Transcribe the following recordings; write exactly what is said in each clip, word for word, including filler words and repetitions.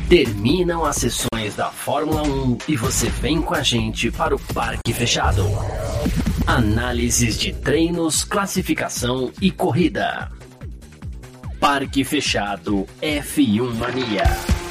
Terminam as sessões da Fórmula um e você vem com a gente para o Parque Fechado. Análises de treinos, classificação e corrida. Parque Fechado F um Mania.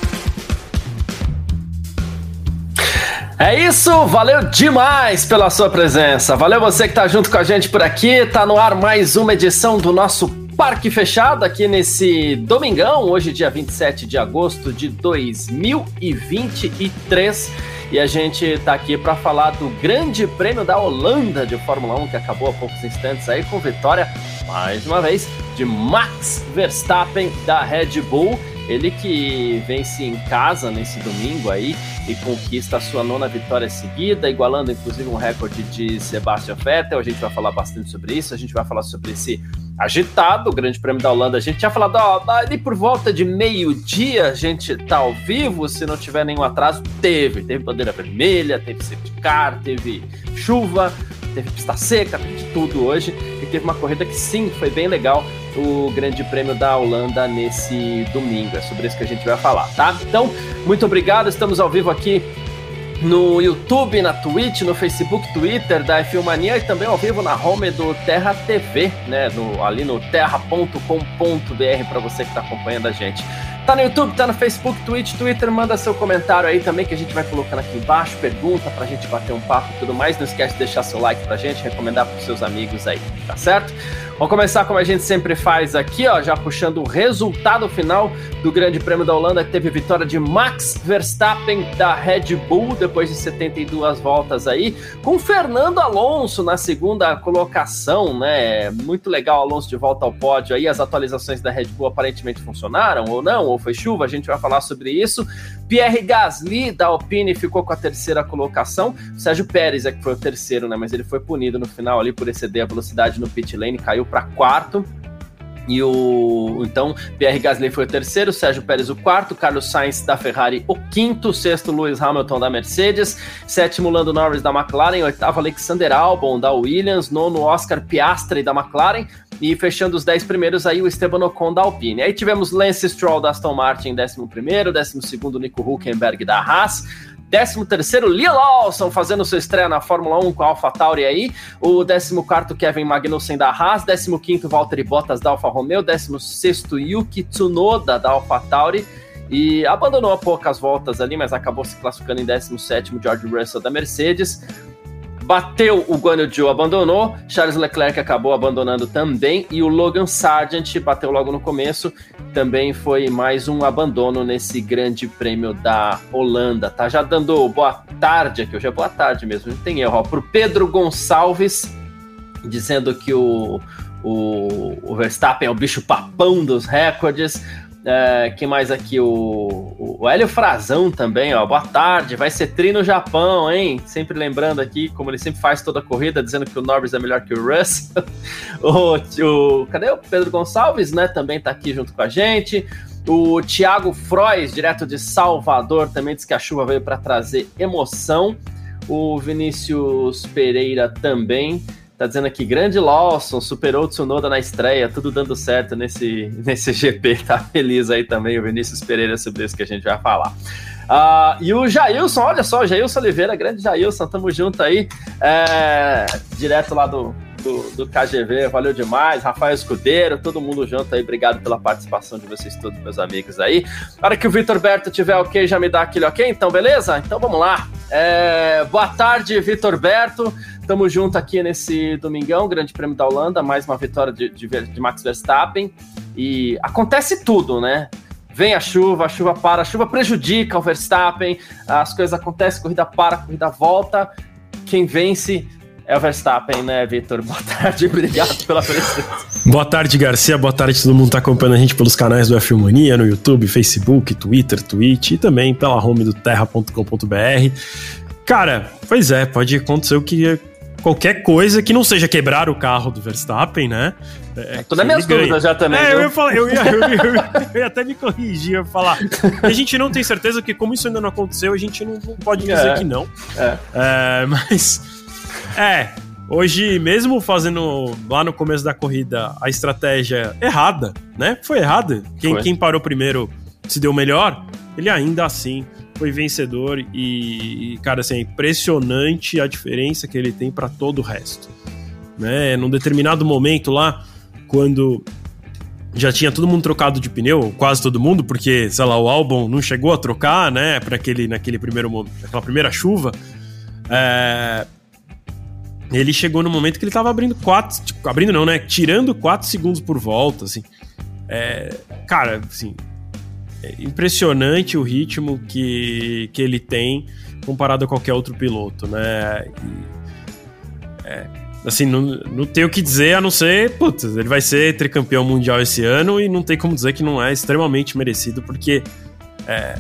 É isso, valeu demais pela sua presença. Valeu você que tá junto com a gente por aqui. Tá no ar mais uma edição do nosso Parque Fechado aqui nesse domingão, hoje dia vinte e sete de agosto de dois mil e vinte e três. E a gente tá aqui para falar do Grande Prêmio da Holanda de Fórmula um, que acabou há poucos instantes aí com vitória, mais uma vez, de Max Verstappen da Red Bull. Ele que vence em casa nesse domingo aí e conquista a sua nona vitória seguida, igualando inclusive um recorde de Sebastian Vettel. A gente vai falar bastante sobre isso, a gente vai falar sobre esse agitado Grande Prêmio da Holanda. A gente tinha falado, ó, ali por volta de meio-dia a gente tá ao vivo, se não tiver nenhum atraso. Teve, teve bandeira vermelha, teve safety car, teve chuva, teve pista seca, teve de tudo hoje. E teve uma corrida que sim, foi bem legal, o Grande Prêmio da Holanda nesse domingo. É sobre isso que a gente vai falar, tá? Então, muito obrigado, estamos ao vivo aqui no YouTube, na Twitch, no Facebook, Twitter da F um Mania e também ao vivo na home do Terra T V, né? No, ali no terra ponto com ponto b r para você que está acompanhando a gente. Tá no YouTube, tá no Facebook, Twitch, Twitter, manda seu comentário aí também que a gente vai colocando aqui embaixo, pergunta pra gente bater um papo e tudo mais. Não esquece de deixar seu like pra gente, recomendar pros seus amigos aí, tá certo? Vamos começar como a gente sempre faz aqui, ó, já puxando o resultado final do Grande Prêmio da Holanda, que teve vitória de Max Verstappen da Red Bull, depois de setenta e duas voltas aí, com Fernando Alonso na segunda colocação, né? Muito legal, Alonso de volta ao pódio aí. As atualizações da Red Bull aparentemente funcionaram ou não, ou foi chuva, a gente vai falar sobre isso. Pierre Gasly da Alpine ficou com a terceira colocação. O Sérgio Pérez é que foi o terceiro, né? Mas ele foi punido no final ali por exceder a velocidade no pit lane, caiu para quarto. E o então Pierre Gasly foi o terceiro, Sérgio Pérez o quarto, Carlos Sainz da Ferrari o quinto, sexto Lewis Hamilton da Mercedes, sétimo Lando Norris da McLaren, oitavo Alexander Albon da Williams, nono Oscar Piastri da McLaren e fechando os dez primeiros aí o Esteban Ocon da Alpine. Aí tivemos Lance Stroll da Aston Martin em décimo primeiro, décimo segundo Nico Hülkenberg da Haas, décimo terceiro, Liam Lawson fazendo sua estreia na Fórmula um com a AlphaTauri aí. O décimo quarto, Kevin Magnussen da Haas. décimo quinto, Valtteri Bottas da Alfa Romeo. décimo sexto, Yuki Tsunoda da AlphaTauri. E abandonou a poucas voltas ali, mas acabou se classificando em décimo sétimo, George Russell da Mercedes. Bateu o Guanyu Zhou, abandonou. Charles Leclerc acabou abandonando também. E o Logan Sargent bateu logo no começo. Também foi mais um abandono nesse Grande Prêmio da Holanda. Tá já dando boa tarde aqui. Hoje é boa tarde mesmo, não tem erro. Ó, pro Pedro Gonçalves, dizendo que o, o, o Verstappen é o bicho papão dos recordes. É, que mais aqui? O, o Hélio Frazão também, ó. Boa tarde, vai ser tri no Japão, hein? Sempre lembrando aqui, como ele sempre faz toda a corrida, dizendo que o Norris é melhor que o Russell. o, o, cadê o Pedro Gonçalves, né? Também tá aqui junto com a gente. O Thiago Frois, direto de Salvador, também diz que a chuva veio para trazer emoção. O Vinícius Pereira também tá dizendo aqui, grande Lawson, superou o Tsunoda na estreia, tudo dando certo nesse, nesse G P, tá feliz aí também o Vinícius Pereira sobre isso que a gente vai falar. Uh, e o Jailson, olha só, o Jailson Oliveira, grande Jailson, tamo junto aí, é, direto lá do, do, do K G V, valeu demais, Rafael Escudeiro, todo mundo junto aí, obrigado pela participação de vocês todos, meus amigos aí. Na hora que o Vitor Berto tiver ok, já me dá aquele ok, então beleza? Então vamos lá. É, boa tarde, Vitor Berto. Tamo junto aqui nesse domingão, Grande Prêmio da Holanda, mais uma vitória de, de, de Max Verstappen. E acontece tudo, né? Vem a chuva, a chuva para, a chuva prejudica o Verstappen, as coisas acontecem, corrida para, corrida volta. Quem vence é o Verstappen, né, Vitor? Boa tarde, obrigado pela presença. Boa tarde, Garcia, boa tarde todo mundo que tá acompanhando a gente pelos canais do F um Mania, no YouTube, Facebook, Twitter, Twitch e também pela home do terra ponto com ponto b r. Cara, pois é, pode acontecer o que... qualquer coisa que não seja quebrar o carro do Verstappen, né? É, tô nas minhas dúvidas já também. É, eu ia, falar, eu, ia, eu, ia, eu, ia, eu ia até me corrigir, eu ia falar. A gente não tem certeza, porque como isso ainda não aconteceu, a gente não, não pode dizer é, que não. É. É, mas, é, hoje, mesmo fazendo lá no começo da corrida a estratégia errada, né? Foi errada. Quem, quem parou primeiro se deu melhor. ele ainda assim foi vencedor e, e cara, assim, é impressionante a diferença que ele tem para todo o resto, né? Num determinado momento lá, quando já tinha todo mundo trocado de pneu, quase todo mundo, porque, sei lá, o Albon não chegou a trocar, né, para aquele, naquele primeiro momento, naquela primeira chuva, é... ele chegou no momento que ele tava abrindo quatro, tipo, abrindo não, né, tirando quatro segundos por volta, assim, é... cara, assim, é impressionante o ritmo que, que ele tem comparado a qualquer outro piloto, né, e, é... assim, não, não tem o que dizer a não ser, putz, ele vai ser tricampeão mundial esse ano e não tem como dizer que não é extremamente merecido, porque é,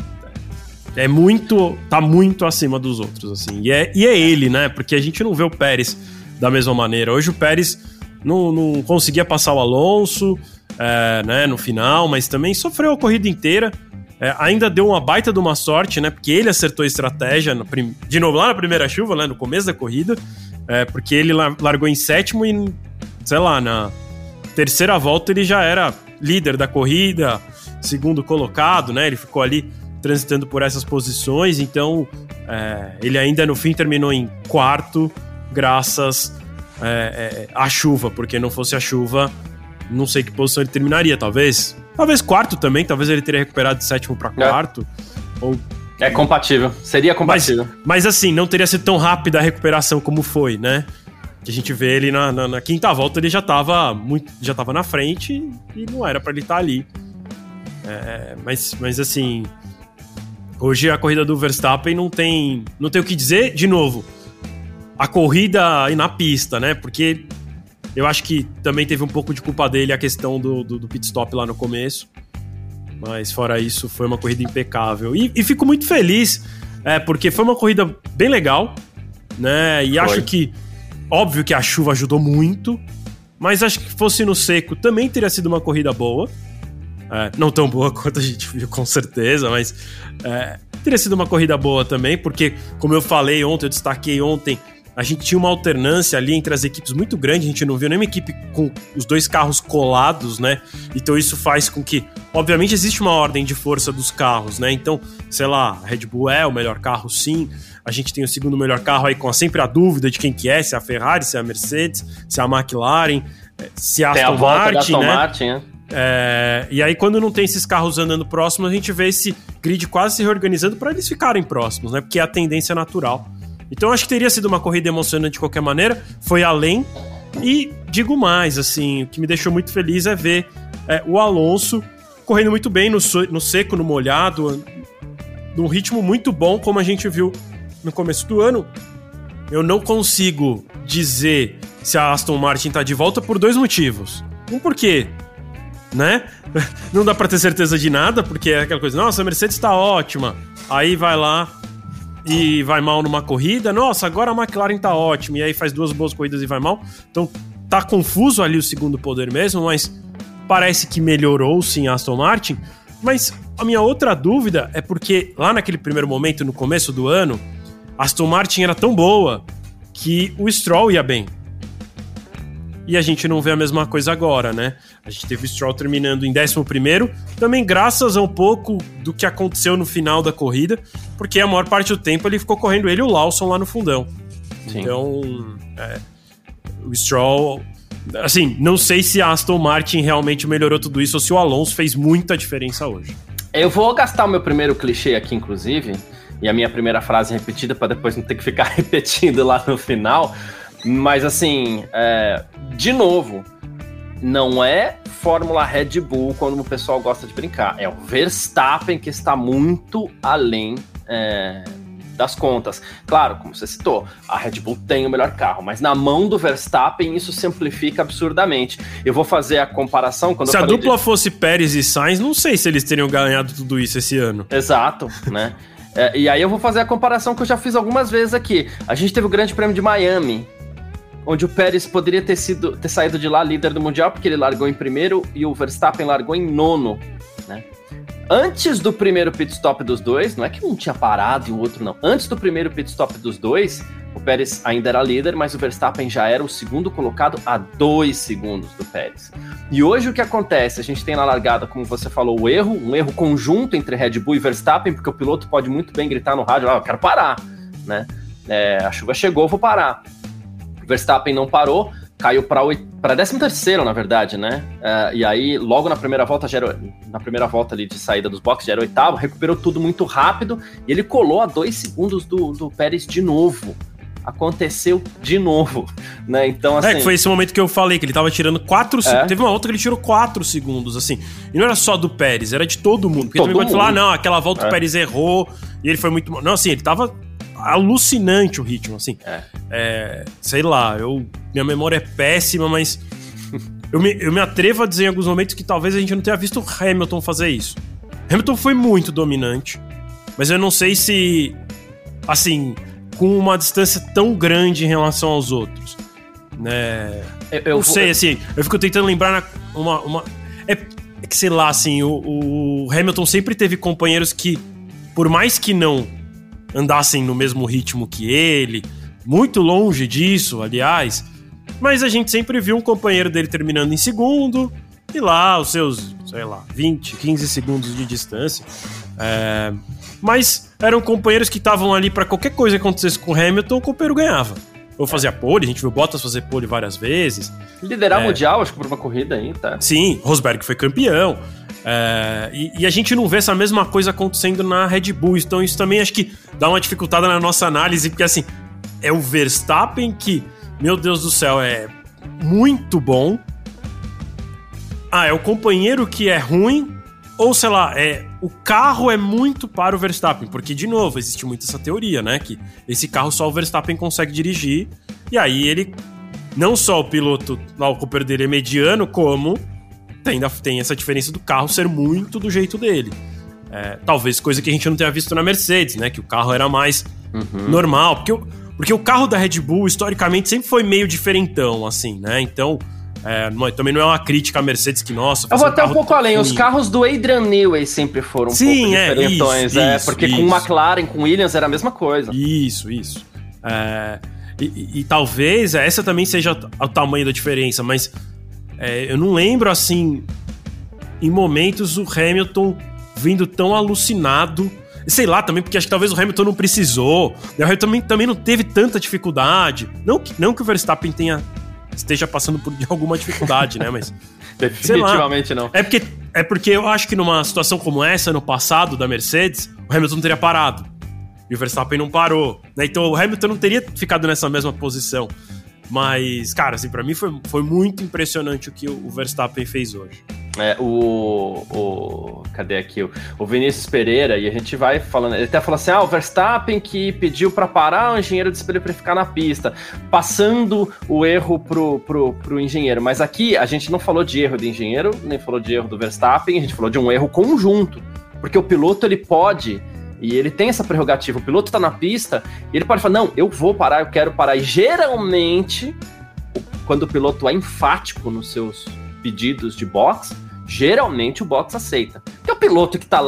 é muito, tá muito acima dos outros, assim, e é, e é ele, né, porque a gente não vê o Pérez da mesma maneira. Hoje o Pérez não, não conseguia passar o Alonso, é, né, no final, mas também sofreu a corrida inteira. É, ainda deu uma baita de uma sorte, né, porque ele acertou a estratégia, no prim... de novo lá na primeira chuva, né, no começo da corrida, é, porque ele largou em sétimo e, sei lá, na terceira volta ele já era líder da corrida, segundo colocado, né, ele ficou ali transitando por essas posições, então é, ele ainda no fim terminou em quarto, graças é, é, à chuva, porque não fosse a chuva, não sei que posição ele terminaria, talvez... Talvez quarto também, talvez ele teria recuperado de sétimo para quarto. É. Ou... é compatível, seria compatível. Mas, mas assim, não teria sido tão rápida a recuperação como foi, né? Que a gente vê ele na, na, na quinta volta, ele já tava, muito, já tava na frente e não era para ele estar ali. É, mas, mas assim, hoje a corrida do Verstappen não tem, não tem o que dizer. De novo, a corrida aí na pista, né? Porque... eu acho que também teve um pouco de culpa dele a questão do, do, do pit stop lá no começo. Mas fora isso, foi uma corrida impecável. E, e fico muito feliz, é, porque foi uma corrida bem legal, né? E foi. Acho que, óbvio que a chuva ajudou muito, mas acho que fosse no seco também teria sido uma corrida boa. É, não tão boa quanto a gente viu, com certeza, mas é, teria sido uma corrida boa também, porque, como eu falei ontem, eu destaquei ontem, a gente tinha uma alternância ali entre as equipes muito grande, a gente não viu nenhuma equipe com os dois carros colados, né? Então isso faz com que, obviamente existe uma ordem de força dos carros, né? Então, sei lá, a Red Bull é o melhor carro, sim. A gente tem o segundo melhor carro aí com sempre a dúvida de quem que é, se é a Ferrari, se é a Mercedes, se é a McLaren, se é a Aston Martin, Aston né? Martin, né? É, e aí quando não tem esses carros andando próximos, a gente vê esse grid quase se reorganizando para eles ficarem próximos, né? Porque é a tendência natural. Então acho que teria sido uma corrida emocionante de qualquer maneira, foi além, e digo mais, assim, o que me deixou muito feliz é ver é, o Alonso correndo muito bem no, so- no seco, no molhado, num ritmo muito bom, como a gente viu no começo do ano. Eu não consigo dizer se a Aston Martin tá de volta por dois motivos. Um, porque, né, não dá pra ter certeza de nada, porque é aquela coisa, nossa, a Mercedes tá ótima, aí vai lá e vai mal numa corrida, nossa, agora a McLaren tá ótima, e aí faz duas boas corridas e vai mal. Então tá confuso ali o segundo poder mesmo, mas parece que melhorou sim a Aston Martin. Mas a minha outra dúvida é porque lá naquele primeiro momento, no começo do ano, a Aston Martin era tão boa que o Stroll ia bem. E a gente não vê a mesma coisa agora, né? A gente teve o Stroll terminando em décimo primeiro, também graças a um pouco do que aconteceu no final da corrida, porque a maior parte do tempo ele ficou correndo ele e o Lawson lá no fundão. Sim. Então, é, o Stroll... assim, não sei se a Aston Martin realmente melhorou tudo isso ou se o Alonso fez muita diferença hoje. Eu vou gastar o meu primeiro clichê aqui, inclusive, e a minha primeira frase repetida para depois não ter que ficar repetindo lá no final. Mas assim, é, de novo, não é Fórmula Red Bull quando o pessoal gosta de brincar. É o Verstappen que está muito além é, das contas. Claro, como você citou, a Red Bull tem o melhor carro, mas na mão do Verstappen isso simplifica absurdamente. Eu vou fazer a comparação... quando se eu a dupla de... fosse Pérez e Sainz, não sei se eles teriam ganhado tudo isso esse ano. Exato, né? É, e aí eu vou fazer a comparação que eu já fiz algumas vezes aqui. A gente teve o Grande Prêmio de Miami, onde o Pérez poderia ter, sido, ter saído de lá líder do Mundial, porque ele largou em primeiro e o Verstappen largou em nono, né? Antes do primeiro pit stop dos dois, não é que um tinha parado e o outro não, antes do primeiro pit stop dos dois, o Pérez ainda era líder, mas o Verstappen já era o segundo colocado a dois segundos do Pérez. E hoje o que acontece? A gente tem na largada, como você falou, o erro, um erro conjunto entre Red Bull e Verstappen, porque o piloto pode muito bem gritar no rádio, ah, eu quero parar, né? É, a chuva chegou, vou parar. O Verstappen não parou, caiu para décimo terceiro, na verdade, né? É, e aí, logo na primeira volta, já era, na primeira volta ali de saída dos boxes, já era oitavo, recuperou tudo muito rápido, e ele colou a dois segundos do, do Pérez de novo. Aconteceu de novo, né? Então, assim... É, que foi esse momento que eu falei, que ele tava tirando quatro segundos. É. Teve uma outra que ele tirou quatro segundos, assim. E não era só do Pérez, era de todo mundo. Porque todo também pode falar, ah, não, aquela volta é. o Pérez errou e ele foi muito... Não, assim, ele tava alucinante o ritmo, assim. É. É, sei lá, eu... Minha memória é péssima, mas... eu, me, eu me atrevo a dizer em alguns momentos que talvez a gente não tenha visto o Hamilton fazer isso. Hamilton foi muito dominante, mas eu não sei se... Assim... com uma distância tão grande em relação aos outros, né? Eu, eu não sei, vou... assim, eu fico tentando lembrar na, uma... uma é, é que, sei lá, assim, o, o Hamilton sempre teve companheiros que, por mais que não andassem no mesmo ritmo que ele, muito longe disso, aliás, mas a gente sempre viu um companheiro dele terminando em segundo, e lá, os seus, sei lá, vinte, quinze segundos de distância, é... mas eram companheiros que estavam ali para qualquer coisa que acontecesse com o Hamilton, o companheiro ganhava. Ou fazia pole, a gente viu Bottas fazer pole várias vezes. Liderar é, mundial, acho que por uma corrida aí, tá? Sim, Rosberg foi campeão. É, e, e a gente não vê essa mesma coisa acontecendo na Red Bull. Então isso também acho que dá uma dificultada na nossa análise, porque assim, é o Verstappen que, meu Deus do céu, é muito bom. Ah, é o companheiro que é ruim. Ou, sei lá, é, o carro é muito para o Verstappen, porque, de novo, existe muito essa teoria, né? Que esse carro só o Verstappen consegue dirigir, e aí ele, não só o piloto, lá, o companheiro dele é mediano, como ainda tem essa diferença do carro ser muito do jeito dele. É, talvez coisa que a gente não tenha visto na Mercedes, né? Que o carro era mais uhum. normal, porque o, porque o carro da Red Bull, historicamente, sempre foi meio diferentão, assim, né? Então... É, não, também não é uma crítica à Mercedes que, nossa... Eu vou até um pouco além, os carros do Adrian Newey sempre foram um Sim, pouco é, diferentões, isso, é, isso, porque isso. com McLaren, com Williams era a mesma coisa. Isso, isso. É, e, e, e talvez essa também seja o tamanho da diferença, mas é, eu não lembro, assim, em momentos o Hamilton vindo tão alucinado, sei lá, também porque acho que talvez o Hamilton não precisou, né? O Hamilton também, também não teve tanta dificuldade, não que, não que o Verstappen tenha... esteja passando por alguma dificuldade, né, mas... Definitivamente não. É porque, é porque eu acho que numa situação como essa, no passado, da Mercedes, o Hamilton teria parado. E o Verstappen não parou, né? Então o Hamilton não teria ficado nessa mesma posição. Mas, cara, assim, pra mim foi, foi muito impressionante o que o Verstappen fez hoje. É, o, o... Cadê aqui? O, o Vinícius Pereira, e a gente vai falando... Ele até falou assim, ah, o Verstappen que pediu pra parar o engenheiro disse pra ele pra ficar na pista, passando o erro pro, pro, pro engenheiro. Mas aqui a gente não falou de erro do engenheiro, nem falou de erro do Verstappen, a gente falou de um erro conjunto. Porque o piloto, ele pode... E ele tem essa prerrogativa, o piloto tá na pista e ele pode falar, não, eu vou parar, eu quero parar. E geralmente, quando o piloto é enfático nos seus pedidos de box, geralmente o box aceita. Que é o piloto que tá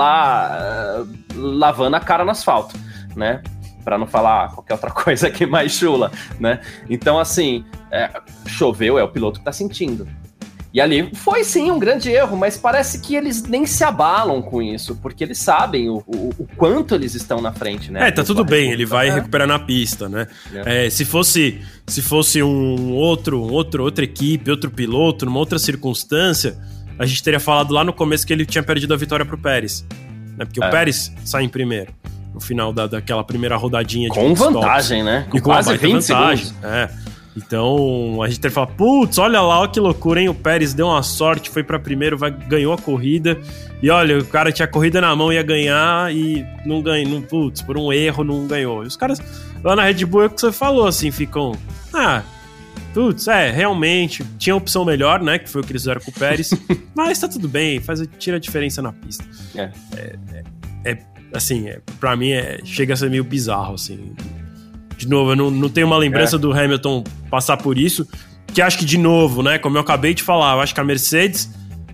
lá uh, lavando a cara no asfalto, né? Pra não falar qualquer outra coisa aqui mais chula, né? Então, assim, é, choveu, é o piloto que tá sentindo. E ali foi sim um grande erro, mas parece que eles nem se abalam com isso, porque eles sabem o, o, o quanto eles estão na frente, né? É, tá tudo bem, ele vai é. recuperar na pista, né? É. É, se fosse, se fosse um outro, outro, outra equipe, outro piloto, numa outra circunstância, a gente teria falado lá no começo que ele tinha perdido a vitória pro Pérez, né? Porque é. o Pérez sai em primeiro, no final da, daquela primeira rodadinha de com vantagem, né? Com, e com quase vinte vantagem, segundos. É. Então, a gente teve que falar, putz, olha lá, ó que loucura, hein? O Pérez deu uma sorte, foi pra primeiro, vai, ganhou a corrida. E olha, o cara tinha a corrida na mão, ia ganhar e não ganhou. Putz, por um erro não ganhou. E os caras lá na Red Bull, é o que você falou, assim, ficam... Ah, putz, é, realmente, tinha opção melhor, né? Que foi o que eles fizeram com o Pérez. Mas tá tudo bem, faz, tira a diferença na pista. É, é, é, é assim, é, pra mim, é, chega a ser meio bizarro, assim... De novo, eu não, não tenho uma lembrança é. do Hamilton passar por isso, que acho que, de novo, né, como eu acabei de falar, eu acho que a Mercedes...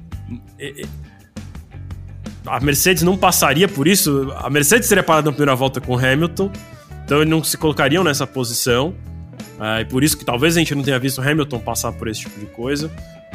A Mercedes não passaria por isso, a Mercedes teria parado na primeira volta com o Hamilton, então eles não se colocariam nessa posição, é, e por isso que talvez a gente não tenha visto o Hamilton passar por esse tipo de coisa.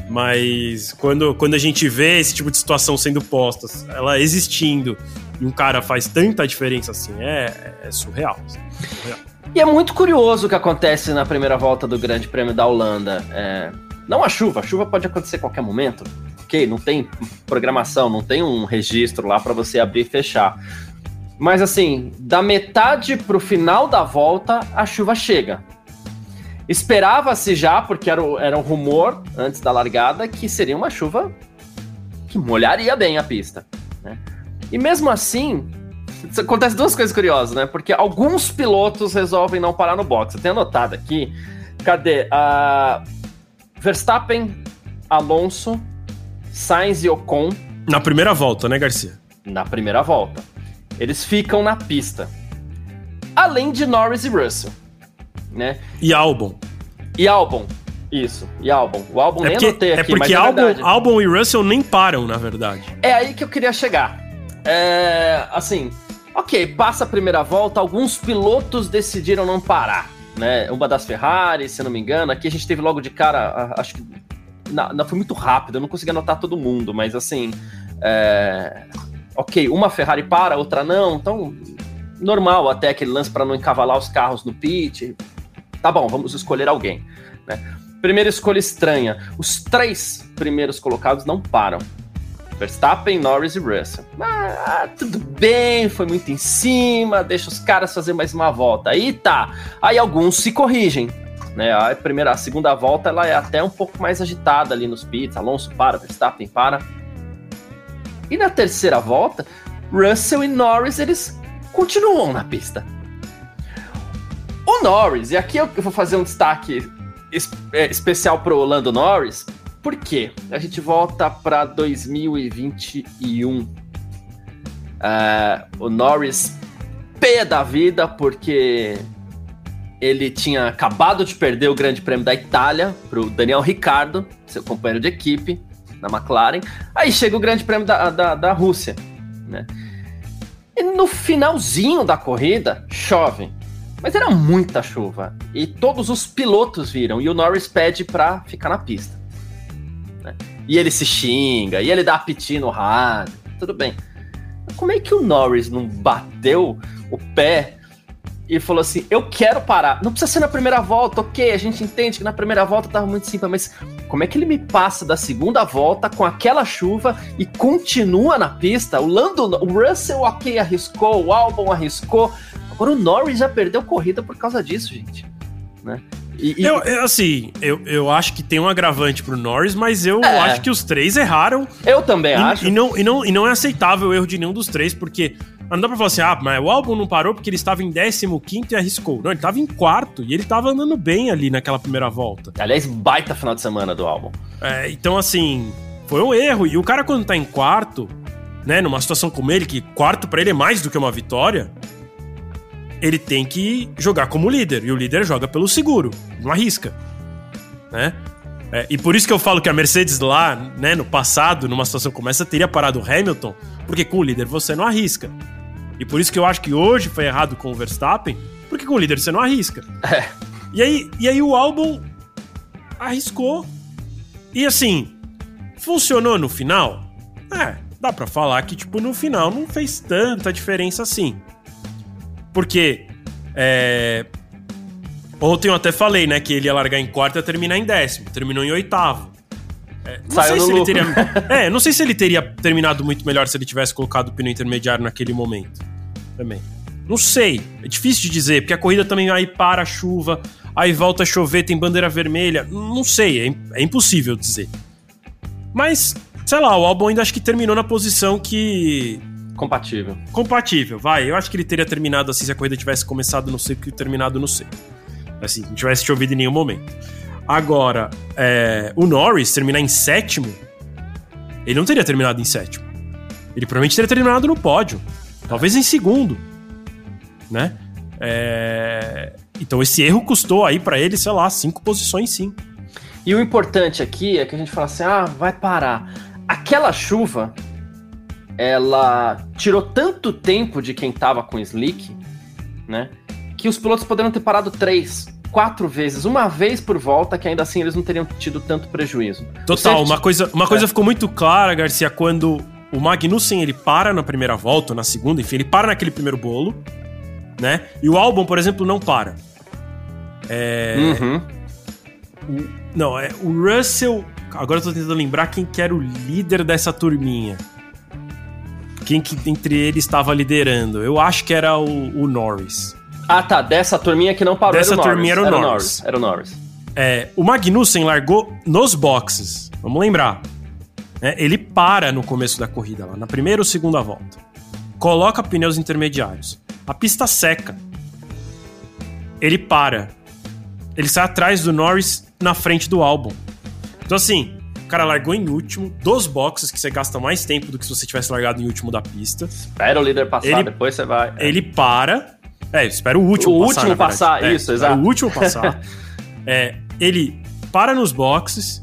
Mas quando, quando a gente vê esse tipo de situação sendo posta, ela existindo, e um cara faz tanta diferença assim, é, é surreal, assim, é surreal. E é muito curioso o que acontece na primeira volta do Grande Prêmio da Holanda. É, não a chuva, a chuva pode acontecer a qualquer momento. Ok, não tem programação, não tem um registro lá para você abrir e fechar. Mas assim, da metade pro final da volta, a chuva chega. Esperava-se já, porque era, era um rumor antes da largada, que seria uma chuva que molharia bem a pista, né? E mesmo assim, acontece duas coisas curiosas, né? Porque alguns pilotos resolvem não parar no box. Eu tenho anotado aqui, cadê? Uh, Verstappen, Alonso, Sainz e Ocon. Na primeira volta, né, Garcia? Na primeira volta. Eles ficam na pista. Além de Norris e Russell, né? E Albon. E Albon, isso. E Albon. O Albon é nem porque, anotei aqui, é porque mas é Albon, verdade. Albon e Russell nem param, na verdade. É aí que eu queria chegar. É, assim, ok, passa a primeira volta, alguns pilotos decidiram não parar, né? Uma das Ferrari, se não me engano. Aqui a gente teve logo de cara, acho que não, não foi muito rápido, eu não consegui anotar todo mundo, mas assim, é, ok, uma Ferrari para, outra não, então normal até aquele lance para não encavalar os carros no pit. Tá bom, vamos escolher alguém, né? Primeira escolha estranha, os três primeiros colocados não param. Verstappen, Norris e Russell. Ah, tudo bem, foi muito em cima, deixa os caras fazer mais uma volta. Aí tá, aí alguns se corrigem, né? A primeira, a segunda volta ela é até um pouco mais agitada ali nos pits. Alonso para, Verstappen para. E na terceira volta, Russell e Norris, eles continuam na pista. O Norris, e aqui eu vou fazer um destaque es- é, especial pro Lando Norris. Por quê? A gente volta para dois mil e vinte e um. Uh, o Norris pé da vida, porque ele tinha acabado de perder o Grande Prêmio da Itália para o Daniel Ricciardo, seu companheiro de equipe, na McLaren. Aí chega o Grande Prêmio da, da, da Rússia, né? E no finalzinho da corrida, chove. Mas era muita chuva. E todos os pilotos viram. E o Norris pede para ficar na pista. E ele se xinga, e ele dá piti no rádio, tudo bem. Como é que o Norris não bateu o pé e falou assim, eu quero parar? Não precisa ser na primeira volta, ok, a gente entende que na primeira volta tava muito simples, mas como é que ele me passa da segunda volta com aquela chuva e continua na pista? O Lando, o Russell, ok, arriscou, o Albon arriscou, agora o Norris já perdeu corrida por causa disso, gente, né? E, e... Eu, eu, assim, eu, eu acho que tem um agravante pro Norris, mas eu é. acho que os três erraram. Eu também e, acho. E não, e, não, e não é aceitável o erro de nenhum dos três, porque não dá pra falar assim, ah, mas o Albon não parou porque ele estava em décimo quinto e arriscou. Não, ele estava em quarto e ele estava andando bem ali naquela primeira volta. Aliás, baita final de semana do Albon. É, então, assim, foi um erro. E o cara, quando tá em quarto, né, numa situação como ele, que quarto pra ele é mais do que uma vitória, ele tem que jogar como líder, e o líder joga pelo seguro, não arrisca, né? É, e por isso que eu falo que a Mercedes lá, né, no passado, numa situação como essa, teria parado o Hamilton, porque com o líder você não arrisca. E por isso que eu acho que hoje foi errado com o Verstappen, porque com o líder você não arrisca. É. E aí, e aí o Albon arriscou. E assim, funcionou no final? É, dá pra falar que, tipo, no final não fez tanta diferença assim. Porque é, ontem eu até falei, né, que ele ia largar em quarto e ia terminar em décimo. Terminou em oitavo. É, não sei se ele teria, é, não sei se ele teria terminado muito melhor se ele tivesse colocado o pneu intermediário naquele momento. Também. Não sei. É difícil de dizer, porque a corrida também aí para a chuva, aí volta a chover, tem bandeira vermelha. Não sei, é, é impossível dizer. Mas, sei lá, o Albon ainda acho que terminou na posição que... Compatível. Compatível, vai. Eu acho que ele teria terminado assim se a corrida tivesse começado no seco e terminado no seco. Assim, não tivesse chovido em nenhum momento. Agora, é, o Norris terminar em sétimo, ele não teria terminado em sétimo. Ele provavelmente teria terminado no pódio. Talvez em segundo. Né? É, então esse erro custou aí pra ele, sei lá, cinco posições sim. E o importante aqui é que a gente fala assim, ah, vai parar. Aquela chuva... ela tirou tanto tempo de quem tava com slick, né, que os pilotos poderiam ter parado três, quatro vezes, uma vez por volta, que ainda assim eles não teriam tido tanto prejuízo. Total, uma coisa, uma coisa é. ficou muito clara, Garcia, quando o Magnussen ele para na primeira volta, ou na segunda, enfim, ele para naquele primeiro bolo, né? E o Albon, por exemplo, não para. É... Uhum. O, não, é o Russell... Agora eu tô tentando lembrar quem que era o líder dessa turminha. Quem que entre eles estava liderando. Eu acho que era o, o Norris. Ah, tá. Dessa turminha que não parou. Dessa era o turminha era o, era Norris. o Norris. Era o Norris. É, o Magnussen largou nos boxes. Vamos lembrar. É, ele para no começo da corrida, lá na primeira ou segunda volta. Coloca pneus intermediários. A pista seca. Ele para. Ele sai atrás do Norris na frente do Albon. Então, assim, o cara largou em último, dos boxes, que você gasta mais tempo do que se você tivesse largado em último da pista. Espera o líder passar, ele, depois você vai... É. Ele para... É, espera o último o passar, último passar, é, isso, exato. O último passar. é, ele para nos boxes,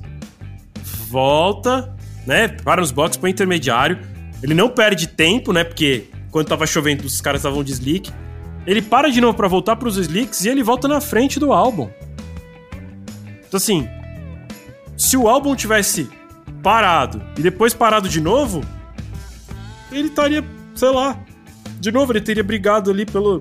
volta, né? Para nos boxes, põe intermediário. Ele não perde tempo, né? Porque quando tava chovendo, os caras estavam de slick. Ele para de novo pra voltar pros slicks e ele volta na frente do Albon. Então, assim... Se o Albon tivesse parado e depois parado de novo, ele estaria, sei lá, de novo, ele teria brigado ali pelo...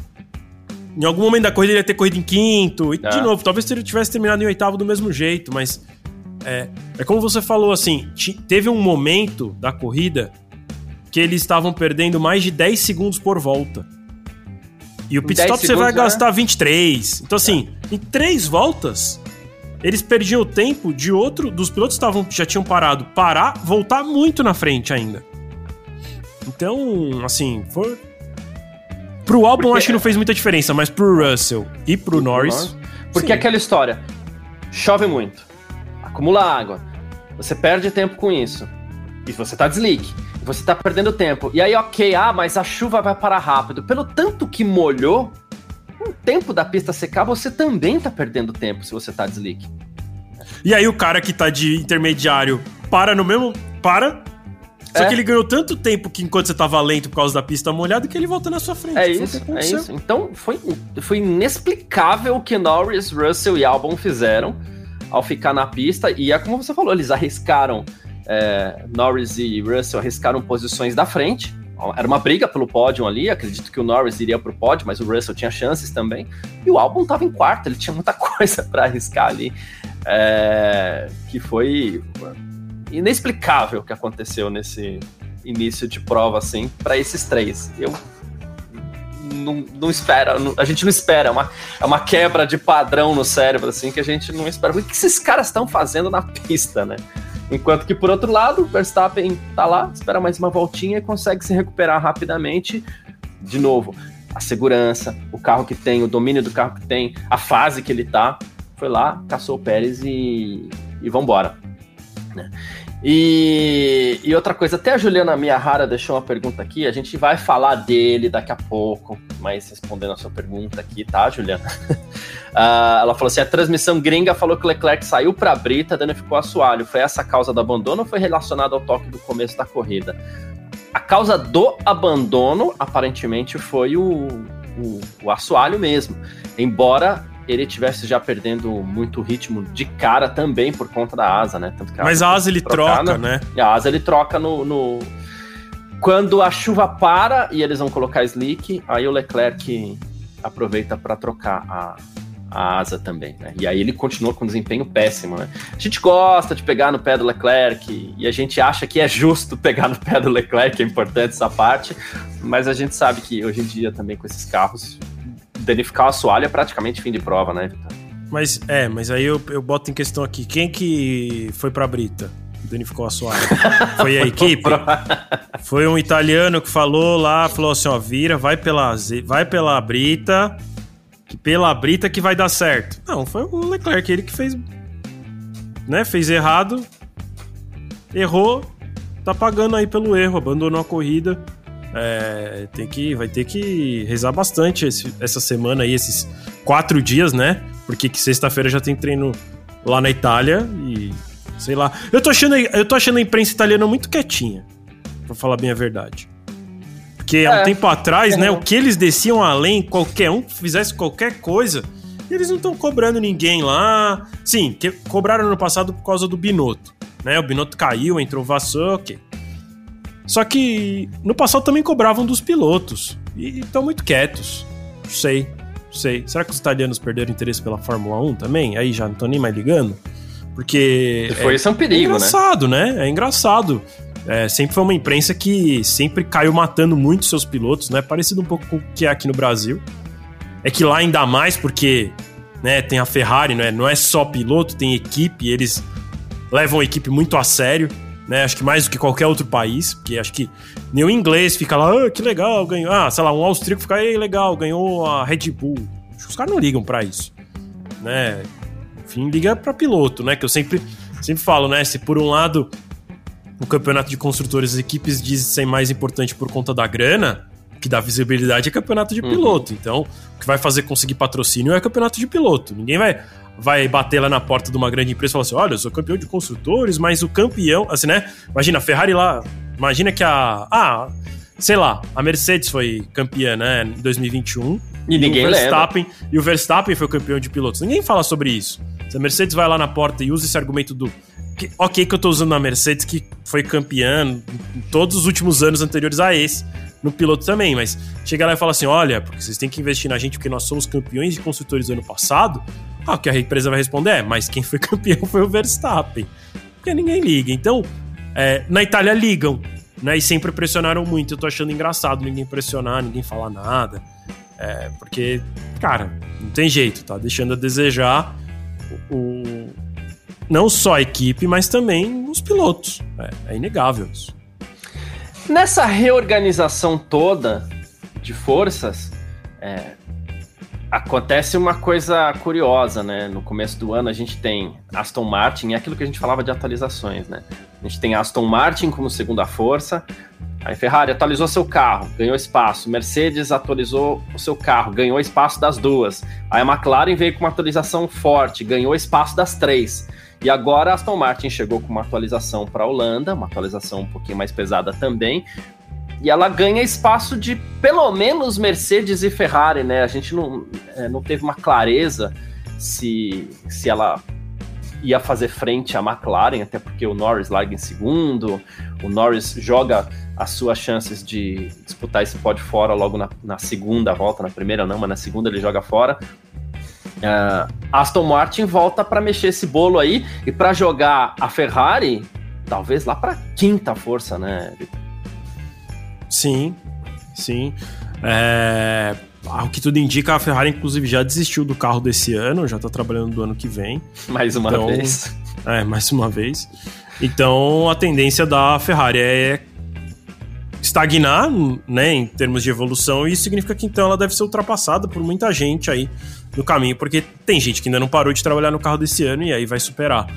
Em algum momento da corrida ele ia ter corrido em quinto, e é. de novo, talvez ele tivesse terminado em oitavo do mesmo jeito, mas é, é como você falou, assim, teve um momento da corrida que eles estavam perdendo mais de dez segundos por volta. E o pit stop você vai gastar vinte e três. Então, assim, é. em três voltas... Eles perdiam o tempo de outro... Dos pilotos que já tinham parado. Parar, voltar muito na frente ainda. Então, assim, foi... Pro Albon porque... acho que não fez muita diferença, mas pro Russell e pro, pro Norris... Norris porque sim. Aquela história... Chove muito. Acumula água. Você perde tempo com isso. E você tá desligue. Você tá perdendo tempo. E aí, ok, ah, mas a chuva vai parar rápido. Pelo tanto que molhou... Com o tempo da pista secar, você também tá perdendo tempo se você tá desligue. E aí o cara que tá de intermediário para no mesmo... Para... Só é. que ele ganhou tanto tempo que enquanto você tava lento por causa da pista molhada que ele volta na sua frente. É isso, é isso. Então foi, foi inexplicável o que Norris, Russell e Albon fizeram ao ficar na pista. E é como você falou, eles arriscaram... É, Norris e Russell arriscaram posições da frente. Era uma briga pelo pódio ali, acredito que o Norris iria pro pódio, mas o Russell tinha chances também. E o Albon tava em quarto, ele tinha muita coisa para arriscar ali. É, que foi inexplicável o que aconteceu nesse início de prova, assim, para esses três. Eu não, não espera, não, a gente não espera, é uma, é uma quebra de padrão no cérebro, assim, que a gente não espera. O que esses caras estão fazendo na pista, né? Enquanto que, por outro lado, o Verstappen tá lá, espera mais uma voltinha e consegue se recuperar rapidamente. De novo, a segurança, o carro que tem, o domínio do carro que tem, a fase que ele tá, foi lá, caçou o Pérez e, e vambora. Né? E, e outra coisa, até a Juliana Miyahara deixou uma pergunta aqui, a gente vai falar dele daqui a pouco, mas respondendo a sua pergunta aqui, tá, Juliana? uh, ela falou assim, a transmissão gringa falou que o Leclerc saiu para a brita, danificou o assoalho. Foi essa a causa do abandono ou foi relacionado ao toque do começo da corrida? A causa do abandono, aparentemente, foi o, o, o assoalho mesmo, embora... ele tivesse já perdendo muito ritmo de cara também por conta da asa, né? Tanto que a Mas a asa ele troca, troca né? A asa ele troca no, no... Quando a chuva para e eles vão colocar slick, aí o Leclerc aproveita para trocar a, a asa também, né? E aí ele continua com um desempenho péssimo, né? A gente gosta de pegar no pé do Leclerc e a gente acha que é justo pegar no pé do Leclerc, é importante essa parte, mas a gente sabe que hoje em dia também com esses carros... danificar o assoalho é praticamente fim de prova, né, Vitor? Mas, é, mas aí eu, eu boto em questão aqui, quem que foi pra brita? Danificou o assoalho? Foi a equipe? Foi um italiano que falou lá, falou assim, ó, vira, vai pela, vai pela brita, que pela brita que vai dar certo. Não, foi o Leclerc, ele que fez, né, fez errado, errou, tá pagando aí pelo erro, abandonou a corrida. É, tem que, vai ter que rezar bastante esse, essa semana aí, esses quatro dias, né? Porque que sexta-feira já tem treino lá na Itália e sei lá. Eu tô achando, eu tô achando a imprensa italiana muito quietinha, pra falar bem a verdade. Porque há um é, tempo atrás, é, né? O que eles desciam além, qualquer um que fizesse qualquer coisa, E eles não estão cobrando ninguém lá. Sim, que cobraram no passado por causa do Binotto, né? O Binotto caiu, entrou o Vasseur, ok. Só que no passado também cobravam dos pilotos. E estão muito quietos. Não sei, não sei. Será que os italianos perderam interesse pela Fórmula um também? Aí já não estão nem mais ligando? Porque... Se for é, isso é um perigo, é engraçado, né? né? É engraçado. É, sempre foi uma imprensa que sempre caiu matando muito seus pilotos, né? Parecido um pouco com o que é aqui no Brasil. É que lá ainda mais porque, né, tem a Ferrari, né? Não é só piloto, tem equipe. Eles levam a equipe muito a sério. Né, acho que mais do que qualquer outro país, porque acho que nem o inglês fica lá, ah, que legal, ganhou. Ah, sei lá, um austríaco fica, aí, legal, ganhou a Red Bull. Acho que os caras não ligam pra isso, né? Enfim, liga pra piloto, né? Que eu sempre, sempre falo, né? Se por um lado o campeonato de construtores, as equipes dizem ser mais importante por conta da grana, o que dá visibilidade é campeonato de piloto. Uhum. Então, o que vai fazer conseguir patrocínio é campeonato de piloto. Ninguém vai... vai bater lá na porta de uma grande empresa e falar assim, olha, eu sou campeão de construtores, mas o campeão, assim, né? Imagina, a Ferrari lá, imagina que a... Ah, sei lá, a Mercedes foi campeã, né, em dois mil e vinte e um. E, e ninguém o Verstappen, lembra. E o Verstappen foi o campeão de pilotos. Ninguém fala sobre isso. Se a Mercedes vai lá na porta e usa esse argumento do... Que, ok que eu tô usando a Mercedes, que foi campeã em todos os últimos anos anteriores a esse, no piloto também, mas chega lá e fala assim, olha, porque vocês têm que investir na gente porque nós somos campeões de construtores do ano passado. Ah, o que a empresa vai responder é, mas quem foi campeão foi o Verstappen. Porque ninguém liga. Então, é, na Itália ligam, né? E sempre pressionaram muito. Eu tô achando engraçado ninguém pressionar, ninguém falar nada. É, porque, cara, não tem jeito, tá? Deixando a desejar o, o, não só a equipe, mas também os pilotos. É, é inegável isso. Nessa reorganização toda de forças, é... acontece uma coisa curiosa, né? No começo do ano a gente tem Aston Martin, é aquilo que a gente falava de atualizações, né? A gente tem Aston Martin como segunda força, aí Ferrari atualizou seu carro, ganhou espaço, Mercedes atualizou o seu carro, ganhou espaço das duas, aí a McLaren veio com uma atualização forte, ganhou espaço das três, e agora a Aston Martin chegou com uma atualização para a Holanda, uma atualização um pouquinho mais pesada também, e ela ganha espaço de, pelo menos, Mercedes e Ferrari, né? A gente não, é, não teve uma clareza se, se ela ia fazer frente à McLaren, até porque o Norris larga em segundo, o Norris joga as suas chances de disputar esse pódio fora logo na, na segunda volta, na primeira não, mas na segunda ele joga fora. Uh, Aston Martin volta para mexer esse bolo aí e para jogar a Ferrari, talvez lá para quinta força, né, Vitor? Sim, sim. É, o que tudo indica, a Ferrari inclusive já desistiu do carro desse ano, já tá trabalhando do ano que vem. Mais uma então, vez. É, mais uma vez. Então a tendência da Ferrari é estagnar, né, em termos de evolução, e isso significa que então ela deve ser ultrapassada por muita gente aí no caminho, porque tem gente que ainda não parou de trabalhar no carro desse ano e aí vai superar.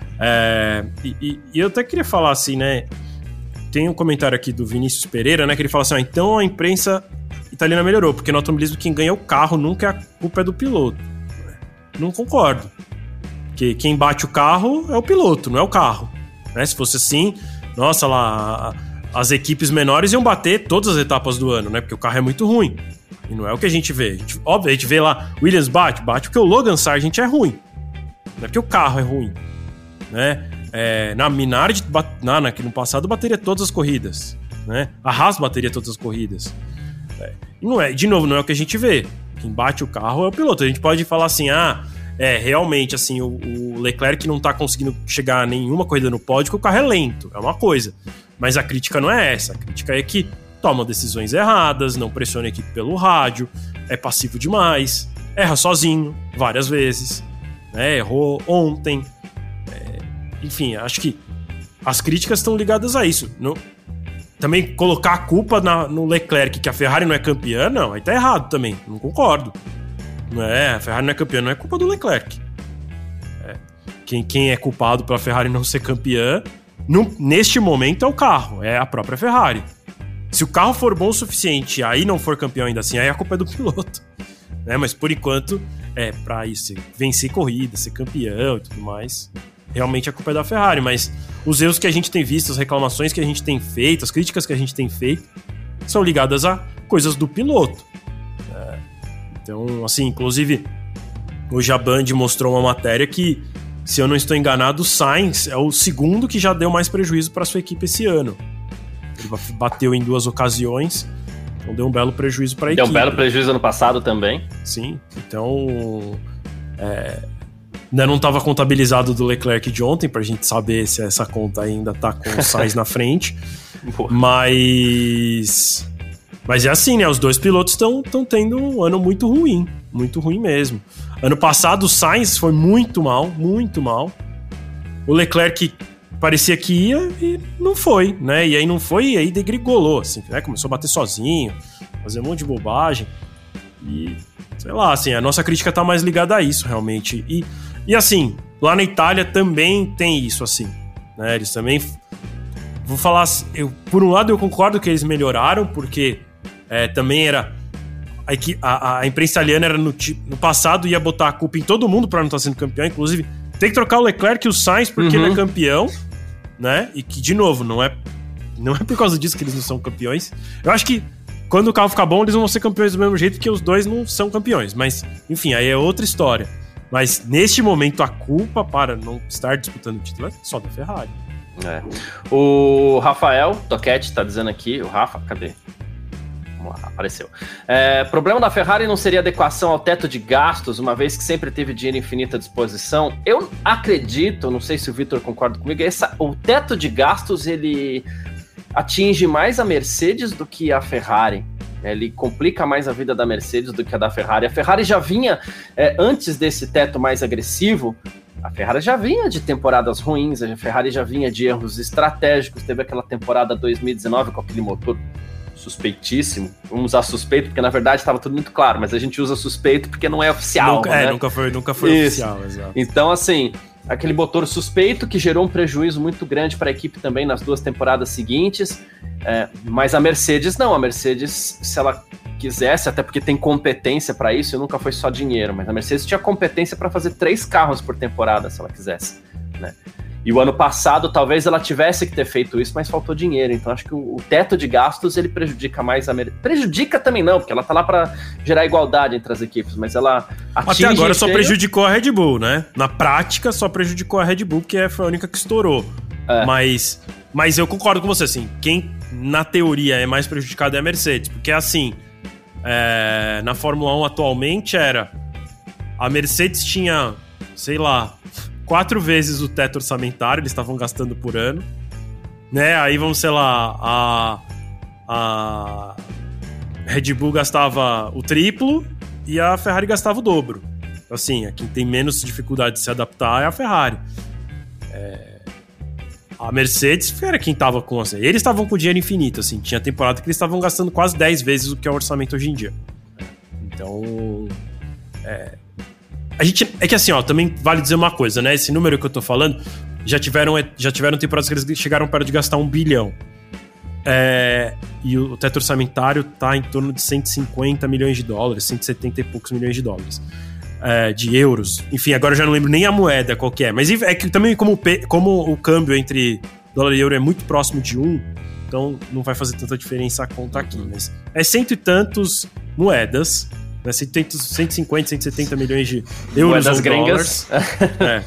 É, e, e, e eu até queria falar assim, né, tem um comentário aqui do Vinícius Pereira, né, que ele fala assim, ah, então a imprensa italiana melhorou, porque no automobilismo quem ganha o carro nunca é a culpa é do piloto. Não concordo. Porque quem bate o carro é o piloto, não é o carro. Né? Se fosse assim, nossa, lá, as equipes menores iam bater todas as etapas do ano, né? Porque o carro é muito ruim. E não é o que a gente vê. A gente, óbvio, a gente vê lá, Williams bate, bate porque o Logan Sargent é ruim. Não é porque o carro é ruim. Né? É, na Minardi, na, na, no passado, bateria todas as corridas. Né? A Haas bateria todas as corridas. É, não é, de novo, não é o que a gente vê. Quem bate o carro é o piloto. A gente pode falar assim, ah, é, realmente, assim, o, o Leclerc não tá conseguindo chegar a nenhuma corrida no pódio porque o carro é lento, é uma coisa. Mas a crítica não é essa. A crítica é que toma decisões erradas, não pressiona a equipe pelo rádio, é passivo demais, erra sozinho várias vezes, né? Errou ontem. É, enfim, acho que as críticas estão ligadas a isso. Não, também colocar a culpa na, no Leclerc, que a Ferrari não é campeã, não, aí tá errado também, não concordo. Não é, a Ferrari não é campeã, não é culpa do Leclerc. É, quem, quem é culpado pela Ferrari não ser campeã, no, neste momento é o carro, é a própria Ferrari. Se o carro for bom o suficiente e aí não for campeão ainda assim, aí a culpa é do piloto. Né? Mas por enquanto, é pra isso, vencer corrida, ser campeão e tudo mais, realmente a culpa é da Ferrari. Mas os erros que a gente tem visto, as reclamações que a gente tem feito, as críticas que a gente tem feito, são ligadas a coisas do piloto. É, então, assim, inclusive, hoje a Band mostrou uma matéria que, se eu não estou enganado, o Sainz é o segundo que já deu mais prejuízo para sua equipe esse ano. Ele bateu em duas ocasiões, então deu um belo prejuízo para a equipe. Deu um belo prejuízo ano passado também. Sim, então... É, ainda não estava contabilizado do Leclerc de ontem, para a gente saber se essa conta ainda está com o Sainz na frente. Mas... Mas é assim, né? Os dois pilotos estão tendo um ano muito ruim. Muito ruim mesmo. Ano passado o Sainz foi muito mal, muito mal. O Leclerc parecia que ia e não foi, né? E aí não foi e aí degrigolou, assim, né? Começou a bater sozinho, fazer um monte de bobagem. E, sei lá, assim, a nossa crítica tá mais ligada a isso, realmente. E, e assim, lá na Itália também tem isso, assim, né? Eles também... Vou falar, eu, por um lado eu concordo que eles melhoraram, porque é, também era... A, a, a imprensa italiana era no, no passado ia botar a culpa em todo mundo para não estar sendo campeão, inclusive tem que trocar o Leclerc e o Sainz porque uhum. ele é campeão, né? E que, de novo, não é, não é por causa disso que eles não são campeões. Eu acho que quando o carro ficar bom, eles vão ser campeões do mesmo jeito, porque os dois não são campeões. Mas, enfim, aí é outra história. Mas, neste momento, a culpa para não estar disputando o título é só da Ferrari. É. O Rafael Toquete tá dizendo aqui, o Rafa, cadê? Vamos lá, apareceu. É, problema da Ferrari não seria adequação ao teto de gastos, uma vez que sempre teve dinheiro infinito à disposição. Eu acredito, não sei se o Vitor concorda comigo, essa, o teto de gastos ele atinge mais a Mercedes do que a Ferrari. Ele complica mais a vida da Mercedes do que a da Ferrari. A Ferrari já vinha, é, antes desse teto mais agressivo, a Ferrari já vinha de temporadas ruins, a Ferrari já vinha de erros estratégicos, teve aquela temporada dois mil e dezenove com aquele motor suspeitíssimo. Vamos usar suspeito, porque na verdade estava tudo muito claro, mas a gente usa suspeito porque não é oficial. Nunca, né? É, nunca foi, nunca foi oficial, exato. Então, assim, aquele motor suspeito que gerou um prejuízo muito grande para a equipe também nas duas temporadas seguintes, é, mas a Mercedes não, a Mercedes, se ela quisesse, até porque tem competência para isso, e nunca foi só dinheiro, mas a Mercedes tinha competência para fazer três carros por temporada, se ela quisesse, né? E o ano passado, talvez ela tivesse que ter feito isso, mas faltou dinheiro. Então, acho que o, o teto de gastos, ele prejudica mais a Mercedes. Prejudica também não, porque ela tá lá para gerar igualdade entre as equipes, mas ela atinge... Até agora só feio... prejudicou a Red Bull, né? Na prática, só prejudicou a Red Bull, porque foi a única que estourou. É. Mas, mas eu concordo com você, assim, quem na teoria é mais prejudicado é a Mercedes, porque assim, é, na Fórmula um atualmente era... A Mercedes tinha, sei lá... quatro vezes o teto orçamentário, eles estavam gastando por ano, né? Aí vamos, sei lá, a, a Red Bull gastava o triplo e a Ferrari gastava o dobro. Assim, quem tem menos dificuldade de se adaptar é a Ferrari. É, a Mercedes era quem tava com... Assim, eles estavam com dinheiro infinito, assim, tinha temporada que eles estavam gastando quase dez vezes o que é o orçamento hoje em dia. Então... É, A gente, é que assim, ó, também vale dizer uma coisa, né? Esse número que eu tô falando, já tiveram, já tiveram temporadas que eles chegaram perto de gastar um bilhão. É, e o teto orçamentário tá em torno de cento e cinquenta milhões de dólares, cento e setenta e poucos milhões de dólares. É, de euros. Enfim, agora eu já não lembro nem a moeda qual que é. Mas é que também como, como o câmbio entre dólar e euro é muito próximo de um, então não vai fazer tanta diferença a conta aqui. Mas é cento e tantos moedas... Né, cento e cinquenta, cento e setenta milhões de euros ou dólares. é.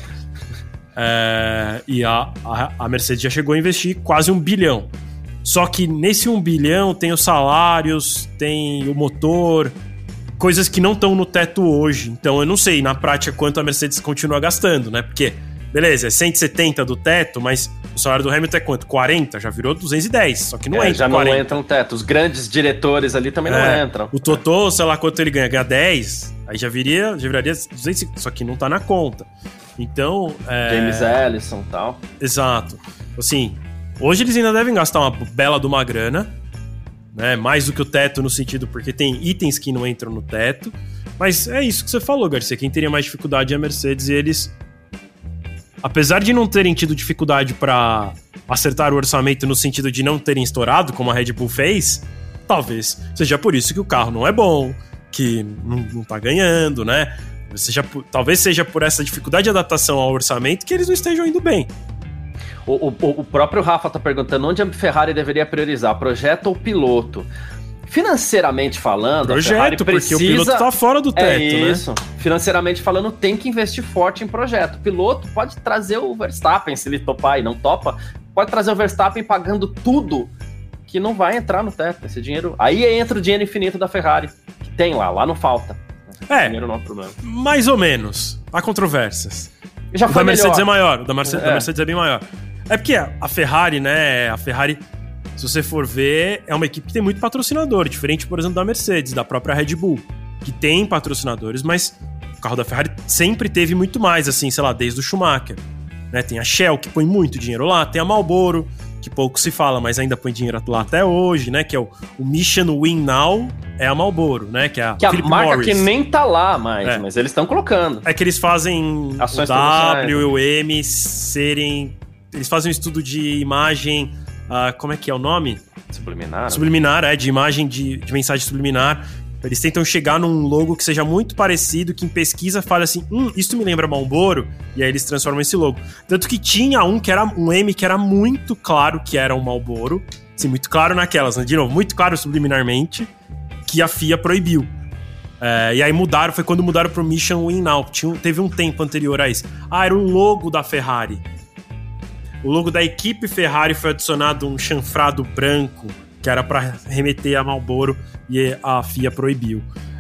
É, e a, a, a Mercedes já chegou a investir quase um bilhão. Só que nesse um bilhão tem os salários, tem o motor, coisas que não estão no teto hoje. Então eu não sei na prática quanto a Mercedes continua gastando, né? Porque, beleza, é cento e setenta do teto, mas o salário do Hamilton é quanto? quarenta? Já virou duzentos e dez, só que não é, entra já quarenta. Não entra no teto. Os grandes diretores ali também é, não entram. O Totó, sei lá quanto ele ganha, ganha dez, aí já, viria, já viraria duzentos, só que não tá na conta. Então... É... James Ellison e tal. Exato. Assim, hoje eles ainda devem gastar uma bela de uma grana, né? Mais do que o teto no sentido, porque tem itens que não entram no teto, mas é isso que você falou, Garcia. Quem teria mais dificuldade é a Mercedes, e eles... Apesar de não terem tido dificuldade para acertar o orçamento no sentido de não terem estourado, como a Red Bull fez, talvez seja por isso que o carro não é bom, que não, não tá ganhando, né? Seja, talvez seja por essa dificuldade de adaptação ao orçamento que eles não estejam indo bem. O, o, o próprio Rafa tá perguntando onde a Ferrari deveria priorizar, projeto ou piloto? financeiramente falando, projeto, a Ferrari precisa... porque o piloto tá fora do teto, é isso. né? Financeiramente falando, tem que investir forte em projeto. O piloto pode trazer o Verstappen, se ele topar e não topa, pode trazer o Verstappen pagando tudo que não vai entrar no teto. Esse dinheiro... Aí entra o dinheiro infinito da Ferrari, que tem lá, lá não falta. Esse é, dinheiro não é um problema. Mais ou menos. Há controvérsias. Já o foi da Mercedes melhor. é maior, o da Mercedes é. da Mercedes é bem maior. É porque a Ferrari, né, a Ferrari, se você for ver, é uma equipe que tem muito patrocinador, diferente, por exemplo, da Mercedes, da própria Red Bull, que tem patrocinadores, mas o carro da Ferrari sempre teve muito mais, assim, sei lá, desde o Schumacher. Né? Tem a Shell, que põe muito dinheiro lá, tem a Marlboro, que pouco se fala, mas ainda põe dinheiro lá até hoje, né? Que é o, o Mission Win Now, é a Marlboro, né? Que é a, que a marca Morris. Que nem tá lá mais, é. Mas eles estão colocando. É que eles fazem ações o W e o M serem... Eles fazem um estudo de imagem... Uh, como é que é o nome? Subliminar. Subliminar, é, de imagem de, de mensagem subliminar. Eles tentam chegar num logo que seja muito parecido, que em pesquisa fala assim, hum, isso me lembra Marlboro, e aí eles transformam esse logo. Tanto que tinha um que era um M que era muito claro que era um Marlboro, assim, muito claro naquelas, né? De novo, muito claro subliminarmente, que a F I A proibiu. É, e aí mudaram, foi quando mudaram pro Mission Win Now. Tinha, teve um tempo anterior a isso. Ah, era um logo da Ferrari. O logo da equipe Ferrari foi adicionado um chanfrado branco, que era para remeter a Marlboro, e a F I A proibiu.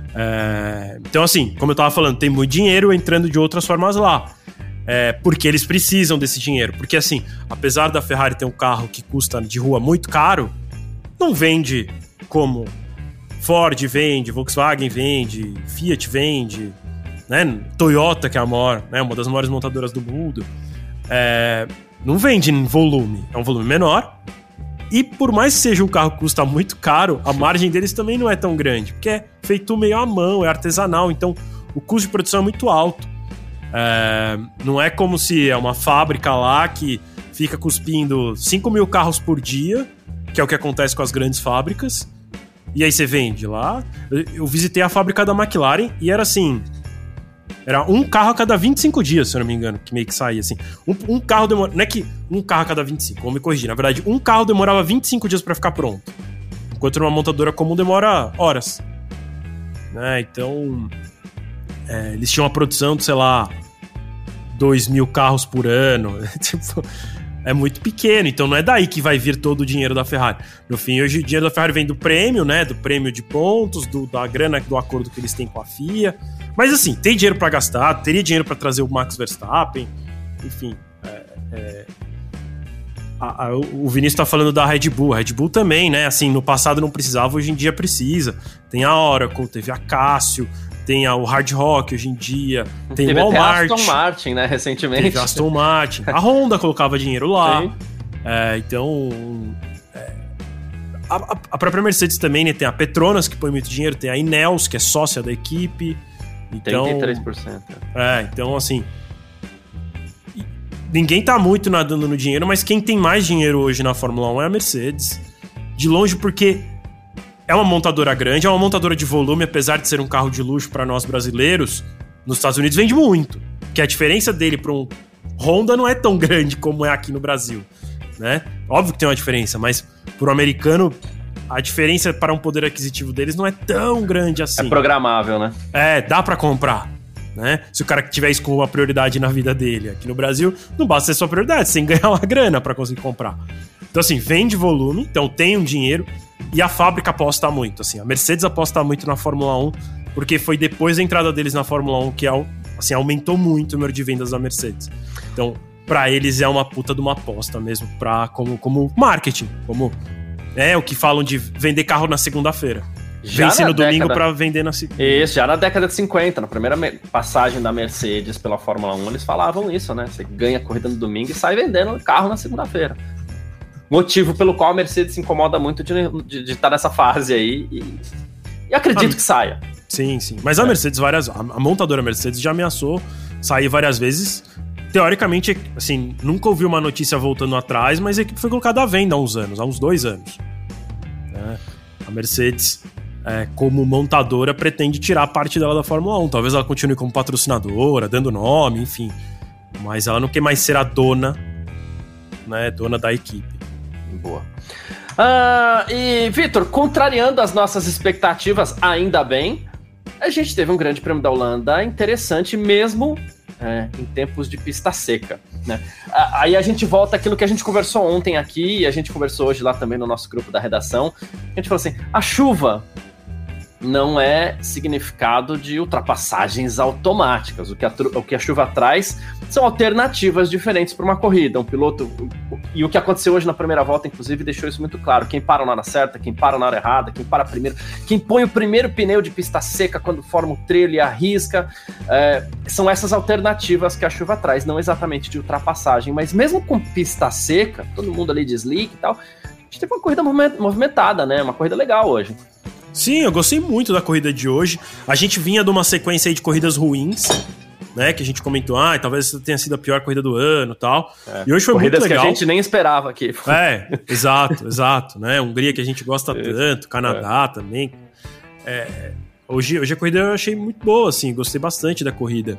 É, então, assim, como eu tava falando, tem muito dinheiro entrando de outras formas lá. É, porque eles precisam desse dinheiro. Porque, assim, apesar da Ferrari ter um carro que custa de rua muito caro, não vende como Ford vende, Volkswagen vende, Fiat vende, né? Toyota, que é a maior, né? Uma das maiores montadoras do mundo. É, não vende em volume, é um volume menor. E por mais que seja um carro que custa muito caro, a margem deles também não é tão grande, porque é feito meio à mão, é artesanal, então o custo de produção é muito alto. É, não é como se é uma fábrica lá que fica cuspindo cinco mil carros por dia, que é o que acontece com as grandes fábricas, e aí você vende lá. Eu, eu visitei a fábrica da McLaren e era assim... Era um carro a cada vinte e cinco dias, se eu não me engano, que meio que saía assim. Um, um carro demora... Não é que um carro a cada vinte e cinco, vamos me corrigir. Na verdade, um carro demorava vinte e cinco dias pra ficar pronto. Enquanto numa montadora comum demora horas. Né? Então, é, eles tinham uma produção de, sei lá, dois mil carros por ano. Tipo, é muito pequeno. Então não é daí que vai vir todo o dinheiro da Ferrari. No fim, hoje o dinheiro da Ferrari vem do prêmio, né? Do prêmio de pontos, do, da grana, do acordo que eles têm com a F I A. Mas assim, tem dinheiro pra gastar, teria dinheiro pra trazer o Max Verstappen, enfim. É, é, a, a, o Vinícius tá falando da Red Bull, a Red Bull também, né? Assim, no passado não precisava, hoje em dia precisa. Tem a Oracle, teve a Cássio, tem a, o Hard Rock hoje em dia, tem teve o Walmart. Teve a Aston Martin, né, recentemente. Teve a Aston Martin, a Honda colocava dinheiro lá. É, então... É, a, a própria Mercedes também, né? Tem a Petronas, que põe muito dinheiro, tem a Ineos, que é sócia da equipe. Então, trinta e três por cento. É, então assim... Ninguém tá muito nadando no dinheiro, mas quem tem mais dinheiro hoje na Fórmula um é a Mercedes. De longe, porque é uma montadora grande, é uma montadora de volume, apesar de ser um carro de luxo para nós brasileiros, nos Estados Unidos vende muito. Que a diferença dele para um Honda não é tão grande como é aqui no Brasil, né? Óbvio que tem uma diferença, mas pro americano... A diferença para um poder aquisitivo deles não é tão grande assim. É programável, né? É, dá pra comprar, né? Se o cara tiver isso como uma prioridade na vida dele. Aqui no Brasil, não basta ser sua prioridade, você tem que ganhar uma grana pra conseguir comprar. Então, assim, vende volume, então tem um dinheiro, e a fábrica aposta muito, assim. A Mercedes aposta muito na Fórmula um, porque foi depois da entrada deles na Fórmula um que, assim, aumentou muito o número de vendas da Mercedes. Então, pra eles é uma puta de uma aposta mesmo, pra, como, como marketing, como... É, o que falam de vender carro na segunda-feira. Vence no domingo pra vender na segunda. Isso, já na década de cinquenta, na primeira passagem da Mercedes pela Fórmula um, eles falavam isso, né? Você ganha a corrida no domingo e sai vendendo carro na segunda-feira. Motivo pelo qual a Mercedes se incomoda muito de, de, de estar nessa fase aí e, e acredito ah, que saia. Sim, sim. Mas é. a Mercedes, várias, a montadora Mercedes já ameaçou sair várias vezes. Teoricamente, assim, nunca ouvi uma notícia voltando atrás, mas a equipe foi colocada à venda há uns anos, há uns dois anos. É, a Mercedes, é, como montadora, pretende tirar parte dela da Fórmula um. Talvez ela continue como patrocinadora, dando nome, enfim. Mas ela não quer mais ser a dona, né, dona da equipe. Boa. Uh, e, Vitor, contrariando as nossas expectativas, ainda bem, a gente teve um grande prêmio da Holanda interessante mesmo é, em tempos de pista seca, né? Aí a gente volta àquilo que a gente conversou ontem aqui, e a gente conversou hoje lá também no nosso grupo da redação. A gente falou assim, a chuva não é significado de ultrapassagens automáticas. O que a, o que a chuva traz são alternativas diferentes para uma corrida. Um piloto... E o que aconteceu hoje na primeira volta, inclusive, deixou isso muito claro. Quem para na hora certa, quem para na hora errada, quem para primeiro, quem põe o primeiro pneu de pista seca quando forma o trilho e arrisca. É, são essas alternativas que a chuva traz, não exatamente de ultrapassagem. Mas mesmo com pista seca, todo mundo ali de slick e tal, a gente teve uma corrida movimentada, né? Uma corrida legal hoje. Sim, eu gostei muito da corrida de hoje. A gente vinha de uma sequência aí de corridas ruins, né? Que a gente comentou, ah, talvez tenha sido a pior corrida do ano e tal. É, e hoje foi muito legal. Corridas que a gente nem esperava aqui. É, exato, exato. Né? Hungria que a gente gosta tanto, Canadá é. também. É, hoje, hoje a corrida eu achei muito boa, assim, gostei bastante da corrida.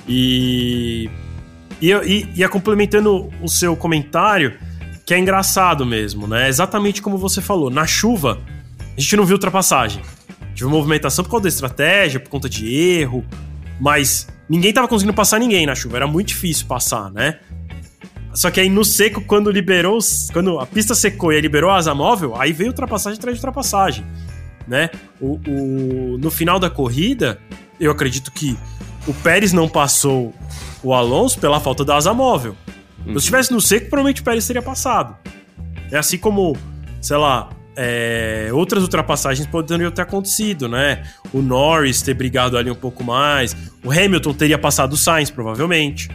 E, e, e, e complementando o seu comentário, que é engraçado mesmo, né? Exatamente como você falou, na chuva, a gente não viu ultrapassagem. Tive movimentação por causa da estratégia, por conta de erro, mas ninguém tava conseguindo passar ninguém na chuva, era muito difícil passar, né? Só que aí no seco, quando liberou, quando a pista secou e liberou a asa móvel, aí veio ultrapassagem atrás de ultrapassagem, né? O, o, no final da corrida, eu acredito que o Pérez não passou o Alonso pela falta da asa móvel. Uhum. Se estivesse no seco, provavelmente o Pérez teria passado. É assim como, sei lá, É, outras ultrapassagens poderiam ter acontecido, né? O Norris ter brigado ali um pouco mais, o Hamilton teria passado o Sainz, provavelmente.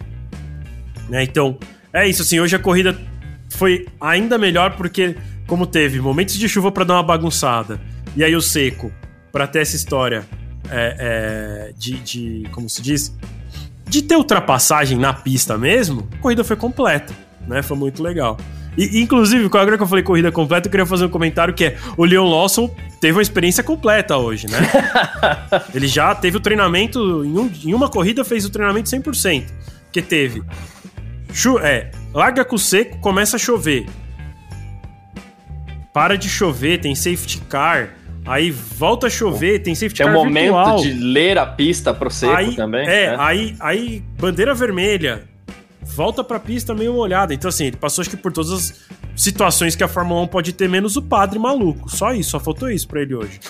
Né? Então, é isso, assim, hoje a corrida foi ainda melhor porque, como teve momentos de chuva para dar uma bagunçada, e aí o seco, para ter essa história é, é, de, de, como se diz, de ter ultrapassagem na pista mesmo, a corrida foi completa, né? Foi muito legal. E, inclusive, agora que eu falei corrida completa, eu queria fazer um comentário que é: o Leon Lawson teve uma experiência completa hoje, né? Ele já teve o treinamento, em, um, em uma corrida fez o treinamento cem por cento. Porque teve, chu, é, larga com o seco, começa a chover. Para de chover, tem safety car. Aí volta a chover, tem safety tem car virtual. Tem um momento virtual. de ler a pista pro seco aí, também. É, né? aí, aí bandeira vermelha. Volta pra pista meio molhada. Então, assim, ele passou acho que por todas as situações que a Fórmula um pode ter, menos o padre maluco. Só isso, só faltou isso pra ele hoje.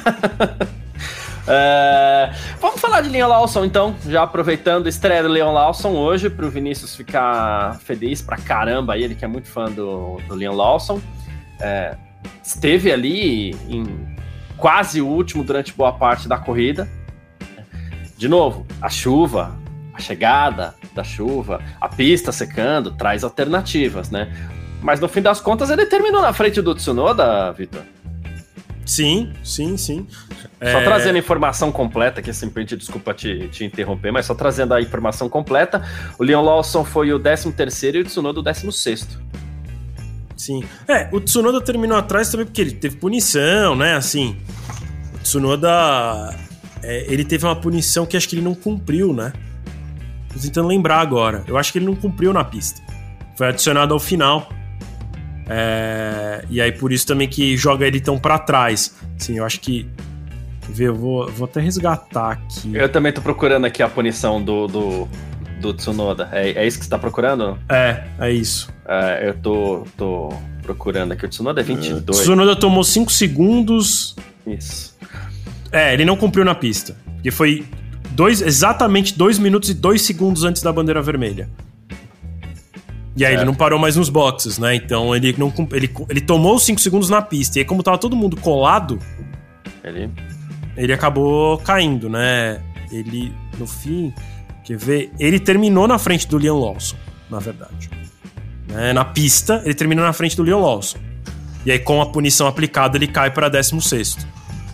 é... Vamos falar de Leon Lawson, então. Já aproveitando a estreia do Leon Lawson hoje, pro Vinícius ficar feliz pra caramba. Ele que é muito fã do, do Leon Lawson. É... Esteve ali em quase o último durante boa parte da corrida. De novo, a chuva, a chegada da chuva, a pista secando, traz alternativas, né? Mas no fim das contas ele terminou na frente do Tsunoda, Vitor. Sim, sim, sim. Só é... trazendo a informação completa, que assim, desculpa te, te interromper, mas só trazendo a informação completa, o Leon Lawson foi o décimo terceiro e o Tsunoda o décimo sexto. Sim. É, o Tsunoda terminou atrás também porque ele teve punição, né? Assim, o Tsunoda, é, ele teve uma punição que acho que ele não cumpriu, né? Tô tentando lembrar agora. Eu acho que ele não cumpriu na pista. Foi adicionado ao final. É... E aí por isso também que joga ele tão pra trás. Sim, eu acho que... Quer ver, eu vou, vou até resgatar aqui. Eu também tô procurando aqui a punição do, do, do Tsunoda. É, é isso que você tá procurando? É, é isso. É, eu tô, tô procurando aqui. O Tsunoda é vinte e dois. O Tsunoda tomou cinco segundos. Isso. É, ele não cumpriu na pista. Porque foi... Dois, exatamente dois minutos e dois segundos antes da bandeira vermelha. E aí é. ele não parou mais nos boxes, né? Então ele, não, ele, ele tomou os cinco segundos na pista. E aí, como tava todo mundo colado, ele... ele acabou caindo, né? Ele, no fim, quer ver? Ele terminou na frente do Leon Lawson, na verdade. Né? Na pista, ele terminou na frente do Leon Lawson. E aí, com a punição aplicada, ele cai para décimo sexto.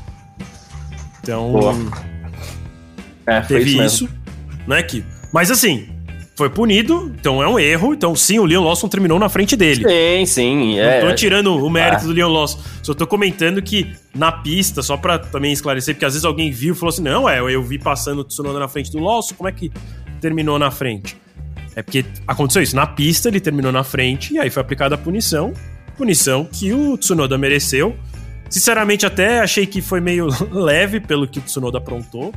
Então... Boa. É, teve isso, isso né, que... Mas assim, foi punido, então é um erro. Então sim, o Leon Lawson terminou na frente dele. Sim, sim, é. Não tô tirando o mérito é. do Leon Lawson. Só tô comentando que na pista, só pra também esclarecer, porque às vezes alguém viu e falou assim, não, é, eu vi passando o Tsunoda na frente do Lawson, como é que terminou na frente? É porque aconteceu isso, na pista ele terminou na frente e aí foi aplicada a punição punição que o Tsunoda mereceu. Sinceramente, até achei que foi meio leve pelo que o Tsunoda aprontou.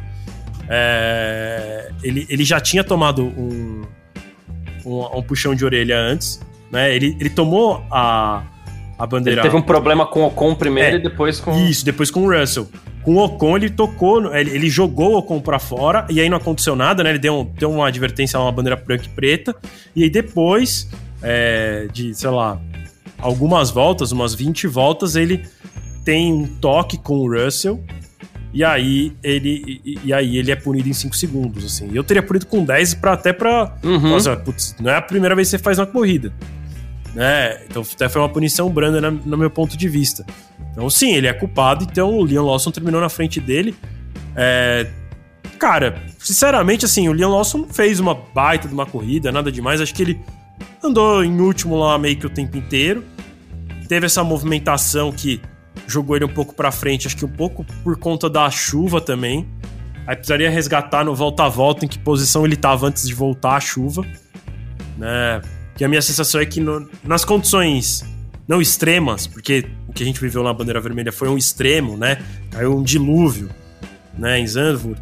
É, ele, ele já tinha tomado um, um, um puxão de orelha antes, né? Ele, ele tomou a, a bandeira... Ele teve um problema com o Ocon primeiro é, e depois com... Isso, depois com o Russell. Com o Ocon, ele tocou, ele, ele jogou o Ocon pra fora, e aí não aconteceu nada, né? Ele deu, um, deu uma advertência, uma bandeira branca e preta, e aí depois é, de, sei lá, algumas voltas, umas vinte voltas, ele tem um toque com o Russell, e aí ele, e, e aí ele é punido em cinco segundos, assim. Eu teria punido com dez pra, até pra... Uhum. Nossa, putz, não é a primeira vez que você faz na corrida, né? Então até foi uma punição branda na, no meu ponto de vista. Então sim, ele é culpado, então o Liam Lawson terminou na frente dele. É... Cara, sinceramente, assim, o Liam Lawson não fez uma baita de uma corrida, nada demais. Acho que ele andou em último lá meio que o tempo inteiro. Teve essa movimentação que jogou ele um pouco pra frente, acho que um pouco por conta da chuva também. Aí precisaria resgatar no volta a volta em que posição ele estava antes de voltar a chuva, né? Que a minha sensação é que no, nas condições não extremas, porque o que a gente viveu na bandeira vermelha foi um extremo, né? Caiu um dilúvio, né, em Zandvoort.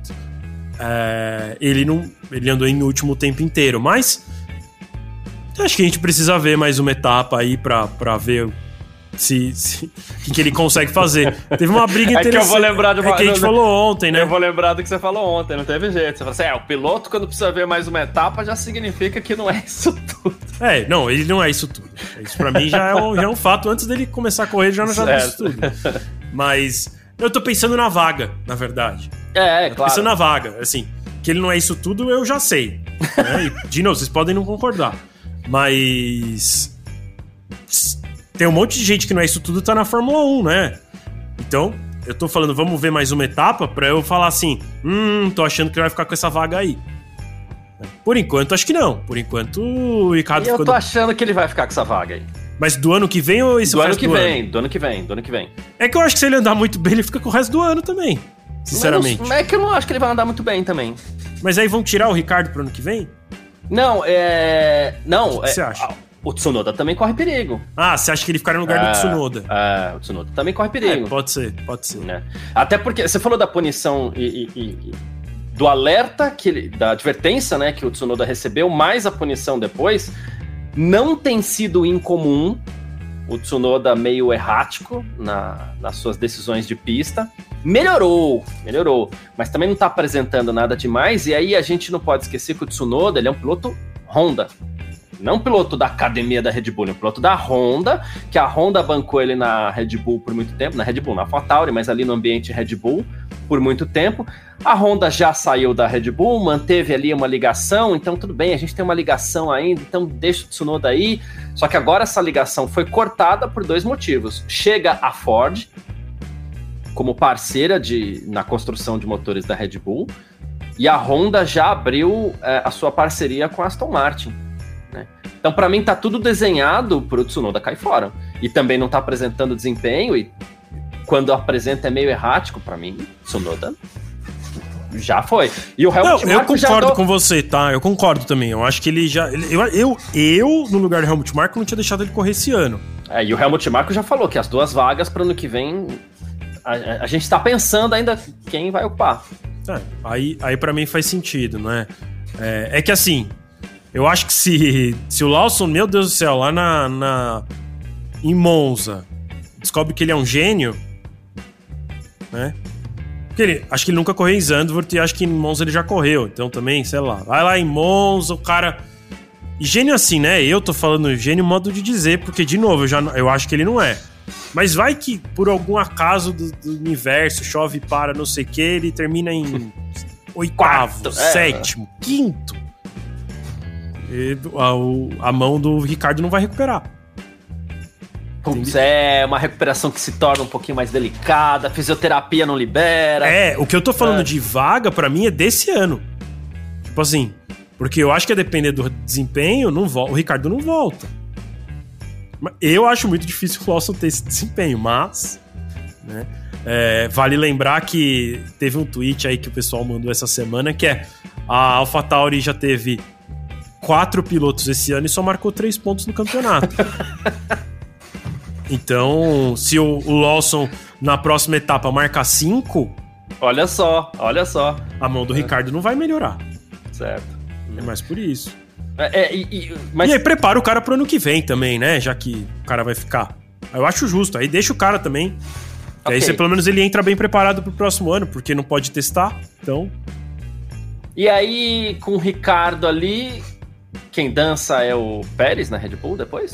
É, ele não, ele andou em último o tempo inteiro, mas acho que a gente precisa ver mais uma etapa aí pra, pra ver se, se, o que, que ele consegue fazer. Teve uma briga interessante. É que eu vou lembrar de uma... É que a gente não, falou ontem, né? Eu vou lembrar do que você falou ontem, não teve jeito. Você falou assim, é, o piloto quando precisa ver mais uma etapa já significa que não é isso tudo. É, não, ele não é isso tudo. Isso pra mim já é um, já é um fato. Antes dele começar a correr, ele já não é isso tudo. Mas eu tô pensando na vaga, na verdade. É, é, tô claro. pensando na vaga, assim, que ele não é isso tudo, eu já sei. Né? E, de novo, vocês podem não concordar. Mas... tem um monte de gente que não é isso tudo, tá na Fórmula um, né? Então, eu tô falando, vamos ver mais uma etapa pra eu falar assim, hum, tô achando que ele vai ficar com essa vaga aí. Por enquanto, acho que não. Por enquanto, o Ricardo... E eu ficou tô do... achando que ele vai ficar com essa vaga aí. Mas do ano que vem ou esse do ano que do vem, ano? do ano que vem, do ano que vem. É que eu acho que se ele andar muito bem, ele fica com o resto do ano também. Sinceramente. Mas é que eu não acho que ele vai andar muito bem também. Mas aí vão tirar o Ricardo pro ano que vem? Não, é... Não, o que é... você acha? O Tsunoda também corre perigo. Ah, você acha que ele ficaria no lugar é, do Tsunoda? É, o Tsunoda também corre perigo. É, pode ser, pode ser. Né? Até porque você falou da punição e, e, e do alerta, que ele, da advertência, né, que o Tsunoda recebeu, mais a punição depois, não tem sido incomum o Tsunoda meio errático na, nas suas decisões de pista. Melhorou, melhorou, mas também não está apresentando nada demais, e aí a gente não pode esquecer que o Tsunoda, ele é um piloto Honda. Não piloto da academia da Red Bull, é um piloto da Honda, que a Honda bancou ele na Red Bull por muito tempo, na Red Bull, na AlphaTauri, mas ali no ambiente Red Bull por muito tempo. A Honda já saiu da Red Bull, manteve ali uma ligação, então tudo bem, a gente tem uma ligação ainda, então deixa o Tsunoda aí. Só que agora essa ligação foi cortada por dois motivos. Chega a Ford como parceira de, na construção de motores da Red Bull, e a Honda já abriu é, a sua parceria com a Aston Martin. Né? Então, para mim, tá tudo desenhado pro Tsunoda cair fora. E também não tá apresentando desempenho, e quando apresenta é meio errático, para mim, Tsunoda já foi. E o Helmut não, Marko eu concordo já com você, tá? Eu concordo também. Eu acho que ele já... Ele, eu, eu, eu, no lugar do Helmut Marko, não tinha deixado ele correr esse ano. É, e o Helmut Marko já falou que as duas vagas para ano que vem, a, a gente tá pensando ainda quem vai ocupar. É, aí, aí para mim faz sentido, né? É, é que assim... Eu acho que se, se o Lawson, meu Deus do céu, lá na, na em Monza, descobre que ele é um gênio, né? Porque ele, acho que ele nunca correu em Zandvoort e acho que em Monza ele já correu. Então também, sei lá, vai lá em Monza, o cara... E gênio assim, né? Eu tô falando gênio modo de dizer, porque, de novo, eu, já, eu acho que ele não é. Mas vai que, por algum acaso do, do universo, chove para não sei o que, ele termina em oitavo, Quarto, sétimo, é. quinto. A, a mão do Ricardo não vai recuperar. Putz, é uma recuperação que se torna um pouquinho mais delicada, a fisioterapia não libera. É, o que eu tô falando é. de vaga, pra mim, é desse ano. Tipo assim, porque eu acho que a depender do desempenho, não vo- o Ricardo não volta. Eu acho muito difícil o Lawson ter esse desempenho, mas... Né, é, vale lembrar que teve um tweet aí que o pessoal mandou essa semana, que é a AlphaTauri já teve quatro pilotos esse ano e só marcou três pontos no campeonato. Então, se o, o Lawson na próxima etapa marcar cinco... Olha só, olha só. A mão do é. Ricardo não vai melhorar. Certo. É mais por isso. É, é, e, e, mas... e aí prepara o cara pro ano que vem também, né? Já que o cara vai ficar. Eu acho justo. Aí deixa o cara também. Okay. Aí você, pelo menos ele entra bem preparado pro próximo ano, porque não pode testar, então... E aí, com o Ricardo ali, quem dança é o Pérez na Red Bull depois?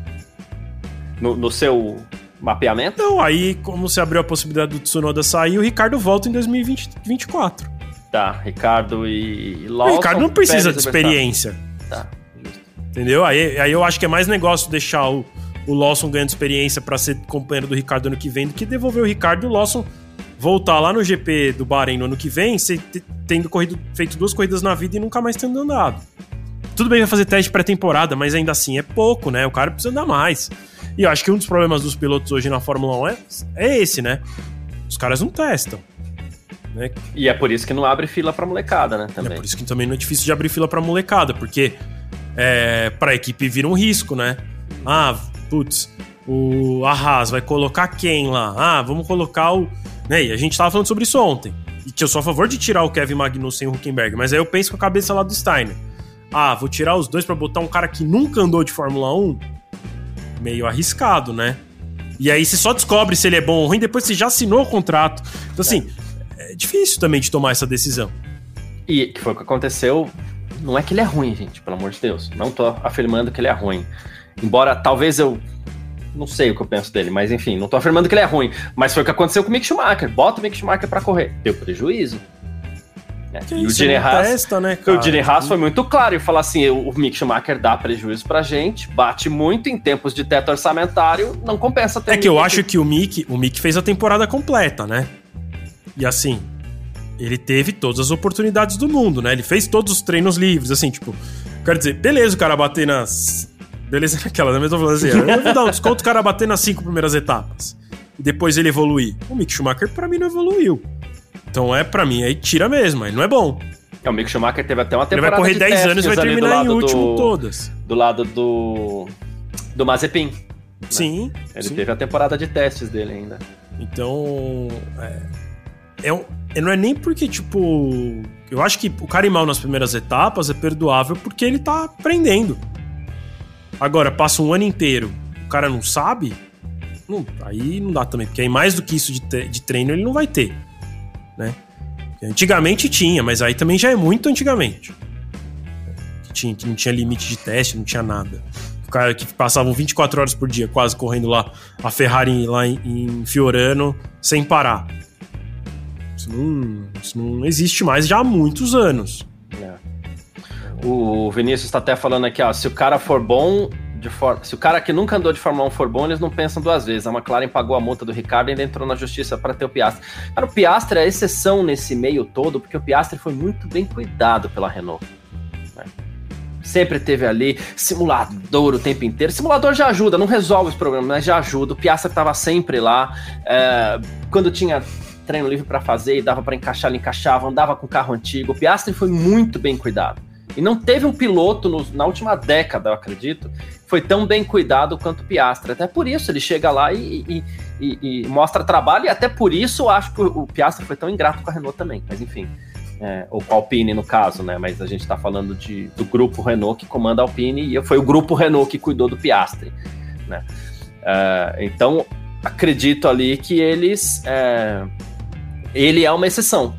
No, no seu mapeamento? Não, aí como você abriu a possibilidade do Tsunoda sair, o Ricardo volta em dois mil e vinte, vinte e quatro. Tá, Ricardo e Lawson... O Ricardo não precisa Pérez de experiência. Tá, justo. Entendeu? Aí, aí eu acho que é mais negócio deixar o... o Lawson ganhando experiência pra ser companheiro do Ricardo ano que vem do que devolver o Ricardo e o Lawson voltar lá no G P do Bahrein no ano que vem, tendo corrido, feito duas corridas na vida e nunca mais tendo andado. Tudo bem, vai fazer teste pré-temporada, mas ainda assim é pouco, né? O cara precisa andar mais. E eu acho que um dos problemas dos pilotos hoje na Fórmula um é, é esse, né? Os caras não testam. Né? E é por isso que não abre fila pra molecada, né? Também. É por isso que também não é difícil de abrir fila pra molecada, porque é, pra equipe vira um risco, né? Ah, putz, o Haas vai colocar quem lá? Ah, vamos colocar o... Né? E a gente tava falando sobre isso ontem. E que eu sou a favor de tirar o Kevin Magnussen e o Hülkenberg, mas aí eu penso com a cabeça lá do Steiner. Ah, vou tirar os dois pra botar um cara que nunca andou de Fórmula um? Meio arriscado, né? E aí você só descobre se ele é bom ou ruim depois que você já assinou o contrato. Então assim, é, é difícil também de tomar essa decisão. E que foi o que aconteceu. Não é que ele é ruim, gente, pelo amor de Deus. Não tô afirmando que ele é ruim. Embora talvez eu... Não sei o que eu penso dele, mas enfim, não tô afirmando que ele é ruim. Mas foi o que aconteceu com o Mick Schumacher. Bota o Mick Schumacher pra correr. Deu prejuízo. É. E o Gene Haas, testa, né, o Gene Haas foi muito claro em falar assim, o Mick Schumacher dá prejuízo pra gente, bate muito em tempos de teto orçamentário, não compensa ter. É que eu aqui. acho que o Mick, o Mick fez a temporada completa, né? E assim, ele teve todas as oportunidades do mundo, né? Ele fez todos os treinos livres, assim, tipo, quero dizer, beleza o cara bater nas... Beleza naquela, né? Mas eu vou fazer assim, eu vou dar um desconto o cara bater nas cinco primeiras etapas. E depois ele evoluir. O Mick Schumacher, pra mim, não evoluiu. Então é, pra mim, aí tira mesmo, aí não é bom. É, o Mick Schumacher teve até uma temporada de Ele vai correr dez anos e vai terminar em último do, todas. Do lado do... do Mazepin. Né? Sim. Ele sim. teve a temporada de testes dele ainda. Então... É, é, não é nem porque, tipo... Eu acho que o cara ir mal nas primeiras etapas é perdoável porque ele tá aprendendo. Agora, passa um ano inteiro, o cara não sabe, não, aí não dá também, porque aí mais do que isso de, te, de treino ele não vai ter, né? Antigamente tinha, mas aí também já é muito antigamente. Que, tinha, que não tinha limite de teste, não tinha nada. O cara que passavam vinte e quatro horas por dia quase correndo lá, a Ferrari lá em, em Fiorano, sem parar. Isso não, isso não existe mais já há muitos anos. É. O Vinícius está até falando aqui, ó, se o cara for bom, de for... se o cara que nunca andou de Fórmula um for bom, eles não pensam duas vezes. A McLaren pagou a multa do Ricardo e ainda entrou na justiça para ter o Piastri. Cara, o Piastri é a exceção nesse meio todo, porque o Piastri foi muito bem cuidado pela Renault. Né? Sempre teve ali simulador o tempo inteiro. Simulador já ajuda, não resolve os problemas, mas já ajuda. O Piastri estava sempre lá. É... Quando tinha treino livre para fazer e dava para encaixar, ele encaixava, andava com carro antigo. O Piastri foi muito bem cuidado. E não teve um piloto no, na última década, eu acredito, foi tão bem cuidado quanto o Piastri. Até por isso ele chega lá e, e, e, e mostra trabalho, e até por isso eu acho que o, o Piastri foi tão ingrato com a Renault também. Mas enfim, é, ou com a Alpine no caso, né? Mas a gente está falando de, do grupo Renault que comanda a Alpine, e foi o grupo Renault que cuidou do Piastri. Né? É, então, acredito ali que eles... É, ele é uma exceção.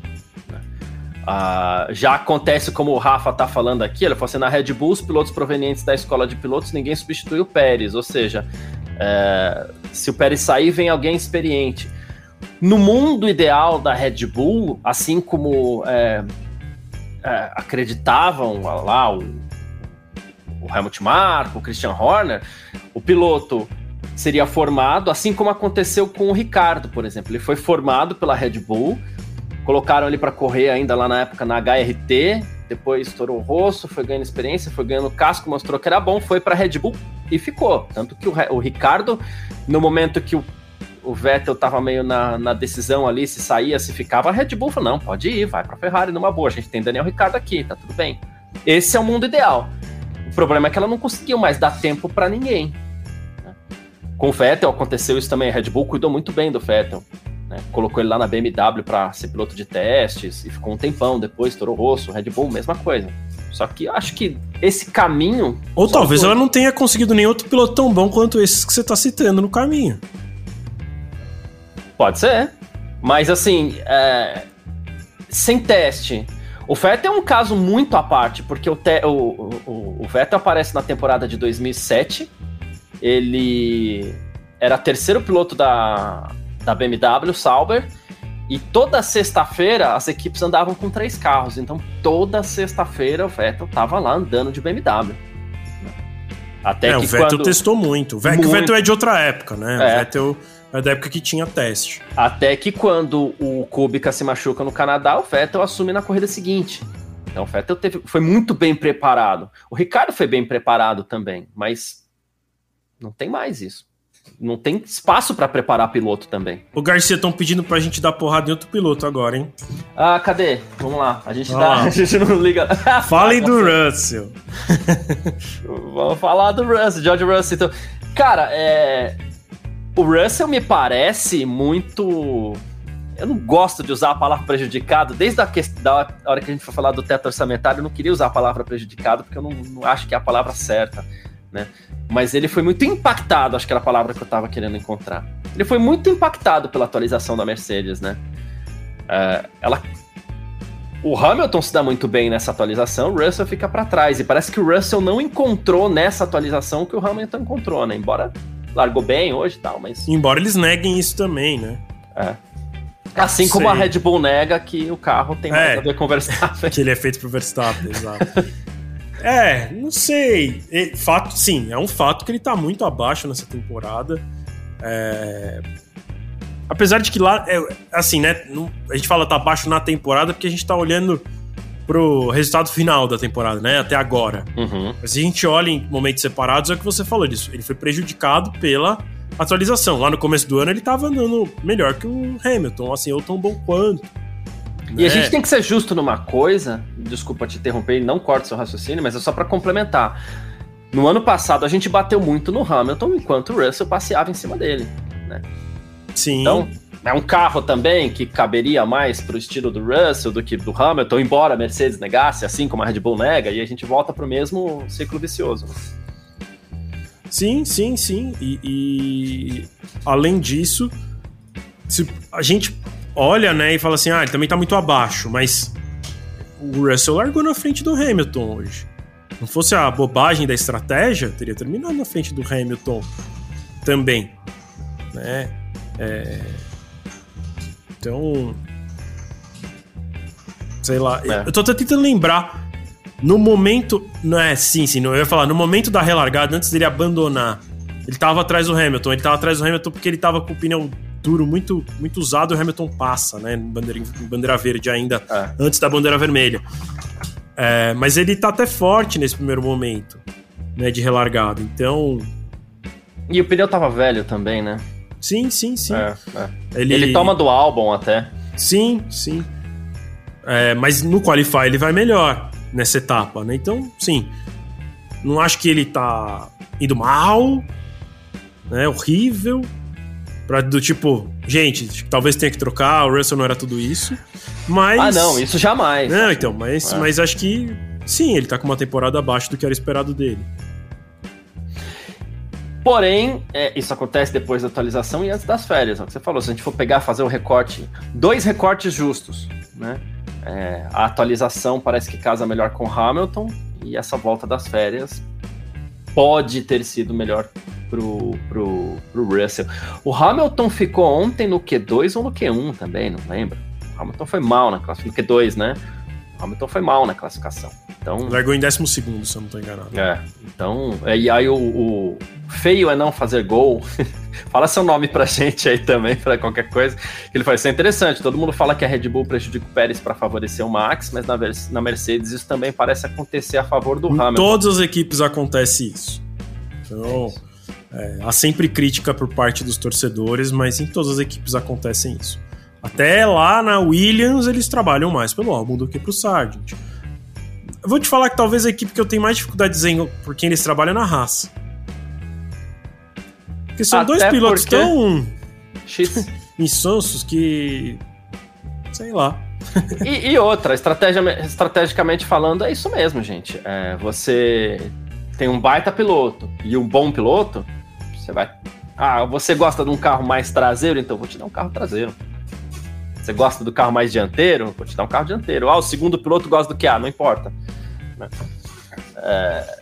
Uh, já acontece como o Rafa tá falando aqui, ele falou assim, na Red Bull, os pilotos provenientes da escola de pilotos, ninguém substitui o Pérez, ou seja, é, se o Pérez sair, vem alguém experiente. No mundo ideal da Red Bull, assim como é, é, acreditavam lá o, o Helmut Marko, o Christian Horner, o piloto seria formado, assim como aconteceu com o Ricardo, por exemplo, ele foi formado pela Red Bull, colocaram ele para correr ainda lá na época na H R T, depois estourou o rosto, foi ganhando experiência, foi ganhando casco, mostrou que era bom, foi para Red Bull e ficou. Tanto que o, o Ricardo, no momento que o, o Vettel estava meio na, na decisão ali, se saía, se ficava, a Red Bull falou, não, pode ir, vai para Ferrari numa boa, a gente tem Daniel Ricciardo aqui, tá tudo bem. Esse é o mundo ideal. O problema é que ela não conseguiu mais dar tempo para ninguém. Com o Vettel aconteceu isso também, a Red Bull cuidou muito bem do Vettel, né? Colocou ele lá na B M W para ser piloto de testes e ficou um tempão, depois estourou o rosto, Red Bull, mesma coisa. Só que eu acho que esse caminho... Ou talvez foi... ela não tenha conseguido nenhum outro piloto tão bom quanto esses que você tá citando no caminho. Pode ser, mas assim, é... sem teste... O Vettel é um caso muito à parte, porque o, te... o, o, o Vettel aparece na temporada de dois mil e sete, ele era terceiro piloto da, da B M W, Sauber, e toda sexta-feira as equipes andavam com três carros, então toda sexta-feira o Vettel tava lá andando de B M W. Até é, que o Vettel quando... testou muito. O Vettel, muito. O Vettel é de outra época, né? É. O Vettel é da época que tinha teste. Até que quando o Kubica se machuca no Canadá, o Vettel assume na corrida seguinte. Então o Vettel teve, foi muito bem preparado. O Ricardo foi bem preparado também, mas não tem mais isso. Não tem espaço para preparar piloto também. O Garcia, estão pedindo pra gente dar porrada em outro piloto agora, hein? Ah, cadê? Vamos lá. A gente, dá, a gente não liga. Falem do Russell. Vamos falar do Russell, George Russell. Então, cara, é... o Russell me parece muito... Eu não gosto de usar a palavra prejudicado. Desde a, que... da hora que a gente foi falar do teto orçamentário, eu não queria usar a palavra prejudicado, porque eu não, não acho que é a palavra certa, né? Mas ele foi muito impactado, acho que era a palavra que eu tava querendo encontrar. Ele foi muito impactado pela atualização da Mercedes, né? Uh, ela... O Hamilton se dá muito bem nessa atualização, o Russell fica para trás. E parece que o Russell não encontrou nessa atualização o que o Hamilton encontrou, né? Embora largou bem hoje e tal, mas... Embora eles neguem isso também, né? É. Assim como a Red Bull nega que o carro tem mais é, a ver com o Verstappen. Que ele é feito pro Verstappen, exato. É, não sei. É, fato, sim, é um fato que ele tá muito abaixo nessa temporada. É... Apesar de que lá, é, assim, né? Não, a gente fala tá abaixo na temporada porque a gente tá olhando pro resultado final da temporada, né? Até agora. Uhum. Mas se a gente olha em momentos separados, é o que você falou disso. Ele foi prejudicado pela atualização. Lá no começo do ano ele tava andando melhor que o Hamilton, assim, ou tão bom quanto. E é. A gente tem que ser justo numa coisa, desculpa te interromper, não corte seu raciocínio, mas é só pra complementar. No ano passado a gente bateu muito no Hamilton, enquanto o Russell passeava em cima dele, né? Sim. Então, é um carro também que caberia mais pro estilo do Russell do que do Hamilton, embora a Mercedes negasse, assim como a Red Bull nega, e a gente volta pro mesmo ciclo vicioso. Sim, sim, sim. E, e além disso, se a gente olha, né, e fala assim, ah, ele também tá muito abaixo, mas o Russell largou na frente do Hamilton hoje. Não fosse a bobagem da estratégia, teria terminado na frente do Hamilton também, né? É... Então, sei lá, é. eu tô até tentando lembrar no momento, não é, sim, sim, não, eu ia falar, no momento da relargada, antes dele abandonar, ele tava atrás do Hamilton, ele tava atrás do Hamilton porque ele tava com o pneu duro, muito, muito usado, e o Hamilton passa, né, no bandeira, no bandeira verde ainda, é. antes da bandeira vermelha. É, mas ele tá até forte nesse primeiro momento, né, de relargada, então... E o pneu tava velho também, né? Sim, sim, sim. É, é. Ele... ele toma do Albon até. Sim, sim. É, mas no Qualify ele vai melhor nessa etapa, né? Então, sim. Não acho que ele tá indo mal, né? Horrível. Pra, do tipo, gente, talvez tenha que trocar, o Russell não era tudo isso. Mas... Ah, não, isso jamais. Não, então, mas, é. mas acho que sim, ele tá com uma temporada abaixo do que era esperado dele. Porém, é, isso acontece depois da atualização e antes das férias. É o que você falou, se a gente for pegar, fazer um recorte, dois recortes justos, né? É, a atualização parece que casa melhor com Hamilton e essa volta das férias pode ter sido melhor pro, pro, pro Russell. O Hamilton ficou ontem no Q dois ou no Q um também, não lembro. O Hamilton foi mal na classificação, no Q dois, né? O Hamilton foi mal na classificação. Então, largou em décimo segundo, se eu não tô enganado. É, então, e aí o, o feio é não fazer gol. Fala seu nome pra gente aí também, pra qualquer coisa. Ele fala, isso é interessante, todo mundo fala que a Red Bull prejudica o Pérez pra favorecer o Max, mas na, na Mercedes isso também parece acontecer a favor do em Hamilton. Em todas as equipes acontece isso. Então, é, há sempre crítica por parte dos torcedores, mas em todas as equipes acontecem isso. Até lá na Williams eles trabalham mais pelo álbum do que pro Sargent. Eu vou te falar que talvez a equipe que eu tenho mais dificuldade de dizer por quem eles trabalham é na Haas. Porque são Até dois pilotos porque... tão X. insonsos que... sei lá. E, e outra, estratégia, estrategicamente falando, é isso mesmo, gente. É, você tem um baita piloto e um bom piloto, você vai... Ah, você gosta de um carro mais traseiro? Então eu vou te dar um carro traseiro. Você gosta do carro mais dianteiro? Vou te dar um carro dianteiro. Ah, o segundo piloto gosta do que? Ah, não importa. É...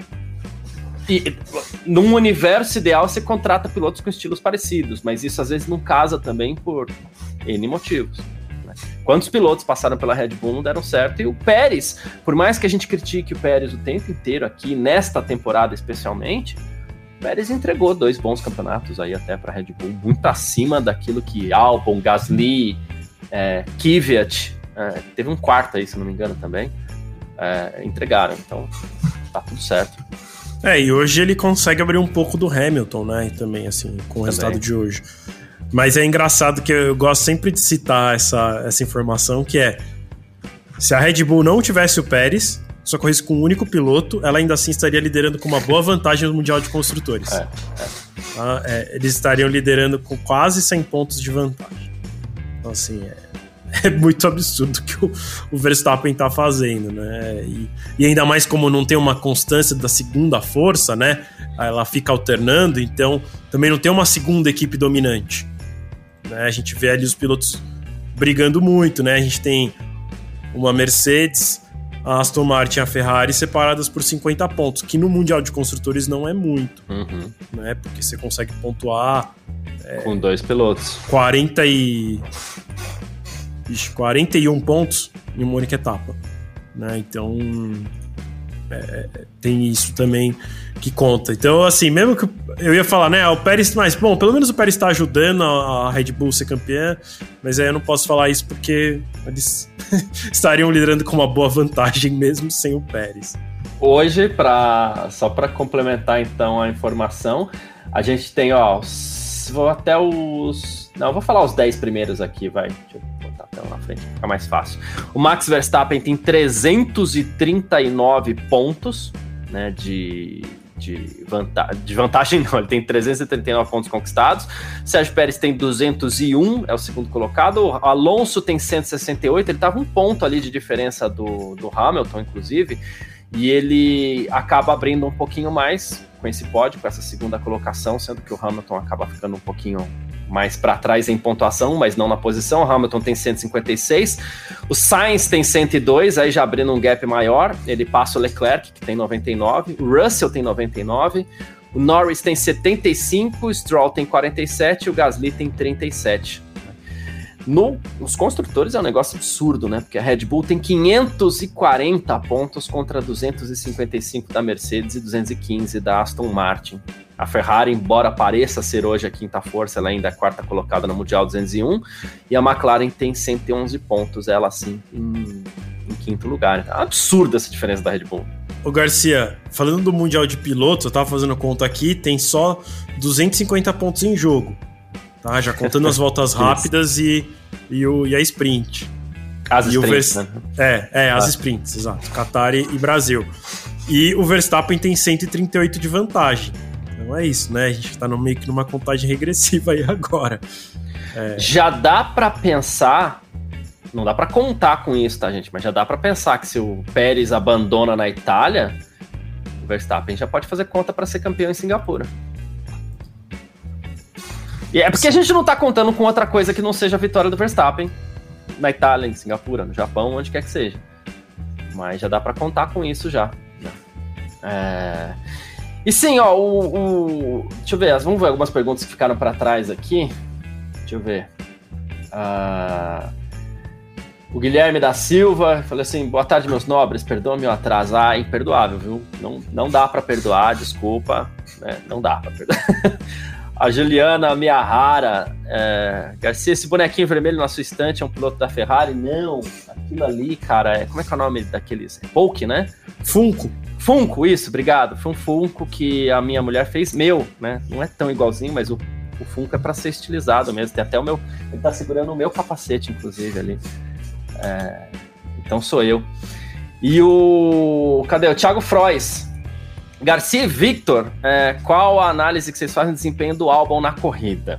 E num universo ideal você contrata pilotos com estilos parecidos, mas isso às vezes não casa também por N motivos. Né? Quantos pilotos passaram pela Red Bull não deram certo? E o Pérez, por mais que a gente critique o Pérez o tempo inteiro aqui, nesta temporada especialmente, o Pérez entregou dois bons campeonatos aí até para a Red Bull, muito acima daquilo que Albon, Gasly, é, Kvyat, é, teve um quarto aí, se não me engano também, é, entregaram. Então tá tudo certo. É, e hoje ele consegue abrir um pouco do Hamilton, né? Também, assim, com o resultado de hoje. Mas é engraçado que eu gosto sempre de citar essa, essa informação, que é: se a Red Bull não tivesse o Pérez, só corresse com um único piloto, ela ainda assim estaria liderando com uma boa vantagem no Mundial de Construtores. É, é. Tá? É, eles estariam liderando com quase cem pontos de vantagem. Então, assim, é... É muito absurdo o que o, o Verstappen tá fazendo, né? E, e ainda mais como não tem uma constância da segunda força, né? Ela fica alternando, então também não tem uma segunda equipe dominante. Né? A gente vê ali os pilotos brigando muito, né? A gente tem uma Mercedes, a Aston Martin e a Ferrari separadas por cinquenta pontos, que no Mundial de Construtores não é muito, uhum. né? Porque você consegue pontuar... É, com dois pilotos. quarenta e... quarenta e um pontos em uma única etapa, né? Então é, tem isso também que conta. Então, assim, mesmo que eu ia falar, né, o Pérez, mas bom, pelo menos o Pérez está ajudando a, a Red Bull ser campeã, mas aí eu não posso falar isso porque eles estariam liderando com uma boa vantagem mesmo sem o Pérez. Hoje, pra, só para complementar então a informação, a gente tem, ó, vou até os... Não, eu vou falar os dez primeiros aqui, vai. Deixa eu botar até lá na frente, fica mais fácil. O Max Verstappen tem trezentos e trinta e nove pontos, né, de, de, vanta- de vantagem, não, ele tem trezentos e trinta e nove pontos conquistados. Sérgio Pérez tem duzentos e um, é o segundo colocado. O Alonso tem cento e sessenta e oito, ele estava um ponto ali de diferença do, do Hamilton, inclusive, e ele acaba abrindo um pouquinho mais com esse pódio, com essa segunda colocação, sendo que o Hamilton acaba ficando um pouquinho mais para trás em pontuação, mas não na posição. O Hamilton tem cento e cinquenta e seis, o Sainz tem cento e dois, aí já abrindo um gap maior, ele passa o Leclerc, que tem noventa e nove, o Russell tem noventa e nove, o Norris tem setenta e cinco, o Stroll tem quarenta e sete e o Gasly tem trinta e sete. No, nos construtores é um negócio absurdo, né? Porque a Red Bull tem quinhentos e quarenta pontos contra duzentos e cinquenta e cinco da Mercedes e duzentos e quinze da Aston Martin. A Ferrari, embora pareça ser hoje a quinta força, ela ainda é a quarta colocada no Mundial duzentos e um, e a McLaren tem cento e onze pontos, ela sim, em, em quinto lugar. É absurda essa diferença da Red Bull. Ô Garcia, falando do Mundial de Pilotos, eu tava fazendo conta aqui, tem só duzentos e cinquenta pontos em jogo. Tá, já contando as voltas rápidas e, e, o, e a sprint. As e sprints, o Vers... né? É, é as ah. sprints, exato. Qatar e, e Brasil. E o Verstappen tem cento e trinta e oito de vantagem. Então é isso, né? A gente tá no, meio que numa contagem regressiva aí agora. É... Já dá pra pensar, não dá pra contar com isso, tá, gente? Mas já dá pra pensar que se o Pérez abandona na Itália, o Verstappen já pode fazer conta pra ser campeão em Singapura. E é porque a gente não tá contando com outra coisa que não seja a vitória do Verstappen na Itália, em Singapura, no Japão, onde quer que seja. Mas já dá pra contar com isso já. É... E sim, ó, o, o... deixa eu ver, vamos ver algumas perguntas que ficaram pra trás aqui. Deixa eu ver. Uh... O Guilherme da Silva falou assim: boa tarde, meus nobres, perdoa-me o atrasar. Imperdoável, viu? Não, não dá pra perdoar, desculpa, né? Não dá pra perdoar. A Juliana Miyahara, é, Garcia, esse bonequinho vermelho na sua estante é um piloto da Ferrari? Não, aquilo ali, cara, é, como é que é o nome daqueles? Polk, né? Funko. Funko, isso, obrigado. Foi um Funko que a minha mulher fez, meu, né? Não é tão igualzinho, mas o, o Funko é pra ser estilizado mesmo. Tem até o meu, ele tá segurando o meu capacete, inclusive, ali. É, então sou eu. E o, cadê? O Thiago Frois. Garcia e Victor, é, qual a análise que vocês fazem do desempenho do Albon na corrida?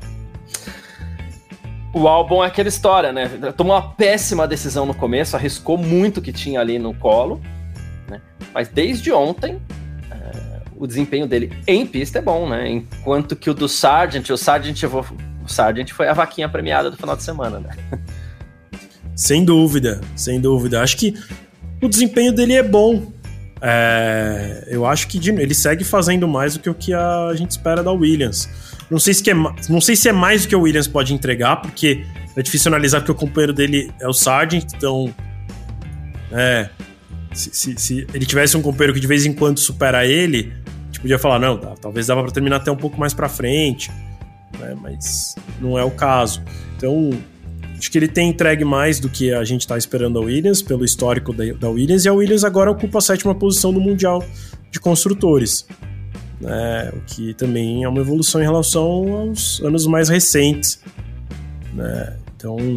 O Albon é aquela história, né? Tomou uma péssima decisão no começo, arriscou muito o que tinha ali no colo, né? Mas desde ontem, é, o desempenho dele em pista é bom, né? Enquanto que o do Sargent, o Sargent, o Sargent foi a vaquinha premiada do final de semana, né? Sem dúvida, sem dúvida. Acho que o desempenho dele é bom. É, eu acho que ele segue fazendo mais do que o que a gente espera da Williams. Não sei, se é, não sei se é mais do que o Williams pode entregar, porque é difícil analisar porque o companheiro dele é o Sargent, então é, se, se, se ele tivesse um companheiro que de vez em quando supera ele, a gente podia falar, não, tá, talvez dava para terminar até um pouco mais para frente, né, mas não é o caso. Então acho que ele tem entregue mais do que a gente está esperando da Williams, pelo histórico da, da Williams, e a Williams agora ocupa a sétima posição no Mundial de Construtores, né, o que também é uma evolução em relação aos anos mais recentes, né? Então,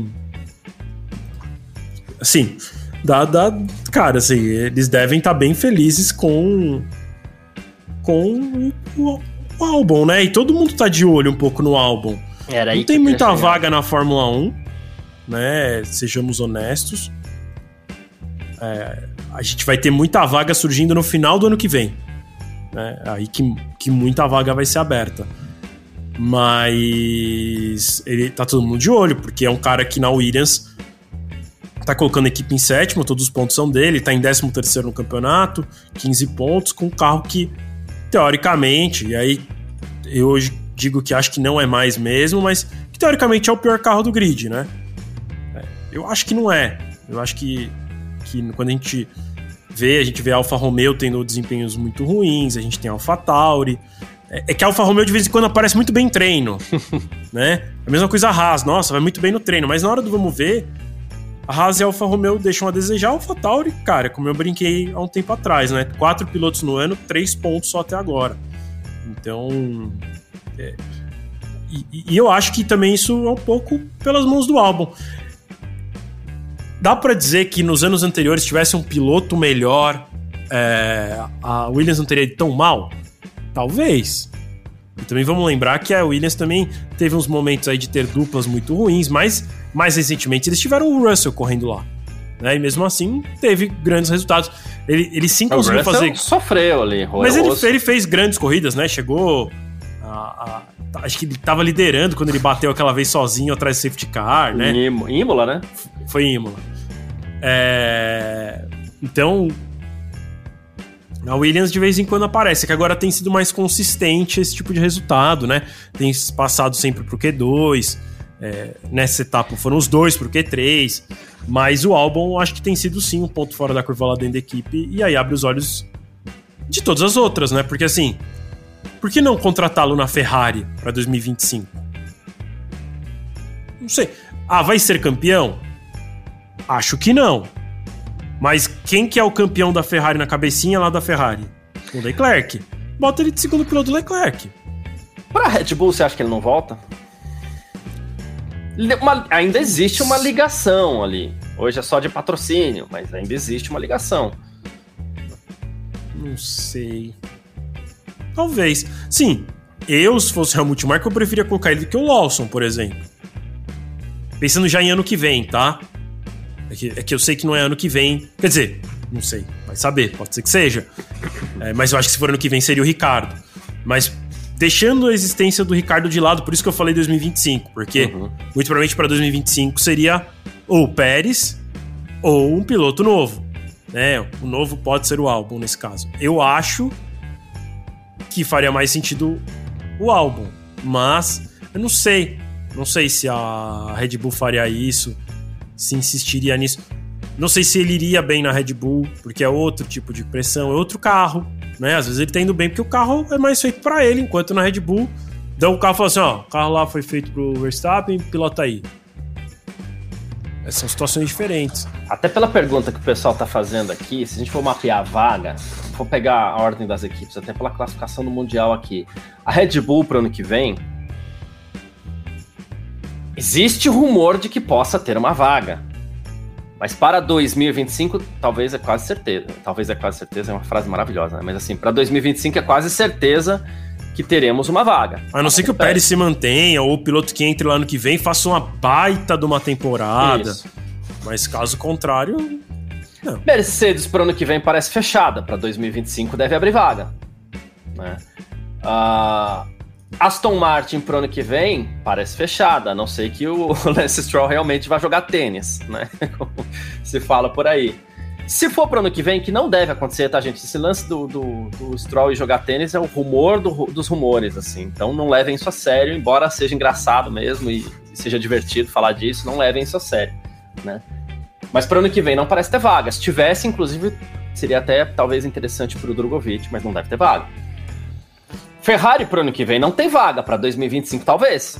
assim, dá, dá, cara, assim, eles devem estar tá bem felizes com, com o, o Albon, né? E todo mundo tá de olho um pouco no Albon. Era aí Não tem muita vaga na Fórmula um, né? Sejamos honestos. É, a gente vai ter muita vaga surgindo no final do ano que vem, né? Aí que, que muita vaga vai ser aberta. Mas ele tá todo mundo de olho, porque é um cara que na Williams tá colocando a equipe em sétimo, todos os pontos são dele, tá em décimo terceiro no campeonato, quinze pontos, com um carro que, teoricamente, e aí eu hoje digo que acho que não é mais mesmo, mas que teoricamente é o pior carro do grid, né? Eu acho que não é. Eu acho que, que quando a gente vê, a gente vê a Alfa Romeo tendo desempenhos muito ruins, a gente tem a AlphaTauri. É, é que a Alfa Romeo de vez em quando aparece muito bem em treino, né? A mesma coisa a Haas, nossa, vai muito bem no treino, mas na hora do vamos ver, a Haas e a Alfa Romeo deixam a desejar. A AlphaTauri, cara, como eu brinquei há um tempo atrás, né? Quatro pilotos no ano, três pontos só até agora. Então, é, e, e eu acho que também isso é um pouco pelas mãos do Albon. Dá pra dizer que nos anos anteriores tivesse um piloto melhor, é, a Williams não teria ido tão mal? Talvez. E também vamos lembrar que a Williams também teve uns momentos aí de ter duplas muito ruins, mas mais recentemente eles tiveram o Russell correndo lá, né? E mesmo assim teve grandes resultados. Ele, ele sim conseguiu fazer... sofreu ali. Mas ele, ele fez grandes corridas, né? Chegou... A, a, acho que ele tava liderando quando ele bateu aquela vez sozinho atrás do safety car, né? Em Imola, né? Foi em Imola. É... Então... A Williams de vez em quando aparece, que agora tem sido mais consistente esse tipo de resultado, né? Tem passado sempre pro Q dois, é, nessa etapa foram os dois pro Q três, mas o Albon acho que tem sido sim um ponto fora da curva lá dentro da equipe, e aí abre os olhos de todas as outras, né? Porque assim, por que não contratá-lo na Ferrari para dois mil e vinte e cinco? Não sei. Ah, vai ser campeão? Acho que não. Mas quem que é o campeão da Ferrari na cabecinha lá da Ferrari? O Leclerc. Bota ele de segundo piloto do Leclerc. Pra Red Bull, você acha que ele não volta? Uma, ainda existe uma ligação ali. Hoje é só de patrocínio, mas ainda existe uma ligação. Não sei. Talvez. Sim, eu, se fosse Helmut Marko, eu preferia colocar ele do que o Lawson, por exemplo. Pensando já em ano que vem, tá? É que, é que eu sei que não é ano que vem. Quer dizer, não sei, vai saber, pode ser que seja. É, mas eu acho que se for ano que vem seria o Ricardo. Mas deixando a existência do Ricardo de lado, por isso que eu falei dois mil e vinte e cinco, porque uhum. muito provavelmente para dois mil e vinte e cinco seria ou o Pérez ou um piloto novo, né? O novo pode ser o Albon nesse caso. Eu acho que faria mais sentido o Albon, mas eu não sei. Não sei se a Red Bull faria isso, se insistiria nisso. Não sei se ele iria bem na Red Bull, porque é outro tipo de pressão, é outro carro, né? Às vezes ele tá indo bem porque o carro é mais feito pra ele, enquanto na Red Bull, então o carro fala assim, ó, o carro lá foi feito pro Verstappen, pilota aí. Essas são situações diferentes. Até pela pergunta que o pessoal tá fazendo aqui, se a gente for mapear a vaga, for pegar a ordem das equipes, até pela classificação do Mundial aqui, a Red Bull pro ano que vem, existe rumor de que possa ter uma vaga. Mas para dois mil e vinte e cinco, talvez é quase certeza. Talvez é quase certeza, é uma frase maravilhosa, né? Mas assim, para dois mil e vinte e cinco é quase certeza que teremos uma vaga. A não ser que o Pérez se mantenha, ou o piloto que entre lá ano que vem faça uma baita de uma temporada. Isso. Mas caso contrário, não. Mercedes para o ano que vem parece fechada. Para dois mil e vinte e cinco deve abrir vaga. Né? Uh, Aston Martin para o ano que vem parece fechada. A não ser que o Lance Stroll realmente vá jogar tênis, né? Como se fala por aí. Se for para o ano que vem, que não deve acontecer, tá, gente? Esse lance do, do, do Stroll e jogar tênis é o rumor do, dos rumores, assim. Então não levem isso a sério, embora seja engraçado mesmo e, e seja divertido falar disso, não levem isso a sério, né? Mas para o ano que vem não parece ter vaga. Se tivesse, inclusive, seria até talvez interessante para o Drogovic, mas não deve ter vaga. Ferrari para o ano que vem não tem vaga, para dois mil e vinte e cinco talvez.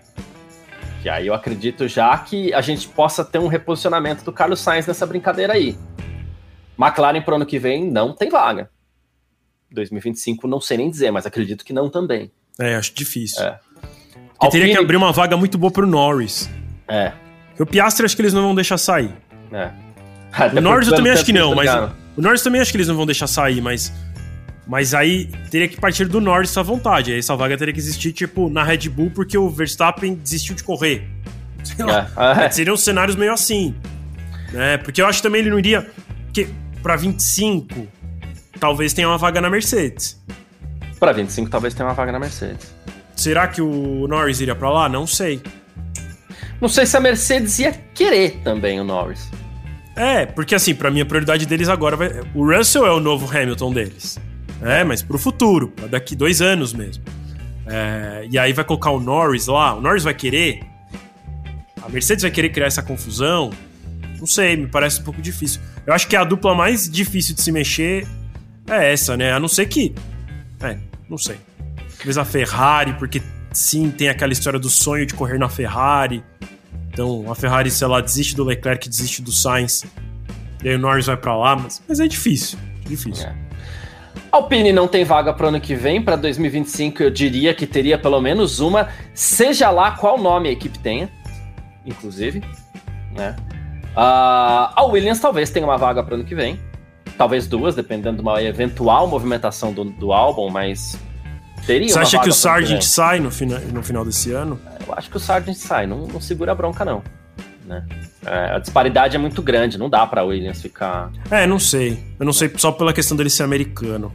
E aí eu acredito já que a gente possa ter um reposicionamento do Carlos Sainz nessa brincadeira aí. McLaren para o ano que vem não tem vaga. dois mil e vinte e cinco não sei nem dizer, mas acredito que não também. É, acho difícil. É. Porque Alpine... teria que abrir uma vaga muito boa pro Norris. É. Porque o Piastri acho que eles não vão deixar sair. É. O Norris eu também acho que não, mas... O Norris também acho que eles não vão deixar sair, mas... Mas aí teria que partir do Norris à vontade. Aí essa vaga teria que existir, tipo, na Red Bull, porque o Verstappen desistiu de correr. Sei lá. É. É. Seriam cenários meio assim. Né? Porque eu acho que também ele não iria... Porque pra vinte e cinco, talvez tenha uma vaga na Mercedes. Pra vinte e cinco, talvez tenha uma vaga na Mercedes. Será que o Norris iria pra lá? Não sei. Não sei se a Mercedes ia querer também o Norris. É, porque assim, pra mim a prioridade deles agora vai... O Russell é o novo Hamilton deles. É, mas pro futuro, pra daqui dois anos mesmo. É, e aí vai colocar o Norris lá. O Norris vai querer? A Mercedes vai querer criar essa confusão? Não sei, me parece um pouco difícil. Eu acho que a dupla mais difícil de se mexer é essa, né? A não ser que... É, não sei. Talvez a Ferrari, porque sim, tem aquela história do sonho de correr na Ferrari. Então a Ferrari, sei lá, desiste do Leclerc, desiste do Sainz. E aí o Norris vai pra lá, mas, mas é difícil. Difícil. É. Alpine não tem vaga pro ano que vem, para dois mil e vinte e cinco eu diria que teria pelo menos uma, seja lá qual nome a equipe tenha, inclusive, né? Uh, a Williams talvez tenha uma vaga para o ano que vem. Talvez duas, dependendo de uma eventual movimentação do, do álbum, mas teria Você uma acha vaga que o Sargent sai no, fina, no final desse ano? Eu acho que o Sargent sai, não, não segura a bronca não, né? É, a disparidade é muito grande, não dá para a Williams ficar... É, não sei. Eu não sei só pela questão dele ser americano.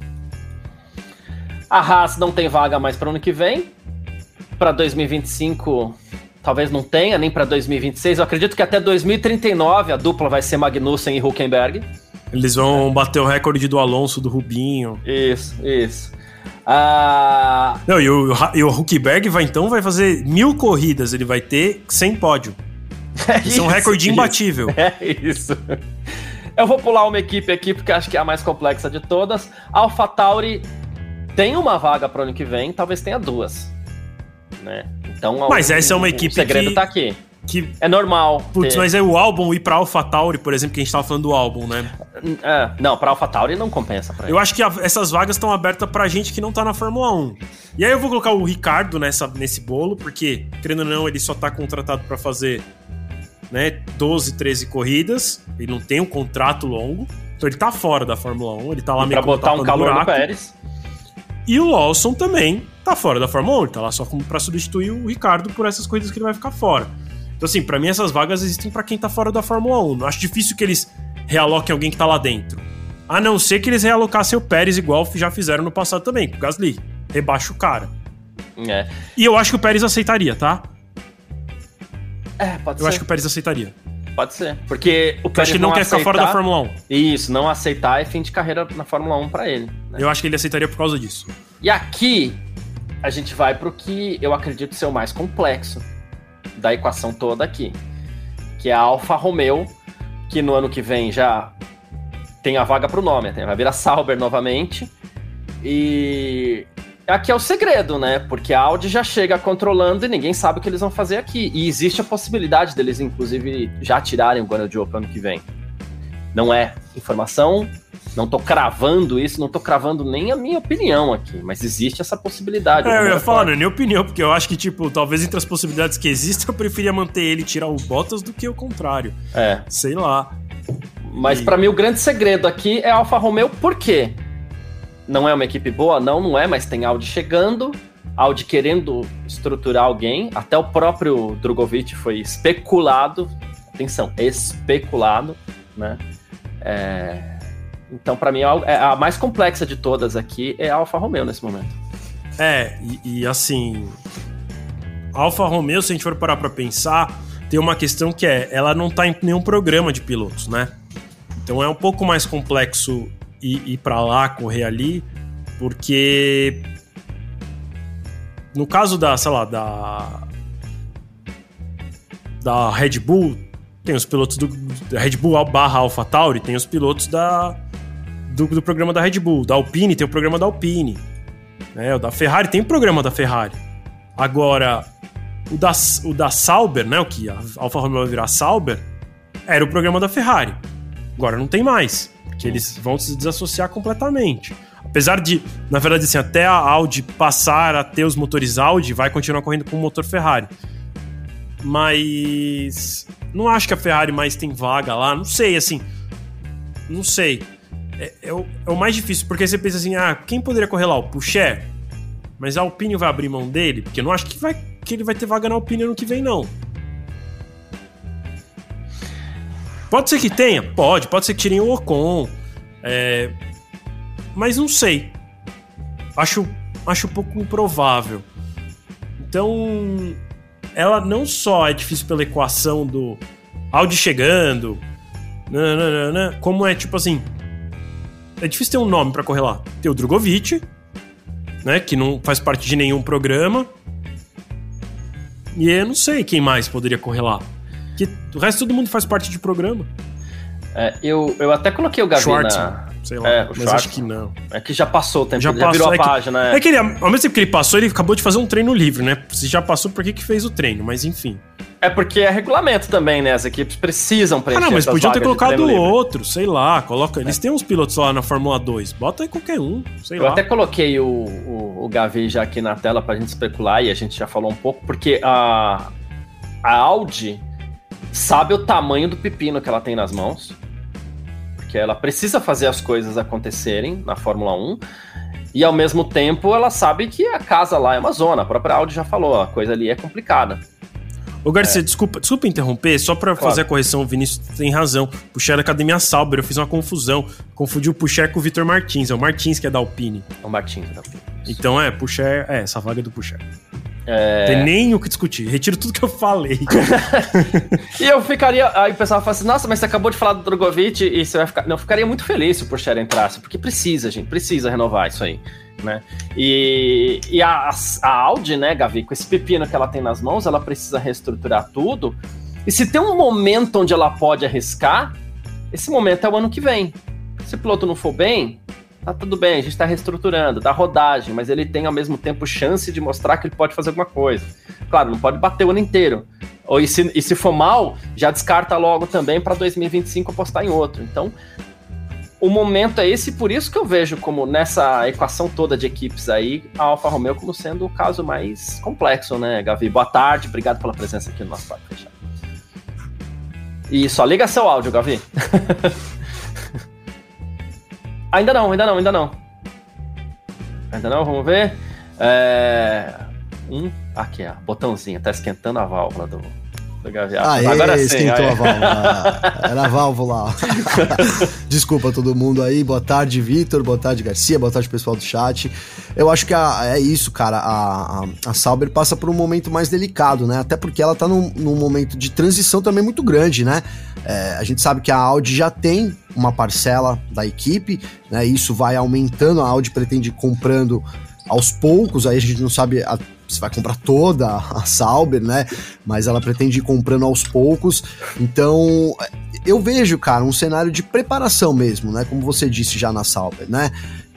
A Haas não tem vaga mais para o ano que vem. Para dois mil e vinte e cinco... Talvez não tenha, nem para dois mil e vinte e seis. Eu acredito que até dois mil e trinta e nove a dupla vai ser Magnussen e Hülkenberg. Eles vão bater o recorde do Alonso, do Rubinho. Isso, isso. Ah... Não, e o, e o Hülkenberg vai, então, vai fazer mil corridas. Ele vai ter sem pódio. É isso, isso é um recorde isso. imbatível. É isso. Eu vou pular uma equipe aqui, porque acho que é a mais complexa de todas. A AlphaTauri tem uma vaga para o ano que vem, talvez tenha duas. Né? Então, mas o, essa é uma equipe o segredo que, tá aqui. Que, é normal. Putz, ter... mas é o álbum ir pra AlphaTauri, por exemplo, que a gente tava falando do álbum, né? É, não, pra AlphaTauri não compensa pra ele. Eu acho que a, essas vagas estão abertas pra gente que não tá na Fórmula um. E aí eu vou colocar o Ricardo nessa, nesse bolo, porque, querendo ou não, ele só tá contratado pra fazer, né, doze, treze corridas. Ele não tem um contrato longo. Então ele tá fora da Fórmula um. Ele tá lá e meio pra botar um calor buraco. No Pérez. E o Lawson também tá fora da Fórmula um, ele tá lá só como pra substituir o Ricardo por essas coisas que ele vai ficar fora. Então assim, pra mim essas vagas existem pra quem tá fora da Fórmula um. Não acho difícil que eles realoquem alguém que tá lá dentro. A não ser que eles realocassem o Pérez igual já fizeram no passado também, com o Gasly. Rebaixa o cara. É. E eu acho que o Pérez aceitaria, tá? É, pode eu ser. Eu acho que o Pérez aceitaria. Pode ser, porque o Pérez acho que ele não, não quer aceitar... ficar fora da Fórmula um. Isso, não aceitar é fim de carreira na Fórmula um pra ele. Né? Eu acho que ele aceitaria por causa disso. E aqui, a gente vai pro que eu acredito ser o mais complexo da equação toda aqui, que é a Alfa Romeo, que no ano que vem já tem a vaga pro nome, vai virar Sauber novamente, e aqui é o segredo, né? Porque a Audi já chega controlando e ninguém sabe o que eles vão fazer aqui. E existe a possibilidade deles, inclusive, já tirarem o Guanyu Zhou pro ano que vem. Não é informação Não tô cravando isso, não tô cravando nem a minha opinião aqui, mas existe essa possibilidade. É, eu ia falar, não é minha opinião, porque eu acho que, tipo, talvez entre as possibilidades que existem, eu preferia manter ele e tirar o Bottas do que o contrário. É. Sei lá. Mas e... pra mim o grande segredo aqui é a Alfa Romeo, por quê? Não é uma equipe boa? Não, não é, mas tem Audi chegando, Audi querendo estruturar alguém, até o próprio Drogovic foi especulado, atenção, especulado, né? É... Então, pra mim, a mais complexa de todas aqui é a Alfa Romeo nesse momento. É, e, e assim, a Alfa Romeo, se a gente for parar pra pensar, tem uma questão que é, ela não tá em nenhum programa de pilotos, né? Então é um pouco mais complexo ir, ir pra lá, correr ali, porque no caso da, sei lá, da da Red Bull, tem os pilotos do da Red Bull barra AlphaTauri, tem os pilotos da Do, do programa da Red Bull. Da Alpine tem o programa da Alpine. Né? O da Ferrari tem o programa da Ferrari. Agora, o da, o da Sauber, né? O que a Alfa Romeo vai virar Sauber, era o programa da Ferrari. Agora não tem mais. Porque eles vão se desassociar completamente. Apesar de, na verdade, assim, até a Audi passar a ter os motores Audi, vai continuar correndo com o motor Ferrari. Mas não acho que a Ferrari mais tem vaga lá. Não sei, assim. Não sei. É, é, o, é o mais difícil, porque você pensa assim, ah, quem poderia correr lá? O Pourchaire? Mas a Alpine vai abrir mão dele? Porque eu não acho que, vai, que ele vai ter vaga na Alpine ano que vem, não. Pode ser que tenha? Pode. Pode ser que tirem o Ocon. É, mas não sei. Acho, acho um pouco improvável. Então, ela não só é difícil pela equação do Audi chegando, nananana, como é tipo assim... É difícil ter um nome pra correr lá. Tem o Drogovic, né, que não faz parte de nenhum programa. E eu não sei quem mais poderia correr lá. Que o resto todo mundo faz parte de programa. É, eu, eu até coloquei o Gavi Schwartz, na... sei lá, é, mas Schwartz. acho que não. É que já passou o tempo, já, já passou, virou a é que, página. É, é que ele, ao mesmo tempo que ele passou, ele acabou de fazer um treino livre, né? Se já passou, por que que fez o treino? Mas enfim. É porque é regulamento também, né? As equipes precisam preencher. Ah, não, mas podia ter colocado outro, sei lá. Coloca, é. Eles têm uns pilotos lá na Fórmula dois. Bota aí qualquer um, sei Eu lá. Eu até coloquei o, o, o Gavi já aqui na tela pra gente especular e a gente já falou um pouco, porque a, a Audi sabe o tamanho do pepino que ela tem nas mãos, porque ela precisa fazer as coisas acontecerem na Fórmula um, e ao mesmo tempo ela sabe que a casa lá é uma zona. A própria Audi já falou, a coisa ali é complicada. Ô Garcia, é. desculpa, desculpa interromper, só pra claro. fazer a correção, o Vinícius tem razão. Puxar da Academia Sauber, eu fiz uma confusão. Confundi o Puxar com o Vitor Martins, é o Martins que é da Alpine. É o Martins da Alpine. Então é, Puxar, é, essa vaga é do Puxar. É... Tem nem o que discutir, retiro tudo que eu falei. E eu ficaria, aí o pessoal fala assim, nossa, mas você acabou de falar do Drogovic e você vai ficar... Não, eu ficaria muito feliz se o Puxar entrasse, porque precisa, gente, precisa renovar isso aí. Né? E, e a, a Audi, né, Gavi, com esse pepino que ela tem nas mãos, ela precisa reestruturar tudo. E se tem um momento onde ela pode arriscar, esse momento é o ano que vem. Se o piloto não for bem, tá tudo bem, a gente tá reestruturando, dá rodagem, mas ele tem ao mesmo tempo chance de mostrar que ele pode fazer alguma coisa. Claro, não pode bater o ano inteiro. Ou, e, se, e se for mal, já descarta logo também para dois mil e vinte e cinco apostar em outro. Então, o momento é esse, por isso que eu vejo como nessa equação toda de equipes aí, a Alfa Romeo como sendo o caso mais complexo, né, Gavi? Boa tarde, obrigado pela presença aqui no nosso Parque Fechado. E só liga seu áudio, Gavi. Ainda não, ainda não, ainda não. Ainda não, vamos ver. É... Um, aqui, ó, botãozinho, tá esquentando a válvula do... Aê, agora sim, esquentou aê. a válvula. Era a válvula. Desculpa todo mundo aí. Boa tarde, Vitor. Boa tarde, Garcia. Boa tarde, pessoal do chat. Eu acho que a, é isso, cara. A, a, a Sauber passa por um momento mais delicado, né? Até porque ela tá num, num momento de transição também muito grande, né? É, a gente sabe que a Audi já tem uma parcela da equipe, né? Isso vai aumentando. A Audi pretende ir comprando aos poucos. Aí a gente não sabe... A, você vai comprar toda a Sauber, né? Mas ela pretende ir comprando aos poucos. Então, eu vejo, cara, um cenário de preparação mesmo, né? Como você disse já na Sauber, né?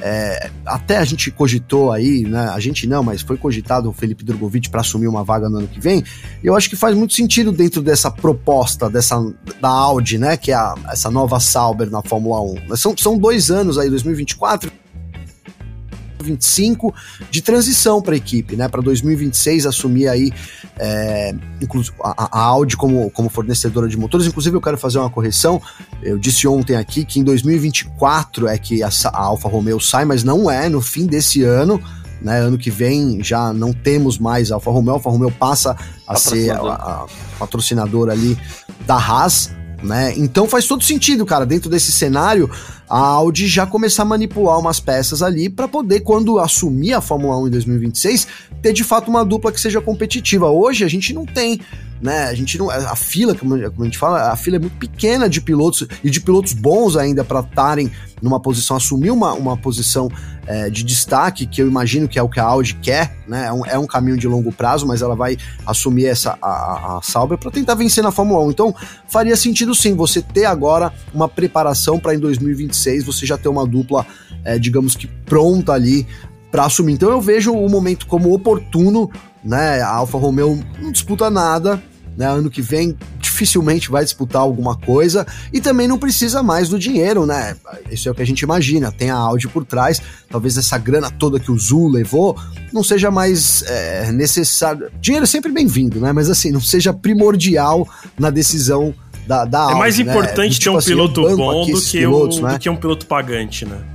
É, até a gente cogitou aí, né? A gente não, mas foi cogitado o Felipe Drogovic para assumir uma vaga no ano que vem. E eu acho que faz muito sentido dentro dessa proposta dessa, da Audi, né? Que é a, essa nova Sauber na Fórmula um. São, são dois anos aí, dois mil e vinte e quatro vinte e cinco de transição para a equipe, né? Para dois mil e vinte e seis assumir aí é, a, a Audi como, como fornecedora de motores. Inclusive eu quero fazer uma correção. Eu disse ontem aqui que em dois mil e vinte e quatro é que a, a Alfa Romeo sai, mas não é no fim desse ano. Né, ano que vem já não temos mais a Alfa Romeo. A Alfa Romeo passa a ser a, a patrocinadora ali da Haas. Né? Então faz todo sentido, cara, dentro desse cenário, a Audi já começar a manipular umas peças ali para poder, quando assumir a Fórmula um em dois mil e vinte e seis, ter de fato uma dupla que seja competitiva. Hoje a gente não tem, né? A gente não, a fila, como a gente fala, a fila é muito pequena de pilotos e de pilotos bons ainda para estarem numa posição, assumir uma, uma posição é, de destaque, que eu imagino que é o que a Audi quer, né? É um, é um caminho de longo prazo, mas ela vai assumir essa a, a Sauber para tentar vencer na Fórmula um. Então faria sentido sim você ter agora uma preparação para em dois mil e vinte e seis você já ter uma dupla, é, digamos que pronta ali para assumir. Então eu vejo o momento como oportuno, né? A Alfa Romeo não disputa nada, né? Ano que vem dificilmente vai disputar alguma coisa e também não precisa mais do dinheiro, né? Isso é o que a gente imagina. Tem a Audi por trás, talvez essa grana toda que o Zul levou não seja mais é, necessário. Dinheiro é sempre bem-vindo, né? Mas assim, não seja primordial na decisão da, da Audi. É mais importante né? ter um tipo piloto assim, bom do que, pilotos, o, né? do que um piloto pagante, né?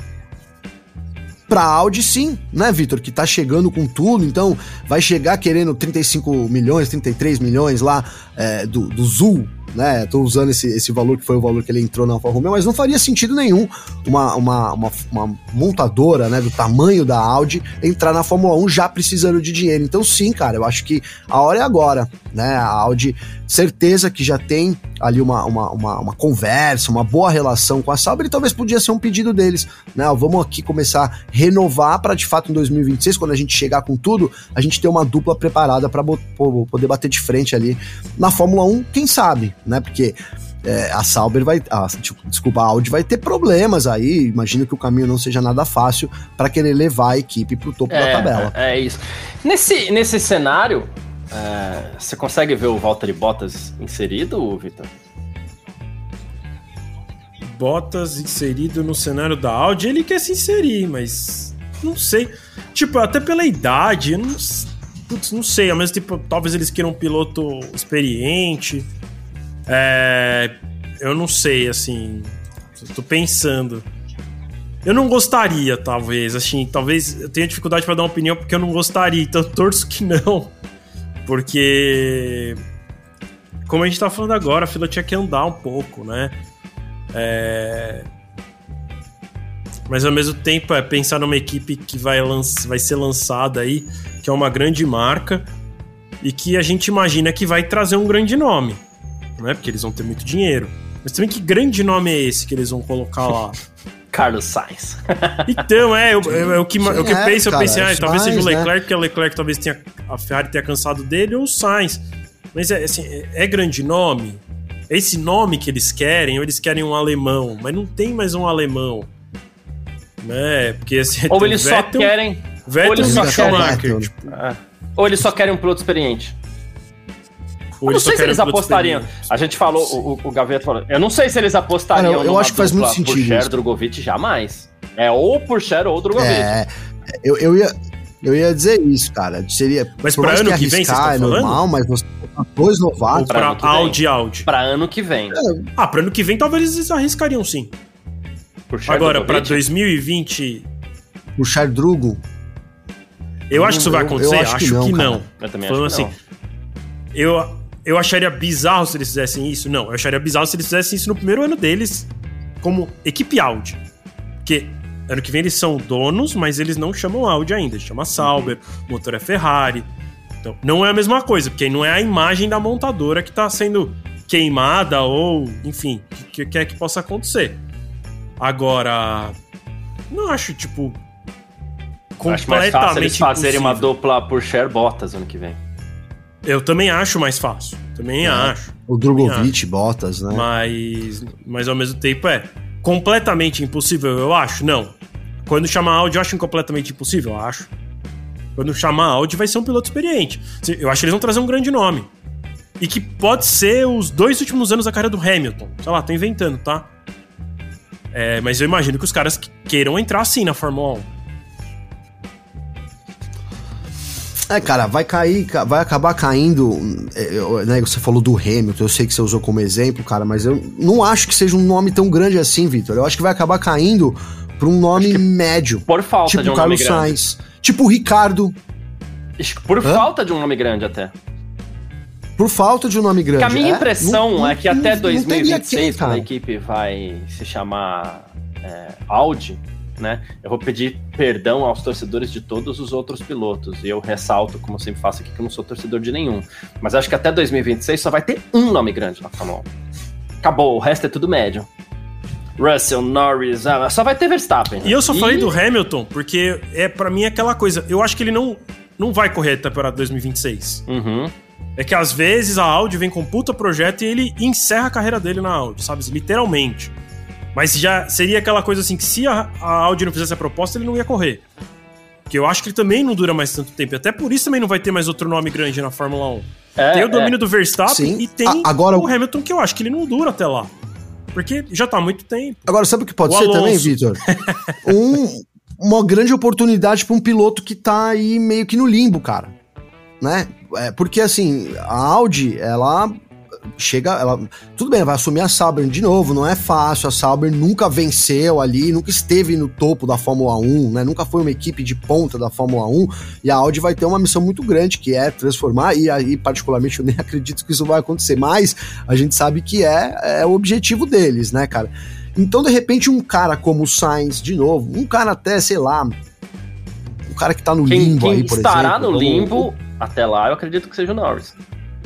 Pra Audi sim, né, Vitor, que tá chegando com tudo, então vai chegar querendo trinta e cinco milhões, trinta e três milhões lá é, do, do Zul, né, tô usando esse, esse valor que foi o valor que ele entrou na Alfa Romeo, mas não faria sentido nenhum uma, uma, uma, uma montadora, né, do tamanho da Audi entrar na Fórmula um já precisando de dinheiro. Então sim, cara, eu acho que a hora é agora, né, a Audi certeza que já tem ali uma, uma, uma, uma conversa, uma boa relação com a Sauber, e talvez podia ser um pedido deles, né, vamos aqui começar a renovar para de fato em dois mil e vinte e seis, quando a gente chegar com tudo, a gente ter uma dupla preparada para poder bater de frente ali na Fórmula um, quem sabe, né, porque é, a Sauber vai, a, desculpa, a Audi vai ter problemas aí, imagino que o caminho não seja nada fácil para querer levar a equipe pro topo é, da tabela. É, é isso. Nesse, nesse cenário, é, você consegue ver o Valtteri Bottas inserido, Vitor? Bottas inserido no cenário da Audi, ele quer se inserir, mas não sei. Tipo, até pela idade, eu não, putz, não sei, ao mesmo tempo, talvez eles queiram um piloto experiente. É, eu não sei, assim, tô pensando. Eu não gostaria, talvez, assim, talvez eu tenha dificuldade pra dar uma opinião porque eu não gostaria, então eu torço que não. Porque, como a gente tá falando agora, a fila tinha que andar um pouco, né? É... Mas ao mesmo tempo é pensar numa equipe que vai, lanç... vai ser lançada aí, que é uma grande marca e que a gente imagina que vai trazer um grande nome, né? Porque eles vão ter muito dinheiro. Mas também que grande nome é esse que eles vão colocar lá? Carlos Sainz. Então, é, eu, eu, eu, que, eu que é, penso, cara, eu pensei, ah, talvez seja o Leclerc, né? porque o Leclerc talvez tenha, a Ferrari tenha cansado dele, ou o Sainz. Mas é, assim, é, é grande nome? É esse nome que eles querem, ou eles querem um alemão? Mas não tem mais um alemão. Né? Porque, assim, ou eles Vettel, só querem... Vettel ou eles só querem... Tipo, é. Ou eles só querem um piloto experiente. Ou eu não sei se eles apostariam. A gente falou, o, o Gaveta falou. Eu não sei se eles apostariam. Cara, eu acho que faz muito sentido. Pourchaire, Drogovic, jamais. É ou Pourchaire ou Drogovic. É, eu, eu, ia, eu ia dizer isso, cara. Seria. Mas pra ano que, que vem, você tá é falando? Normal, mas você tá dois novatos. Ou pra, pra Audi, Audi. Pra ano que vem. É. Ah, pra ano que vem talvez eles arriscariam sim. Pourchaire, agora, Drogovic? Pra dois mil e vinte. Pourchaire, Drugo. Eu acho que isso vai acontecer? Eu acho, acho que não. Que não. Eu também Falando acho que assim, não. Eu. Eu acharia bizarro se eles fizessem isso. Não, eu acharia bizarro se eles fizessem isso no primeiro ano deles como equipe Audi. Porque ano que vem eles são donos, mas eles não chamam Audi ainda. Eles chamam Sauber, o motor é Ferrari. Então, não é a mesma coisa, porque não é a imagem da montadora que está sendo queimada ou, enfim, o que quer que possa acontecer. Agora, não acho, tipo, completamente acho mais fácil eles fazerem impossível. Uma dupla Pourchaire Bottas ano que vem. Eu também acho mais fácil. Também é. acho. O Drogovic, Bottas, né? Mas, mas ao mesmo tempo é completamente impossível, eu acho? Não. Quando chamar Audi, eu acho completamente impossível, eu acho. Quando chamar Audi, vai ser um piloto experiente. Eu acho que eles vão trazer um grande nome. E que pode ser os dois últimos anos da carreira do Hamilton. Sei lá, tô inventando, tá? É, mas eu imagino que os caras queiram entrar assim na Fórmula um. É, cara, vai cair, vai acabar caindo, né, você falou do Hamilton, eu sei que você usou como exemplo, cara, mas eu não acho que seja um nome tão grande assim, Vitor. Eu acho que vai acabar caindo pra um nome médio. Por falta tipo de um Carlos nome grande. Sainz, tipo o Ricardo. Por Hã? falta de um nome grande até. Por falta de um nome grande. Porque a minha é, impressão não, é que não, até não dois mil e vinte e seis, quem, quando a equipe vai se chamar é, Audi, né? Eu vou pedir perdão aos torcedores de todos os outros pilotos. E eu ressalto, como eu sempre faço aqui, que eu não sou torcedor de nenhum. Mas acho que até dois mil e vinte e seis só vai ter um nome grande na Fórmula um. Acabou, o resto é tudo médio. Russell, Norris, ah, só vai ter Verstappen. E eu só e... falei do Hamilton porque é pra mim aquela coisa. Eu acho que ele não, não vai correr a temporada dois mil e vinte e seis. Uhum. É que às vezes a Audi vem com um puta projeto e ele encerra a carreira dele na Audi, sabe? Literalmente. Mas já seria aquela coisa assim que se a, a Audi não fizesse a proposta, ele não ia correr. Porque eu acho que ele também não dura mais tanto tempo. E até por isso também não vai ter mais outro nome grande na Fórmula um. É, tem o domínio é. do Verstappen Sim. e tem a, agora... o Hamilton, que eu acho que ele não dura até lá. Porque já tá há muito tempo. Agora, sabe o que pode o ser Alonso. também, Vitor? um, uma grande oportunidade para um piloto que tá aí meio que no limbo, cara. Né? É, porque, assim, a Audi, ela... chega, ela, tudo bem, vai assumir a Sauber de novo, não é fácil, a Sauber nunca venceu ali, nunca esteve no topo da Fórmula um, né, nunca foi uma equipe de ponta da Fórmula um, e a Audi vai ter uma missão muito grande, que é transformar, e aí particularmente eu nem acredito que isso vai acontecer, mas a gente sabe que é, é o objetivo deles, né, cara. Então, de repente, um cara como o Sainz, de novo, um cara até, sei lá, um cara que tá no quem, limbo quem aí, por exemplo. Quem estará no limbo, até lá, eu acredito que seja o Norris.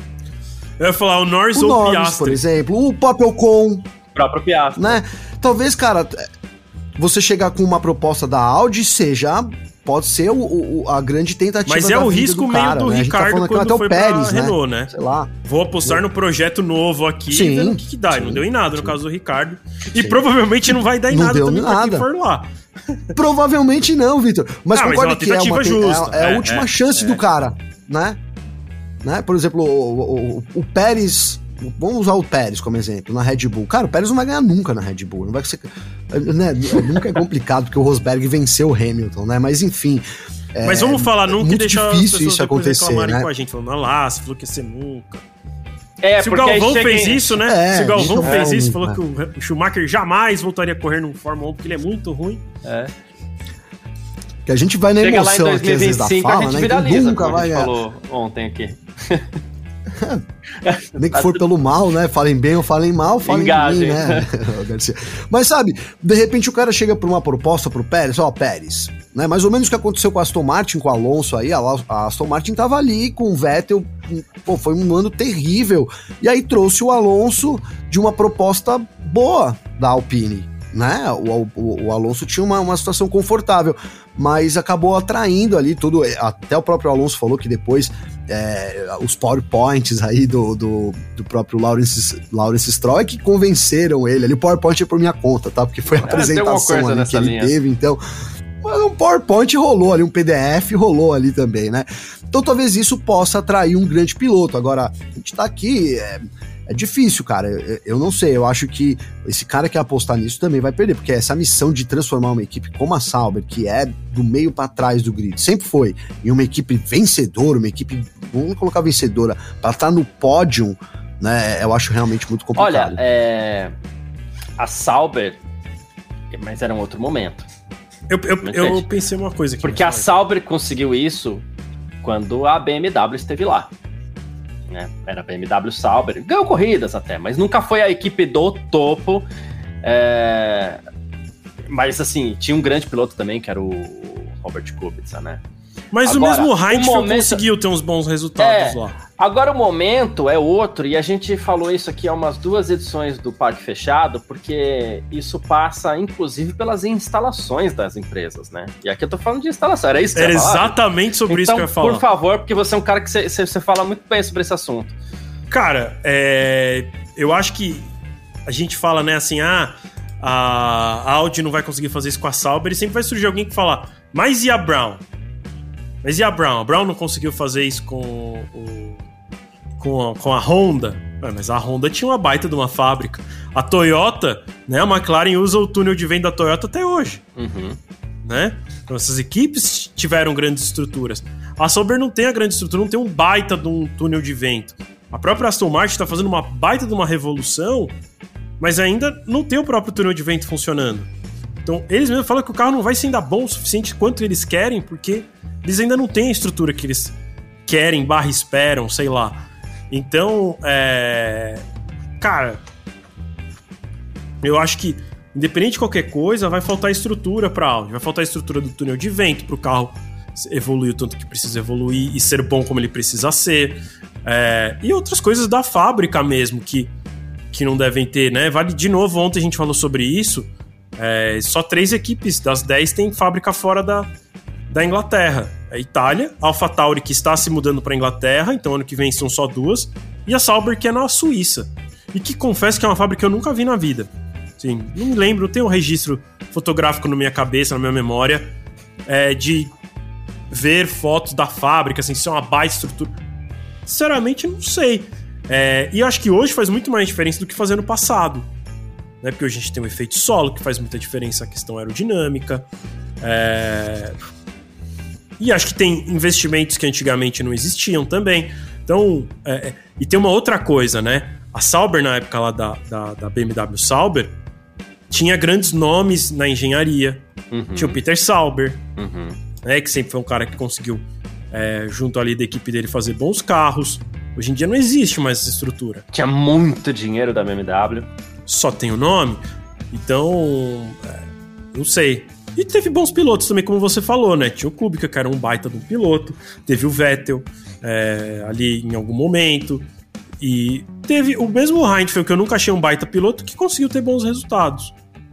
Eu ia falar o Norris o ou Norris, o Piastri. por exemplo, o Pop Ocon. O próprio Piastri. Né? Talvez, cara, você chegar com uma proposta da Audi seja... Pode ser o, o, a grande tentativa. Mas é o risco do meio cara, do né? Ricardo tá quando até foi o Pérez, pra né? Renault, né? Sei lá. Vou apostar no projeto novo aqui sim, e ver o que, que dá. Sim, não deu em nada sim. no caso do Ricardo. E Sim. provavelmente não vai dar em não nada deu também nada. pra quem for lá. Provavelmente não, Vitor. Mas ah, concorda mas que é, uma, justa. é, é a é, última é, chance é. do cara, né? né? Por exemplo, o, o, o Pérez... Vamos usar o Pérez como exemplo, na Red Bull. Cara, o Pérez não vai ganhar nunca na Red Bull. Não vai ser, né? Nunca é complicado, porque o Rosberg venceu o Hamilton, né? Mas enfim... Mas vamos falar é nunca e deixar difícil isso acontecer, né? com a gente, falando, ah lá, você falou que ia ser nunca. É, se o Galvão fez cheguei... isso, né? É, se o Galvão é, fez é, isso, é. falou que o Schumacher jamais voltaria a correr no Fórmula um, porque ele é muito ruim. É. Que a gente vai na Chega emoção lá em aqui, às vezes, da fala, a gente né? viraliza, Então, nunca como vai a gente ganhar. falou ontem aqui. Nem que for pelo mal, né? Falem bem ou falem mal, falem Engajem. bem, né? Mas sabe, de repente o cara chega por uma proposta pro Pérez, ó, Pérez, né? Mais ou menos o que aconteceu com a Aston Martin, com o Alonso aí, a Aston Martin tava ali com o Vettel, pô, foi um ano terrível, e aí trouxe o Alonso de uma proposta boa da Alpine, né? O, o, o Alonso tinha uma, uma situação confortável, mas acabou atraindo ali tudo, até o próprio Alonso falou que depois é, os PowerPoints aí do, do, do próprio Lawrence, Lawrence Stroll é que convenceram ele, ali o PowerPoint é por minha conta, tá? Porque foi a é, apresentação ali que ele linha. teve, então... Mas um PowerPoint rolou ali, um P D F rolou ali também, né? Então talvez isso possa atrair um grande piloto. Agora, a gente tá aqui... É, É difícil, cara, eu, eu não sei, eu acho que esse cara que apostar nisso também vai perder, porque essa missão de transformar uma equipe como a Sauber, que é do meio pra trás do grid, sempre foi, em uma equipe vencedora, uma equipe, vamos colocar vencedora, pra estar no pódio, né, eu acho realmente muito complicado. Olha, é... a Sauber, mas era um outro momento. Eu, eu, eu pensei uma coisa aqui. Porque a Sauber conseguiu isso quando a B M W esteve lá. Né? Era B M W Sauber, ganhou corridas até, mas nunca foi a equipe do topo. É... Mas assim, tinha um grande piloto também, que era o Robert Kubica, né? Mas agora, o mesmo Heinz momento... conseguiu ter uns bons resultados é, lá. Agora o momento é outro, e a gente falou isso aqui há umas duas edições do Parque Fechado, porque isso passa, inclusive, pelas instalações das empresas, né? E aqui eu tô falando de instalação, era isso que Era você ia falar? exatamente sobre então, isso que eu ia falar. Por favor, porque você é um cara que você, você fala muito bem sobre esse assunto. Cara, é... eu acho que a gente fala, né, assim, ah, a Audi não vai conseguir fazer isso com a Sauber, e sempre vai surgir alguém que fala, mas e a Brown? Mas e a Brown? A Brown não conseguiu fazer isso com, o, com, a, com a Honda? É, mas a Honda tinha uma baita de uma fábrica. A Toyota, né, a McLaren usa o túnel de vento da Toyota até hoje. Uhum. Né? Então essas equipes tiveram grandes estruturas. A Sauber não tem a grande estrutura, não tem um baita de um túnel de vento. A própria Aston Martin está fazendo uma baita de uma revolução, mas ainda não tem o próprio túnel de vento funcionando. Então eles mesmos falam que o carro não vai ser ainda bom o suficiente quanto eles querem, porque eles ainda não têm a estrutura que eles querem, barra esperam, sei lá. Então, é... cara, eu acho que independente de qualquer coisa, vai faltar estrutura para a Audi, vai faltar estrutura do túnel de vento para o carro evoluir o tanto que precisa evoluir e ser bom como ele precisa ser, é... e outras coisas da fábrica mesmo que, que não devem ter, né? Vale de novo, ontem a gente falou sobre isso, é... só três equipes das dez têm fábrica fora da, da Inglaterra. A Itália, a AlphaTauri, que está se mudando para a Inglaterra, então ano que vem são só duas, e a Sauber, que é na Suíça, e que confesso que é uma fábrica que eu nunca vi na vida. Sim, não me lembro, não tenho um registro fotográfico na minha cabeça, na minha memória, é, de ver fotos da fábrica, assim, se é uma baita estrutura. Sinceramente, não sei. É, e eu acho que hoje faz muito mais diferença do que fazia no passado, né? Porque hoje a gente tem um efeito solo, que faz muita diferença a questão aerodinâmica. É... E acho que tem investimentos que antigamente não existiam também. Então, é... e tem uma outra coisa, né? A Sauber, na época lá da, da, da B M W Sauber, tinha grandes nomes na engenharia. Uhum. Tinha o Peter Sauber, uhum. né, que sempre foi um cara que conseguiu, é, junto ali da equipe dele, fazer bons carros. Hoje em dia não existe mais essa estrutura. Tinha muito dinheiro da B M W. Só tem o nome. Então, é, não sei. E teve bons pilotos também, como você falou, né? Tinha o Kubica, que era um baita de um piloto. Teve o Vettel, é, ali em algum momento. E teve o mesmo Hindfield, que eu nunca achei um baita piloto, que conseguiu ter bons resultados.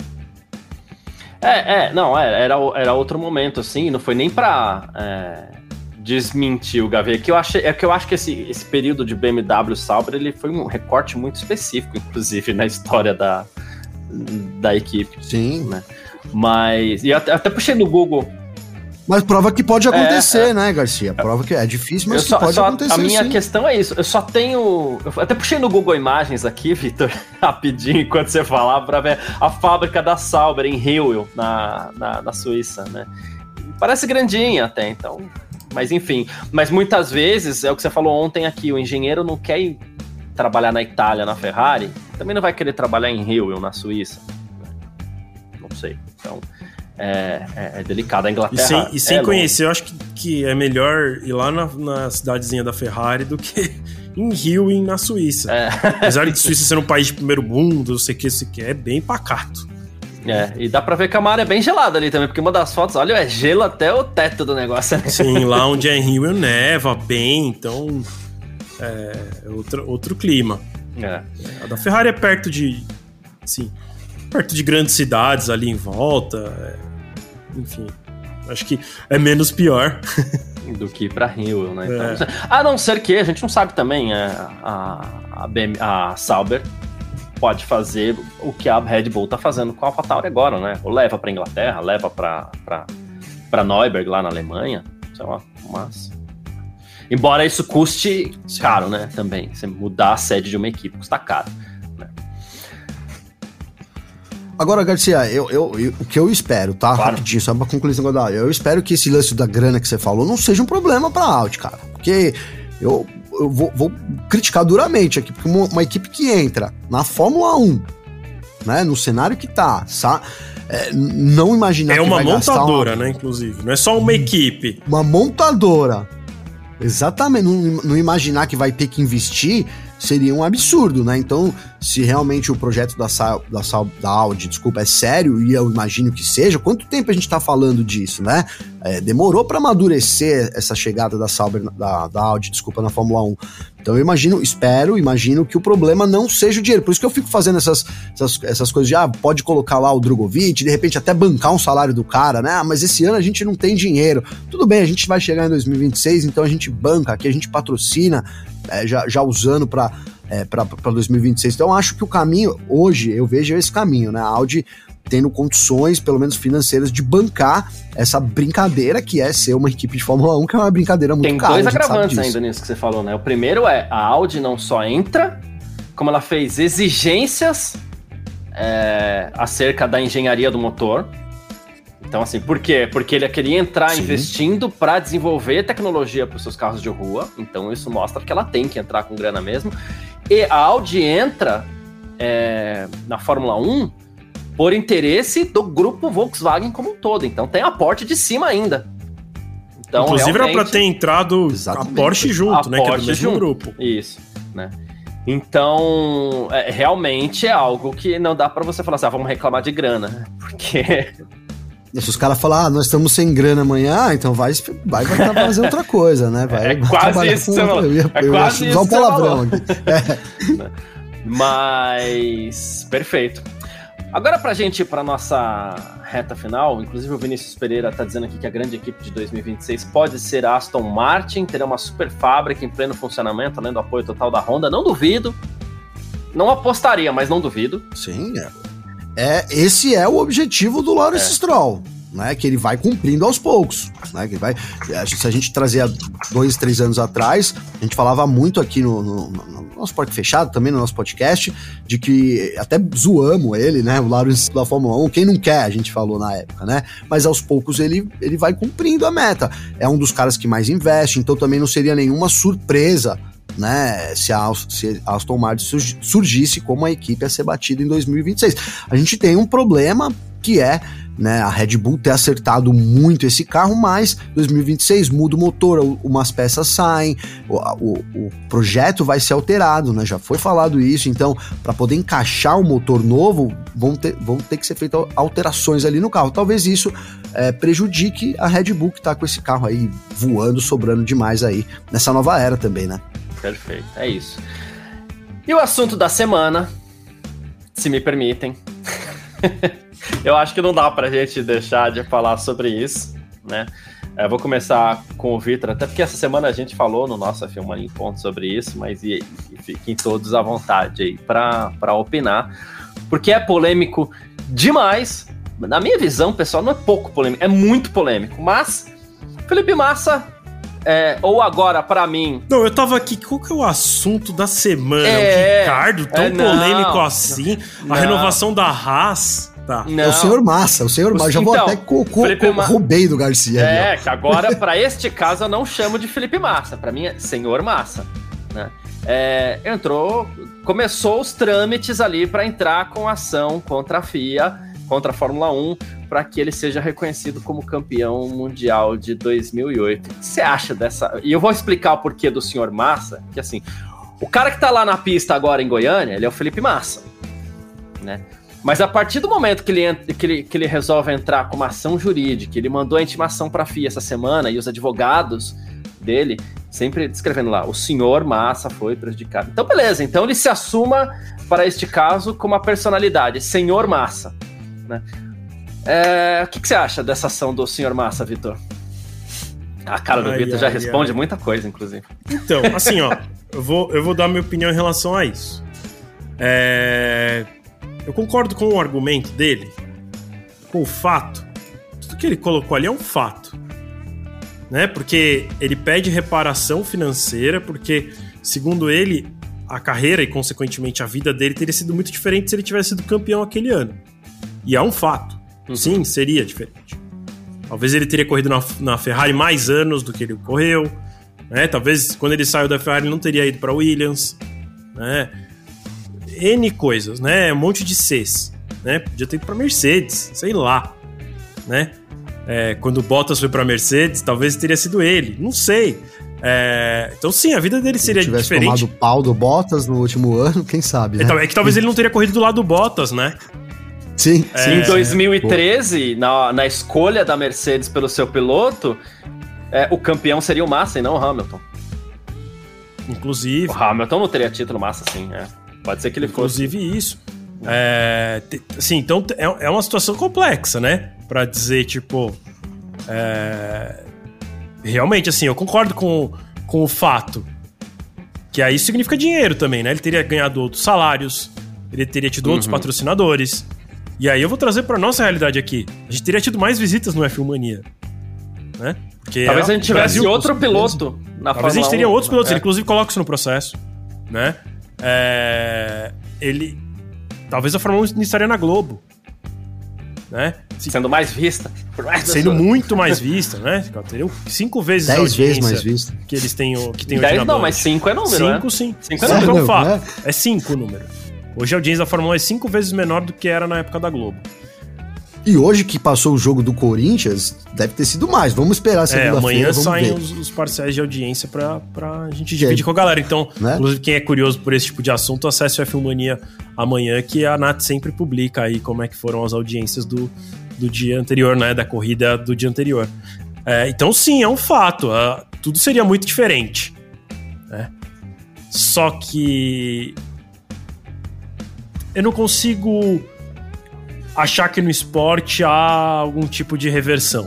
É, é, não, é, era, era outro momento, assim, não foi nem pra é, desmentir o Gavê, que eu achei, é que eu acho que esse, esse período de B M W Sauber, ele foi um recorte muito específico, inclusive, na história da, da equipe. Sim. Né? Mas, e até, até puxei no Google. Mas prova que pode acontecer, é, é. né, Garcia? Prova que é difícil, mas só, que pode só, acontecer, a minha sim. questão é isso, eu só tenho... Eu até puxei no Google Imagens aqui, Vitor, rapidinho, enquanto você falava, pra ver a fábrica da Sauber em Hillwil, na, na, na Suíça, né? Parece grandinha até, então... Mas enfim, mas muitas vezes, é o que você falou ontem aqui, o engenheiro não quer ir trabalhar na Itália, na Ferrari, também não vai querer trabalhar em Hillwil, na Suíça. Não sei, então... É, é, é delicado. A Inglaterra. E sem, e sem é conhecer, eu acho que, que é melhor ir lá na, na cidadezinha da Ferrari do que em Rio e na Suíça. É. Apesar de Suíça ser um país de primeiro mundo, não sei o que, isso aqui é bem pacato. É, e dá pra ver que a mar é bem gelada ali também, porque uma das fotos, olha, é gelo até o teto do negócio. Né? Sim, lá onde é em Rio neva bem, então é outro, outro clima. É. A da Ferrari é perto de, assim, perto de grandes cidades ali em volta, é, enfim, acho que é menos pior. Do que pra Rio, né? Então, é. A não ser que, a gente não sabe também, é, a, a, B M, a Sauber pode fazer o que a Red Bull tá fazendo com a AlphaTauri agora, né? Ou leva pra Inglaterra, leva pra, pra, pra Neuberg lá na Alemanha, sei lá, mas... Embora isso custe caro, né? Também, você mudar a sede de uma equipe custa caro. Agora, Garcia, eu, eu, eu, o que eu espero, tá? Claro. Rapidinho, só pra concluir esse negócio da Audi. Eu espero que esse lance da grana que você falou não seja um problema pra Audi, cara. Porque eu, eu vou, vou criticar duramente aqui, porque uma, uma equipe que entra na Fórmula um, né, no cenário que tá, sabe? É, não imaginar é que uma vai montadora, uma, né, inclusive. Não é só uma equipe. Uma montadora. Exatamente. Não, não imaginar que vai ter que investir seria um absurdo, né? Então, se realmente o projeto da, da, da Audi, desculpa, é sério, e eu imagino que seja, quanto tempo a gente tá falando disso, né? É, demorou para amadurecer essa chegada da, Sauber, da, da Audi, desculpa, na Fórmula um. Então eu imagino, espero, imagino que o problema não seja o dinheiro. Por isso que eu fico fazendo essas, essas, essas coisas de, ah, pode colocar lá o Drogovic, de repente até bancar um salário do cara, né? Ah, mas esse ano a gente não tem dinheiro. Tudo bem, a gente vai chegar em dois mil e vinte e seis, então a gente banca aqui, a gente patrocina, é, já, já usando para é, para dois mil e vinte e seis. Então acho que o caminho, hoje eu vejo esse caminho, né? A Audi tendo condições, pelo menos financeiras, de bancar essa brincadeira que é ser uma equipe de Fórmula um, que é uma brincadeira muito Tem cara. Tem dois agravantes ainda nisso que você falou, né? O primeiro é, a Audi não só entra, como ela fez exigências é, acerca da engenharia do motor. Então, assim, por quê? Porque ele queria entrar Sim. investindo para desenvolver tecnologia para os seus carros de rua. Então, isso mostra que ela tem que entrar com grana mesmo. E a Audi entra é, na Fórmula um por interesse do grupo Volkswagen como um todo. Então tem aporte de cima ainda. Então, inclusive realmente, era para ter entrado Exatamente. a Porsche junto, a né? Porsche que é do mesmo junto. grupo. Isso, né? Então, é, realmente é algo que não dá para você falar assim, ah, vamos reclamar de grana. Porque... Se os caras falarem, ah, nós estamos sem grana amanhã, então vai, vai, vai fazer outra coisa, né? Vai, é quase isso que você falou. Eu ia, é eu quase ia isso usar um palavrão aqui. É. Mas, perfeito. Agora pra gente ir pra nossa reta final, inclusive o Vinícius Pereira tá dizendo aqui que a grande equipe de dois mil e vinte e seis pode ser a Aston Martin, terá uma super fábrica em pleno funcionamento, além do apoio total da Honda, não duvido, não apostaria, mas não duvido. Sim, é. é esse é o objetivo do Lawrence é. Stroll, né, que ele vai cumprindo aos poucos, né, que vai, se a gente trazer há dois, três anos atrás, a gente falava muito aqui no, no, no nosso Parque Fechado, também no nosso podcast, de que até zoamos ele, né, o Lawrence da Fórmula um, quem não quer, a gente falou na época, né, mas aos poucos ele, ele vai cumprindo a meta, é um dos caras que mais investe, então também não seria nenhuma surpresa, né, se a, se a Aston Martin surgisse como a equipe a ser batida em dois mil e vinte e seis. A gente tem um problema que é, né, a Red Bull ter acertado muito esse carro, mas dois mil e vinte e seis muda o motor, umas peças saem, o, o, o projeto vai ser alterado, né, já foi falado isso, então para poder encaixar o motor novo vão ter, vão ter que ser feitas alterações ali no carro, talvez isso é, prejudique a Red Bull que tá com esse carro aí voando, sobrando demais aí nessa nova era também, né. Perfeito, é isso. E o assunto da semana, se me permitem, eu acho que não dá pra gente deixar de falar sobre isso, né? Eu vou começar com o Vitor, até porque essa semana a gente falou no nosso F um Mania em Ponto sobre isso, mas e, e fiquem todos à vontade aí pra, pra opinar, porque é polêmico demais. Na minha visão, pessoal, não é pouco polêmico, é muito polêmico, mas Felipe Massa... É, ou agora, pra mim... Não, eu tava aqui, qual que é o assunto da semana? É, o Ricardo, tão é, não, polêmico assim? Não. A renovação da Haas... Tá. É o senhor Massa, o senhor Massa. Já vou então, até co- co- co- Ma... roubei do Garcia. É, ali, que agora, pra este caso, eu não chamo de Felipe Massa. Pra mim é senhor Massa. Né? É, entrou, começou os trâmites ali pra entrar com ação contra a F I A, contra a Fórmula um, para que ele seja reconhecido como campeão mundial de dois mil e oito. O que você acha dessa... E eu vou explicar o porquê do senhor Massa, que assim, o cara que tá lá na pista agora em Goiânia, ele é o Felipe Massa, né? Mas a partir do momento que ele, entra, que ele, que ele resolve entrar com uma ação jurídica, ele mandou a intimação para a F I A essa semana, e os advogados dele, sempre descrevendo lá, o senhor Massa foi prejudicado. Então beleza, então ele se assuma para este caso como a personalidade, senhor Massa, né? É, o que, que você acha dessa ação do senhor Massa, Vitor? A cara do ai, Vitor já ai, responde ai. muita coisa, inclusive. Então, assim, ó, eu vou, eu vou dar minha opinião em relação a isso. É, eu concordo com o argumento dele, com o fato. Tudo que ele colocou ali é um fato, né? Porque ele pede reparação financeira, porque, segundo ele, a carreira e, consequentemente, a vida dele teria sido muito diferente se ele tivesse sido campeão aquele ano. E é um fato. Uhum. Sim, seria diferente. Talvez ele teria corrido na, na Ferrari mais anos do que ele correu, né? Talvez quando ele saiu da Ferrari não teria ido para Williams, né? N coisas, né? Um monte de Cs, né? Podia ter ido para Mercedes, sei lá, né? É, quando o Bottas foi para Mercedes, talvez teria sido ele, não sei. É, então sim, a vida dele seria diferente. Se diferente. tivesse tomado o pau do Bottas no último ano, quem sabe, né? É, é que talvez ele não teria corrido do lado do Bottas, né? Sim, é, sim. Em dois mil e treze, na, na escolha da Mercedes pelo seu piloto, é, o campeão seria o Massa e não o Hamilton. Inclusive. O Hamilton não teria título Massa, sim. É. Pode ser que ele inclusive fosse. Inclusive isso. É, te, assim, então é, é uma situação complexa, né? Pra dizer, tipo... É, realmente, assim, eu concordo com, com o fato Que aí significa dinheiro também, né? Ele teria ganhado outros salários, ele teria tido uhum. outros patrocinadores. E aí eu vou trazer pra nossa realidade aqui. A gente teria tido mais visitas no F um Mania, né? Porque talvez a gente tivesse Brasil, outro piloto na Talvez a gente teria outros pilotos, é. ele inclusive coloca isso no processo, né? É... Ele... Talvez a Fórmula um estaria na Globo, né? Sendo mais vista. Por mais Sendo pessoas. muito mais vista, né? Teriam cinco vezes a audiência vezes mais vista. que eles têm, que tem Dez não, mas cinco é número, Cinco né? sim. Cinco é número. Cinco é um fato. Né? É cinco o número. Hoje a audiência da Fórmula um é cinco vezes menor do que era na época da Globo. E hoje que passou o jogo do Corinthians, deve ter sido mais. Vamos esperar segunda-feira. É, amanhã saem os, os parciais de audiência pra, pra gente dividir é. com a galera. Então, né? Inclusive, quem é curioso por esse tipo de assunto, acesse o F um Mania amanhã, que a Nath sempre publica aí como é que foram as audiências do, do dia anterior, né? Da corrida do dia anterior. É, então, sim, é um fato. Uh, tudo seria muito diferente. Né? Só que... eu não consigo... achar que no esporte há algum tipo de reversão.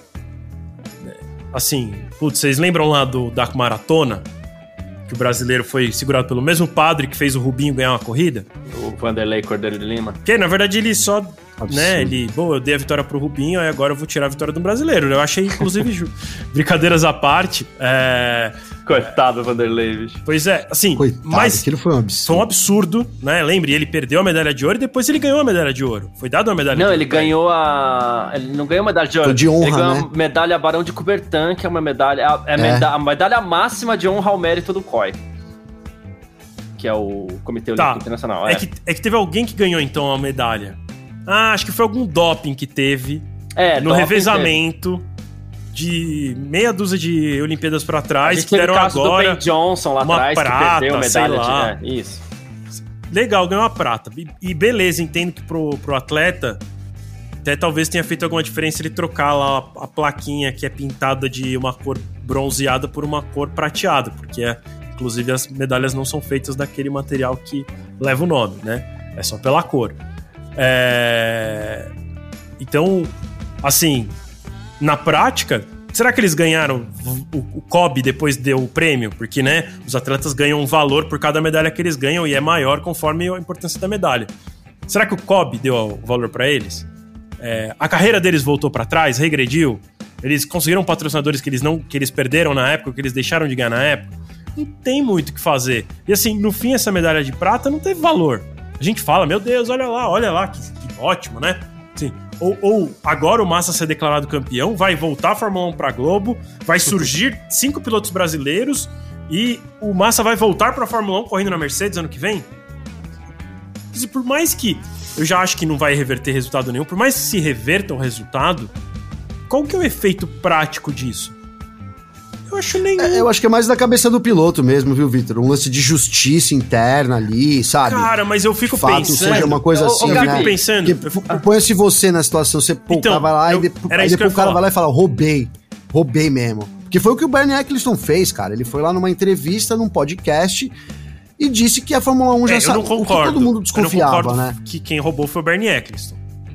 Assim, putz, vocês lembram lá do da maratona? Que o brasileiro foi segurado pelo mesmo padre que fez o Rubinho ganhar uma corrida? O Vanderlei Cordeiro de Lima. Que, na verdade, ele só... Absurdo. Né, ele... Bom, eu dei a vitória pro Rubinho, aí agora eu vou tirar a vitória do brasileiro. Eu achei, inclusive, brincadeiras à parte... É... Coitado do Vanderlei, bicho. Pois é, assim... Coitado, mas aquilo foi um absurdo. Foi um absurdo, né? Lembre, ele perdeu a medalha de ouro e depois ele ganhou a medalha de ouro. Foi dado uma medalha não, de ouro. Não, ele ganhou a... Ele não ganhou a medalha de ouro. Foi de honra, ele ganhou né? a medalha Barão de Coubertin, que é uma medalha... É, é. Meda... a medalha máxima de honra ao mérito do C O I. Que é o Comitê Olímpico tá. Internacional. É. É, que, é que teve alguém que ganhou, então, a medalha. Ah, acho que foi algum doping que teve é, no revezamento teve. de meia dúzia de Olimpíadas pra trás, que deram agora do Ben Johnson lá uma atrás, prata, que perdeu medalha sei lá. De... É, isso. Legal, ganhou a prata. E, e beleza, entendo que pro, pro atleta até talvez tenha feito alguma diferença ele trocar lá a, a plaquinha que é pintada de uma cor bronzeada por uma cor prateada, porque é, inclusive as medalhas não são feitas daquele material que leva o nome, né? É só pela cor. É... Então, assim, na prática, será que eles ganharam o, o C O B depois deu o prêmio? Porque, né, os atletas ganham um valor por cada medalha que eles ganham e é maior conforme a importância da medalha. Será que o C O B deu o valor para eles? É... A carreira deles voltou para trás, regrediu? Eles conseguiram patrocinadores que eles, não, que eles perderam na época, que eles deixaram de ganhar na época? Não tem muito o que fazer. E assim, no fim, essa medalha de prata não teve valor. A gente fala, meu Deus, olha lá, olha lá, que, que ótimo, né? Assim, ou, ou agora o Massa ser declarado campeão, vai voltar a Fórmula um pra Globo, vai surgir cinco pilotos brasileiros e o Massa vai voltar pra Fórmula um correndo na Mercedes ano que vem? Quer dizer, por mais que eu já acho que não vai reverter resultado nenhum, por mais que se reverta o resultado, qual que é o efeito prático disso? Eu acho nenhum. É, eu acho que é mais da cabeça do piloto mesmo, viu, Vitor? Um lance de justiça interna ali, sabe? Cara, mas eu fico de fato, pensando... seja uma coisa eu, assim, eu né? fico pensando... Eu fico... Põe-se você na situação, você, pô, então, o cara vai lá eu, e, depois, aí depois o cara falar. vai lá e fala, roubei, roubei mesmo. Porque foi o que o Bernie Eccleston fez, cara. Ele foi lá numa entrevista, num podcast, e disse que a Fórmula um já é, sabe, o que todo mundo desconfiava, né? Que quem roubou foi o Bernie Eccleston.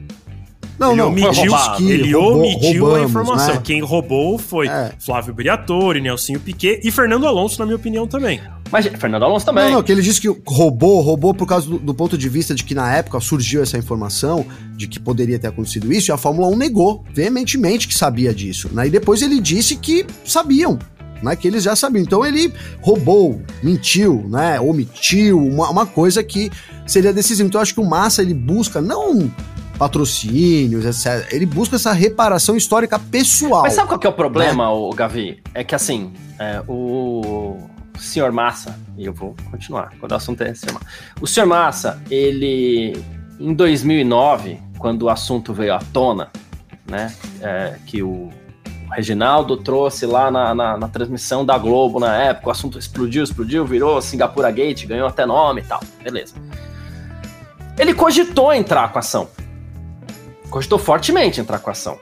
Não, ele não, omitiu, que ele roubou, omitiu roubamos, a informação. né? Quem roubou foi é. Flávio Briatore, Nelsinho Piquet e Fernando Alonso, na minha opinião, também. Mas Fernando Alonso também. Não, não, que ele disse que roubou, roubou por causa do, do ponto de vista de que na época surgiu essa informação de que poderia ter acontecido isso, e a Fórmula um negou veementemente que sabia disso, né? E depois ele disse que sabiam, né? Que eles já sabiam. Então ele roubou, mentiu, né? Omitiu, uma, uma coisa que seria decisiva. Então eu acho que o Massa, ele busca, não... patrocínios, etcétera. Ele busca essa reparação histórica pessoal. Mas sabe qual que é o problema, né? o Gavi? É que assim, é, o senhor Massa, e eu vou continuar, quando o assunto é senhor Massa. O senhor Massa, ele, em dois mil e nove, quando o assunto veio à tona, né, é, que o Reginaldo trouxe lá na, na, na transmissão da Globo na época, o assunto explodiu, explodiu, virou Singapura Gate, ganhou até nome e tal, beleza. Ele cogitou entrar com a ação. Cogitou fortemente entrar com a ação.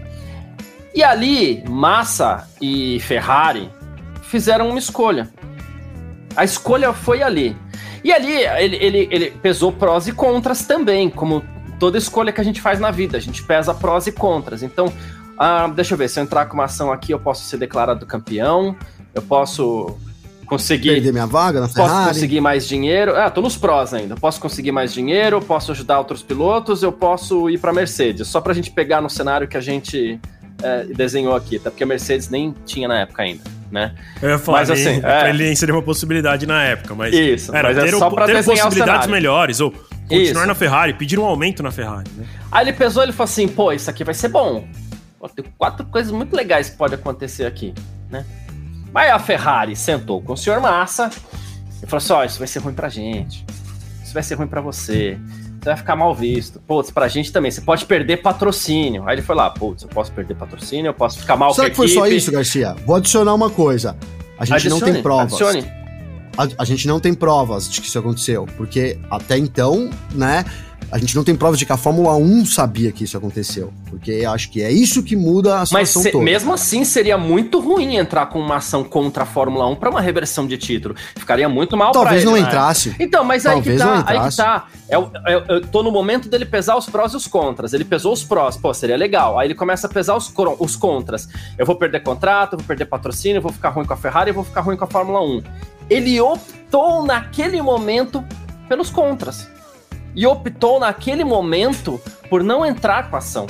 E ali, Massa e Ferrari fizeram uma escolha. A escolha foi ali. E ali, ele, ele, ele pesou prós e contras também, como toda escolha que a gente faz na vida. A gente pesa prós e contras. Então, ah, deixa eu ver, se eu entrar com uma ação aqui, eu posso ser declarado campeão, eu posso conseguir... Perder minha vaga na Ferrari? Posso conseguir mais dinheiro... Ah, tô nos prós ainda. Posso conseguir mais dinheiro, posso ajudar outros pilotos, eu posso ir pra Mercedes. Só pra gente pegar no cenário que a gente é, desenhou aqui, tá? Porque a Mercedes nem tinha na época ainda, né? Eu ia falar, mas, assim, pra é... ele seria uma possibilidade na época, mas... Isso, era mas ter, é só pra ter desenhar possibilidades o melhores, ou continuar isso. na Ferrari, pedir um aumento na Ferrari, né? Aí ele pesou e ele falou assim, pô, isso aqui vai ser bom. Pô, tem quatro coisas muito legais que podem acontecer aqui, né? Aí a Ferrari sentou com o senhor Massa e falou assim, ó, oh, isso vai ser ruim pra gente, isso vai ser ruim pra você, você vai ficar mal visto, putz, pra gente também, você pode perder patrocínio. Aí ele foi lá, putz, eu posso perder patrocínio, eu posso ficar mal Será com a equipe. Será que foi só isso, Garcia? Vou adicionar uma coisa, a gente adicione, não tem provas. Adicione. A, a gente não tem provas de que isso aconteceu, porque até então, né, a gente não tem provas de que a Fórmula um sabia que isso aconteceu, porque acho que é isso que muda a situação Mas se, toda. mesmo assim seria muito ruim entrar com uma ação contra a Fórmula um para uma reversão de título. Ficaria muito mal para ele. Talvez não entrasse. Né? Então, mas aí que, tá, aí que tá. Eu, eu, eu tô no momento dele pesar os prós e os contras. Ele pesou os prós, pô, seria legal. Aí ele começa a pesar os, os contras. Eu vou perder contrato, eu vou perder patrocínio, eu vou ficar ruim com a Ferrari, eu vou ficar ruim com a Fórmula um. Ele optou naquele momento pelos contras. E optou naquele momento por não entrar com a ação.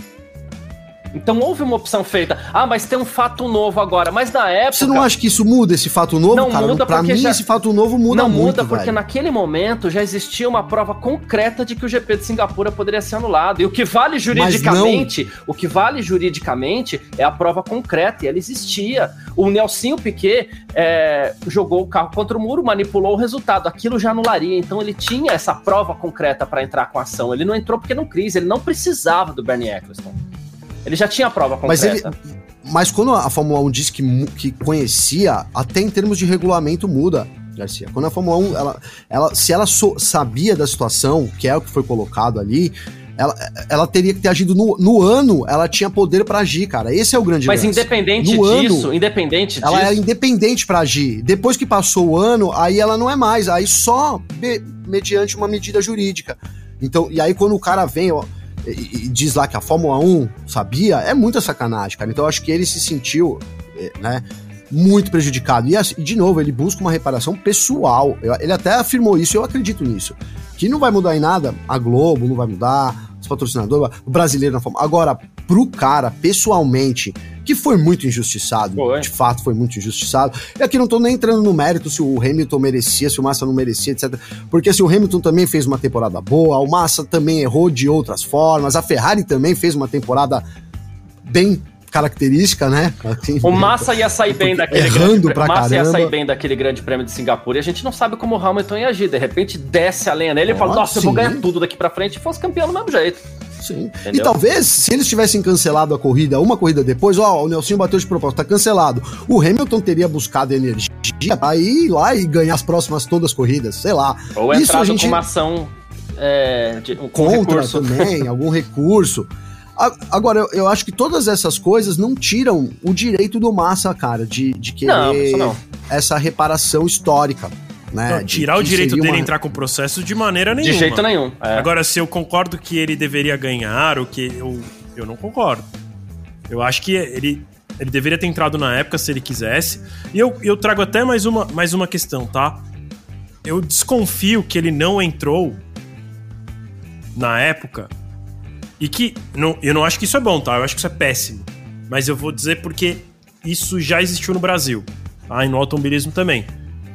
Então houve uma opção feita. Ah, mas tem um fato novo agora. Mas na época... Você não acha que isso muda, esse fato novo, não cara? Muda pra mim, já... esse fato novo muda não muito, Não muda porque velho. naquele momento já existia uma prova concreta de que o G P de Singapura poderia ser anulado. E o que vale juridicamente, não... o que vale juridicamente é a prova concreta. E ela existia. O Nelsinho Piquet é, jogou o carro contra o muro, manipulou o resultado. Aquilo já anularia. Então ele tinha essa prova concreta para entrar com a ação. Ele não entrou porque não quis. Ele não precisava do Bernie Eccleston. Ele já tinha a prova concreta. Mas, ele, mas quando a Fórmula um disse que, que conhecia, até em termos de regulamento muda, Garcia. Quando a Fórmula um, ela, ela, se ela so, sabia da situação, que é o que foi colocado ali, ela, ela teria que ter agido no, no ano, ela tinha poder pra agir, cara. Esse é o grande Mas lance. independente no disso, ano, independente ela disso... era independente pra agir. Depois que passou o ano, aí ela não é mais. Aí só be, mediante uma medida jurídica. Então, e aí quando o cara vem... Ó, e diz lá que a Fórmula um sabia, é muita sacanagem, cara. Então eu acho que ele se sentiu, né, muito prejudicado. E, e de novo, ele busca uma reparação pessoal. Ele até afirmou isso e eu acredito nisso. Que não vai mudar em nada, a Globo não vai mudar, os patrocinadores, o brasileiro na Fórmula. Agora, pro cara, pessoalmente, que foi muito injustiçado, foi. de fato foi muito injustiçado. E aqui não tô nem entrando no mérito se o Hamilton merecia, se o Massa não merecia, etcétera. Porque se o Hamilton também fez uma temporada boa, o Massa também errou de outras formas, a Ferrari também fez uma temporada bem característica, né? Assim, o Massa ia sair bem daquele grande pra Massa caramba. ia sair bem daquele grande prêmio de Singapura e a gente não sabe como o Hamilton ia agir. De repente desce a lenha nele e fala, nossa, sim. eu vou ganhar tudo daqui pra frente e fosse campeão do mesmo jeito. Sim. Entendeu? E talvez, se eles tivessem cancelado a corrida, uma corrida depois, ó, o Nelsinho bateu de propósito, tá cancelado. O Hamilton teria buscado energia pra ir lá e ganhar as próximas todas as corridas, sei lá. Ou entrado a gente... com uma ação é, de, um contra recurso. também, algum recurso. Agora, eu, eu acho que todas essas coisas não tiram o direito do Massa, cara, de, de querer não, isso não. essa reparação histórica. Né, não, tirar de, o direito dele uma... entrar com o processo de maneira nenhuma. De jeito nenhum. É. Agora, se eu concordo que ele deveria ganhar, ou que eu, eu não concordo. Eu acho que ele, ele deveria ter entrado na época se ele quisesse. E eu, eu trago até mais uma, mais uma questão, tá? Eu desconfio que ele não entrou na época. E que, não, eu não acho que isso é bom, tá? Eu acho que isso é péssimo. Mas eu vou dizer porque isso já existiu no Brasil. Tá? E no automobilismo também.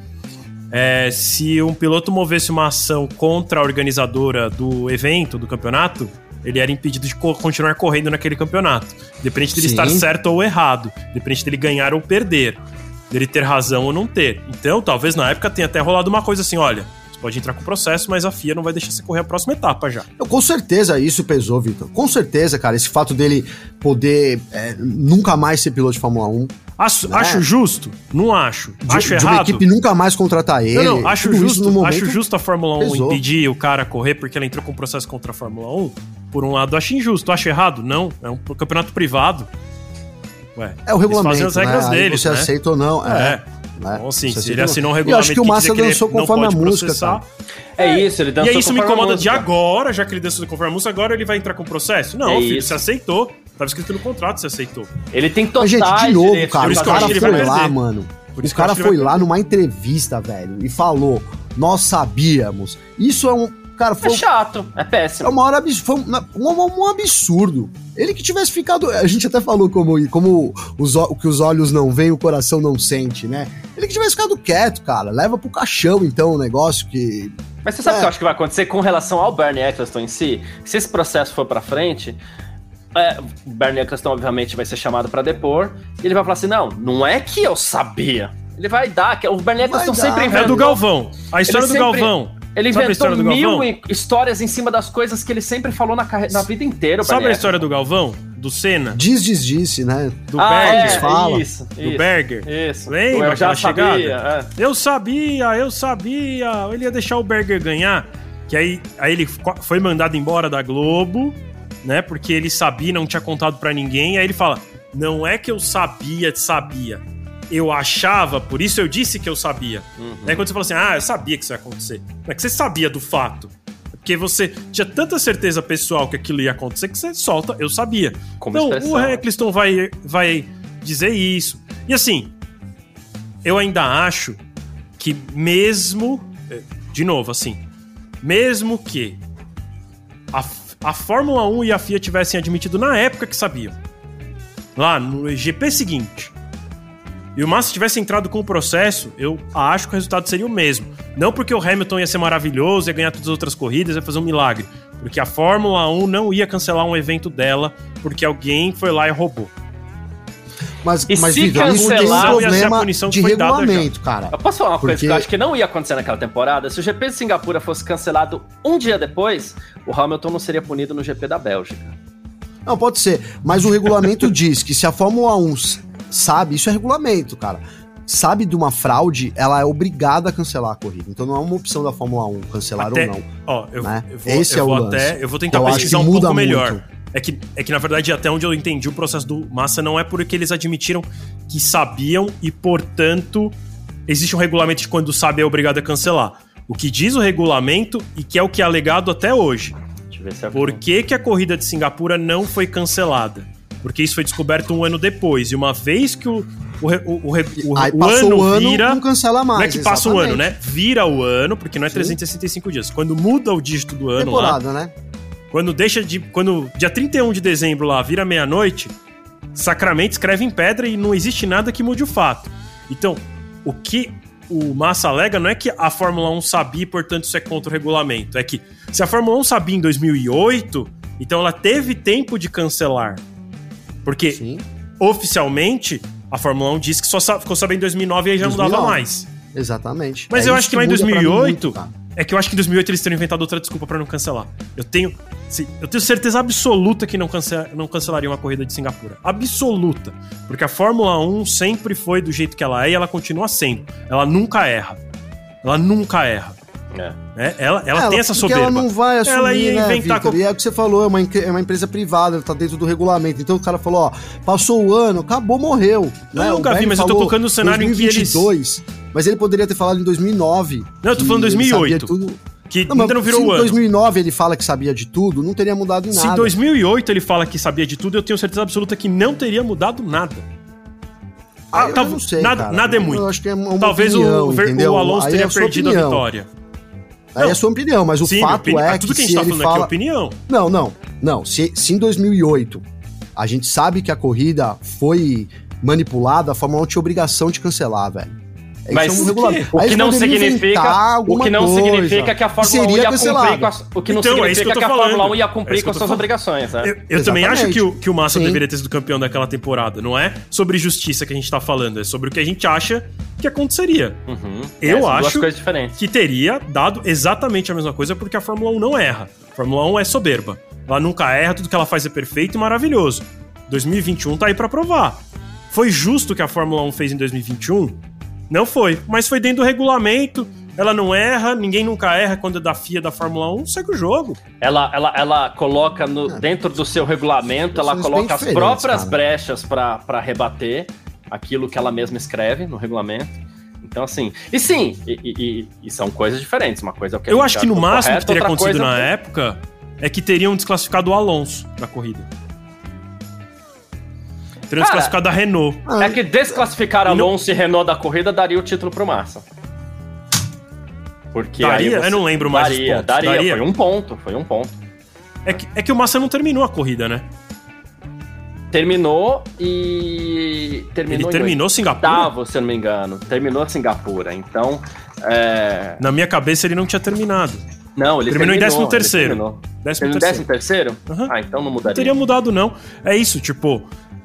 É, se um piloto movesse uma ação contra a organizadora do evento, do campeonato, ele era impedido de co- continuar correndo naquele campeonato. Independente dele Sim. estar certo ou errado. Independente dele ganhar ou perder. Dele ter razão ou não ter. Então, talvez na época tenha até rolado uma coisa assim, olha... Pode entrar com o processo, mas a F I A não vai deixar você correr a próxima etapa já. Eu, com certeza isso pesou, Vitor. Com certeza, cara, esse fato dele poder é, nunca mais ser piloto de Fórmula um. Acho, né? acho justo? Não acho. De, acho de errado. De uma equipe nunca mais contratar ele. Não, não, acho justo, no acho justo a Fórmula um pesou. impedir o cara a correr porque ela entrou com o processo contra a Fórmula um. Por um lado, acho injusto. Acho errado? Não. É um campeonato privado. Ué, é o regulamento, eles fazem as regras né? deles, você né? aceita ou não. É. é. Né? Então, assim, se ele assinou um regulamento eu acho que o Massa que dançou conforme a música, processar, tá? É isso, ele dançou. E aí isso me conforme incomoda de agora, já que ele dançou conforme a música, agora ele vai entrar com o processo? Não, é filho, isso. você aceitou. Tava escrito no contrato, você aceitou. Ele tem total Mas, gente, de novo, direito, cara, por o isso que eu cara acho que ele foi vai lá, perder. mano. Por isso o cara foi lá numa entrevista, velho, e falou, nós sabíamos. Isso é um... Cara, foi, é chato, é péssimo. É uma hora foi um, um, um absurdo. Ele que tivesse ficado... A gente até falou como, como os, o que os olhos não veem, o coração não sente, né? Ele que tivesse ficado quieto, cara. Leva pro caixão, então, o negócio que... Mas você sabe o é. que eu acho que vai acontecer com relação ao Bernie Eccleston em si? Se esse processo for pra frente... É, o Bernie Eccleston, obviamente, vai ser chamado pra depor. E ele vai falar assim, não, não é que eu sabia. Ele vai dar... O Bernie Eccleston sempre inventou... É do Galvão. A história do sempre... Galvão. Ele Sabe inventou mil Galvão? histórias em cima das coisas que ele sempre falou na, carre... na vida inteira. Sabe a história do Galvão? Do Senna? Diz, diz, disse, né? Do ah, Berger. É, fala. Isso, do isso, Berger. Isso. Lembra eu já aquela sabia, chegada? É. Eu sabia, eu sabia. Ele ia deixar o Berger ganhar. Que aí, aí ele foi mandado embora da Globo, né? Porque ele sabia, não tinha contado pra ninguém. Aí ele fala, não é que eu sabia, sabia. Eu achava, por isso eu disse que eu sabia. Uhum. Aí quando você fala assim, ah, eu sabia que isso ia acontecer. Não é que você sabia do fato. É porque você tinha tanta certeza pessoal que aquilo ia acontecer que você solta, eu sabia. Como então expressão. O Eccleston vai, vai dizer isso. E assim, eu ainda acho que mesmo, de novo, assim, mesmo que a, a Fórmula um e a F I A tivessem admitido na época que sabiam, lá no G P seguinte, e o Massa tivesse entrado com o processo, eu acho que o resultado seria o mesmo. Não porque o Hamilton ia ser maravilhoso, ia ganhar todas as outras corridas, ia fazer um milagre. Porque a Fórmula um não ia cancelar um evento dela porque alguém foi lá e roubou. Mas, e mas se Vitor, cancelar, isso tem um problema de regulamento, já. cara. Eu posso falar uma porque... coisa que eu acho que não ia acontecer naquela temporada? Se o G P de Singapura fosse cancelado um dia depois, o Hamilton não seria punido no G P da Bélgica. Não, pode ser. Mas o regulamento diz que se a Fórmula um... sabe, isso é regulamento, cara. Sabe de uma fraude, ela é obrigada a cancelar a corrida. Então não é uma opção da Fórmula um cancelar até, ou não. Ó, eu, né? eu vou, Esse eu é vou o lance. até, eu vou tentar eu pesquisar um pouco muito. melhor. É que, é que, na verdade, até onde eu entendi o processo do Massa não é porque eles admitiram que sabiam e, portanto, existe um regulamento de quando sabe é obrigado a cancelar. O que diz o regulamento e que é o que é alegado até hoje. Deixa eu ver se é Por que, que a corrida de Singapura não foi cancelada? Porque isso foi descoberto um ano depois. E uma vez que o, o, o, o, o, Aí o ano, o ano vira... não cancela mais. Não é que passa exatamente. o ano, né? Vira o ano, porque não é trezentos e sessenta e cinco dias. Quando muda o dígito do ano Temporada, lá... né? Quando deixa de... Quando dia trinta e um de dezembro lá vira meia-noite, Sacramento escreve em pedra e não existe nada que mude o fato. Então, o que o Massa alega não é que a Fórmula um sabia e, portanto, isso é contra o regulamento. É que se a Fórmula um sabia em dois mil e oito, então ela teve tempo de cancelar. Porque, Sim. oficialmente, a Fórmula um disse que só ficou sabendo em dois mil e nove e aí já não dava mais. Exatamente. Mas é eu acho que, que lá em dois mil e oito... Muito, é que eu acho que em dois mil e oito eles teriam inventado outra desculpa pra não cancelar. Eu tenho, eu tenho certeza absoluta que não, cance, não cancelariam a corrida de Singapura. Absoluta. Porque a Fórmula um sempre foi do jeito que ela é e ela continua sendo. Ela nunca erra. Ela nunca erra. É. É, ela ela é, tem essa soberba. Ela não vai assumir, ela ia né, inventar... Com... E é o que você falou, é uma, é uma empresa privada, ela tá dentro do regulamento. Então o cara falou, ó, passou o ano, acabou, morreu. Eu né? nunca vi, mas eu tô colocando o cenário dois mil e vinte e dois, em que eles... Mas ele poderia ter falado em dois mil e nove. Não, eu tô falando dois mil e oito. Tudo... Que não, ainda não virou o ano. Se em dois mil e nove ano. ele fala que sabia de tudo, não teria mudado em nada. Se em dois mil e oito ele fala que sabia de tudo, eu tenho certeza absoluta que não teria mudado nada. Ah, ah, eu não sei, nada, cara. nada é muito. Eu acho que é uma Talvez opinião, o, entendeu? o Alonso Aí teria é perdido opinião. a vitória. Aí é a sua opinião, mas o Sim, fato opini... é tudo que, que a gente se tá ele falando fala... aqui é opinião. Não, não, não. Se, se em dois mil e oito a gente sabe que a corrida foi manipulada, a Fórmula um tinha obrigação de cancelar, velho. Mas é um que, o que não significa, o que não coisa. significa que a Fórmula um ia cumprir com as, o que não então, significa é que, que a falando. Fórmula um ia cumprir é com as suas obrigações. Né? Eu, eu também acho que o, que o Massa Sim. deveria ter sido campeão daquela temporada. Não é sobre justiça que a gente tá falando, é sobre o que a gente acha que aconteceria. Uhum. Eu é, acho que teria dado exatamente a mesma coisa, porque a Fórmula um não erra. A Fórmula um é soberba. Ela nunca erra, tudo que ela faz é perfeito e maravilhoso. dois mil e vinte e um tá aí pra provar. Foi justo o que a Fórmula um fez em dois mil e vinte e um? Não foi, mas foi dentro do regulamento. Ela não erra, ninguém nunca erra quando é da F I A da Fórmula um, segue o jogo. Ela, ela, ela coloca no, é. dentro do seu regulamento, ela coloca as próprias cara. brechas para rebater aquilo que ela mesma escreve no regulamento. Então, assim, e sim, e, e, e são coisas diferentes. Uma coisa é o que Eu acho que no máximo correto, que teria acontecido na é... época é que teriam desclassificado o Alonso da corrida. Teriam desclassificado a Renault. É que desclassificar Alonso e Renault da corrida daria o título pro Massa. Porque daria? Aí você... Eu não lembro mais daria, os pontos. Daria, daria, foi um ponto, foi um ponto. É que, é que o Massa não terminou a corrida, né? Terminou e... Terminou Ele terminou Singapura? Oitavo, se eu não me engano. Terminou Singapura, então... É... Na minha cabeça ele não tinha terminado. Não, ele terminou, terminou em décimo terceiro. Terminou. Décimo terceiro? Décimo terceiro? Uhum. Ah, então não mudaria. Não teria mudado, não. É isso, tipo...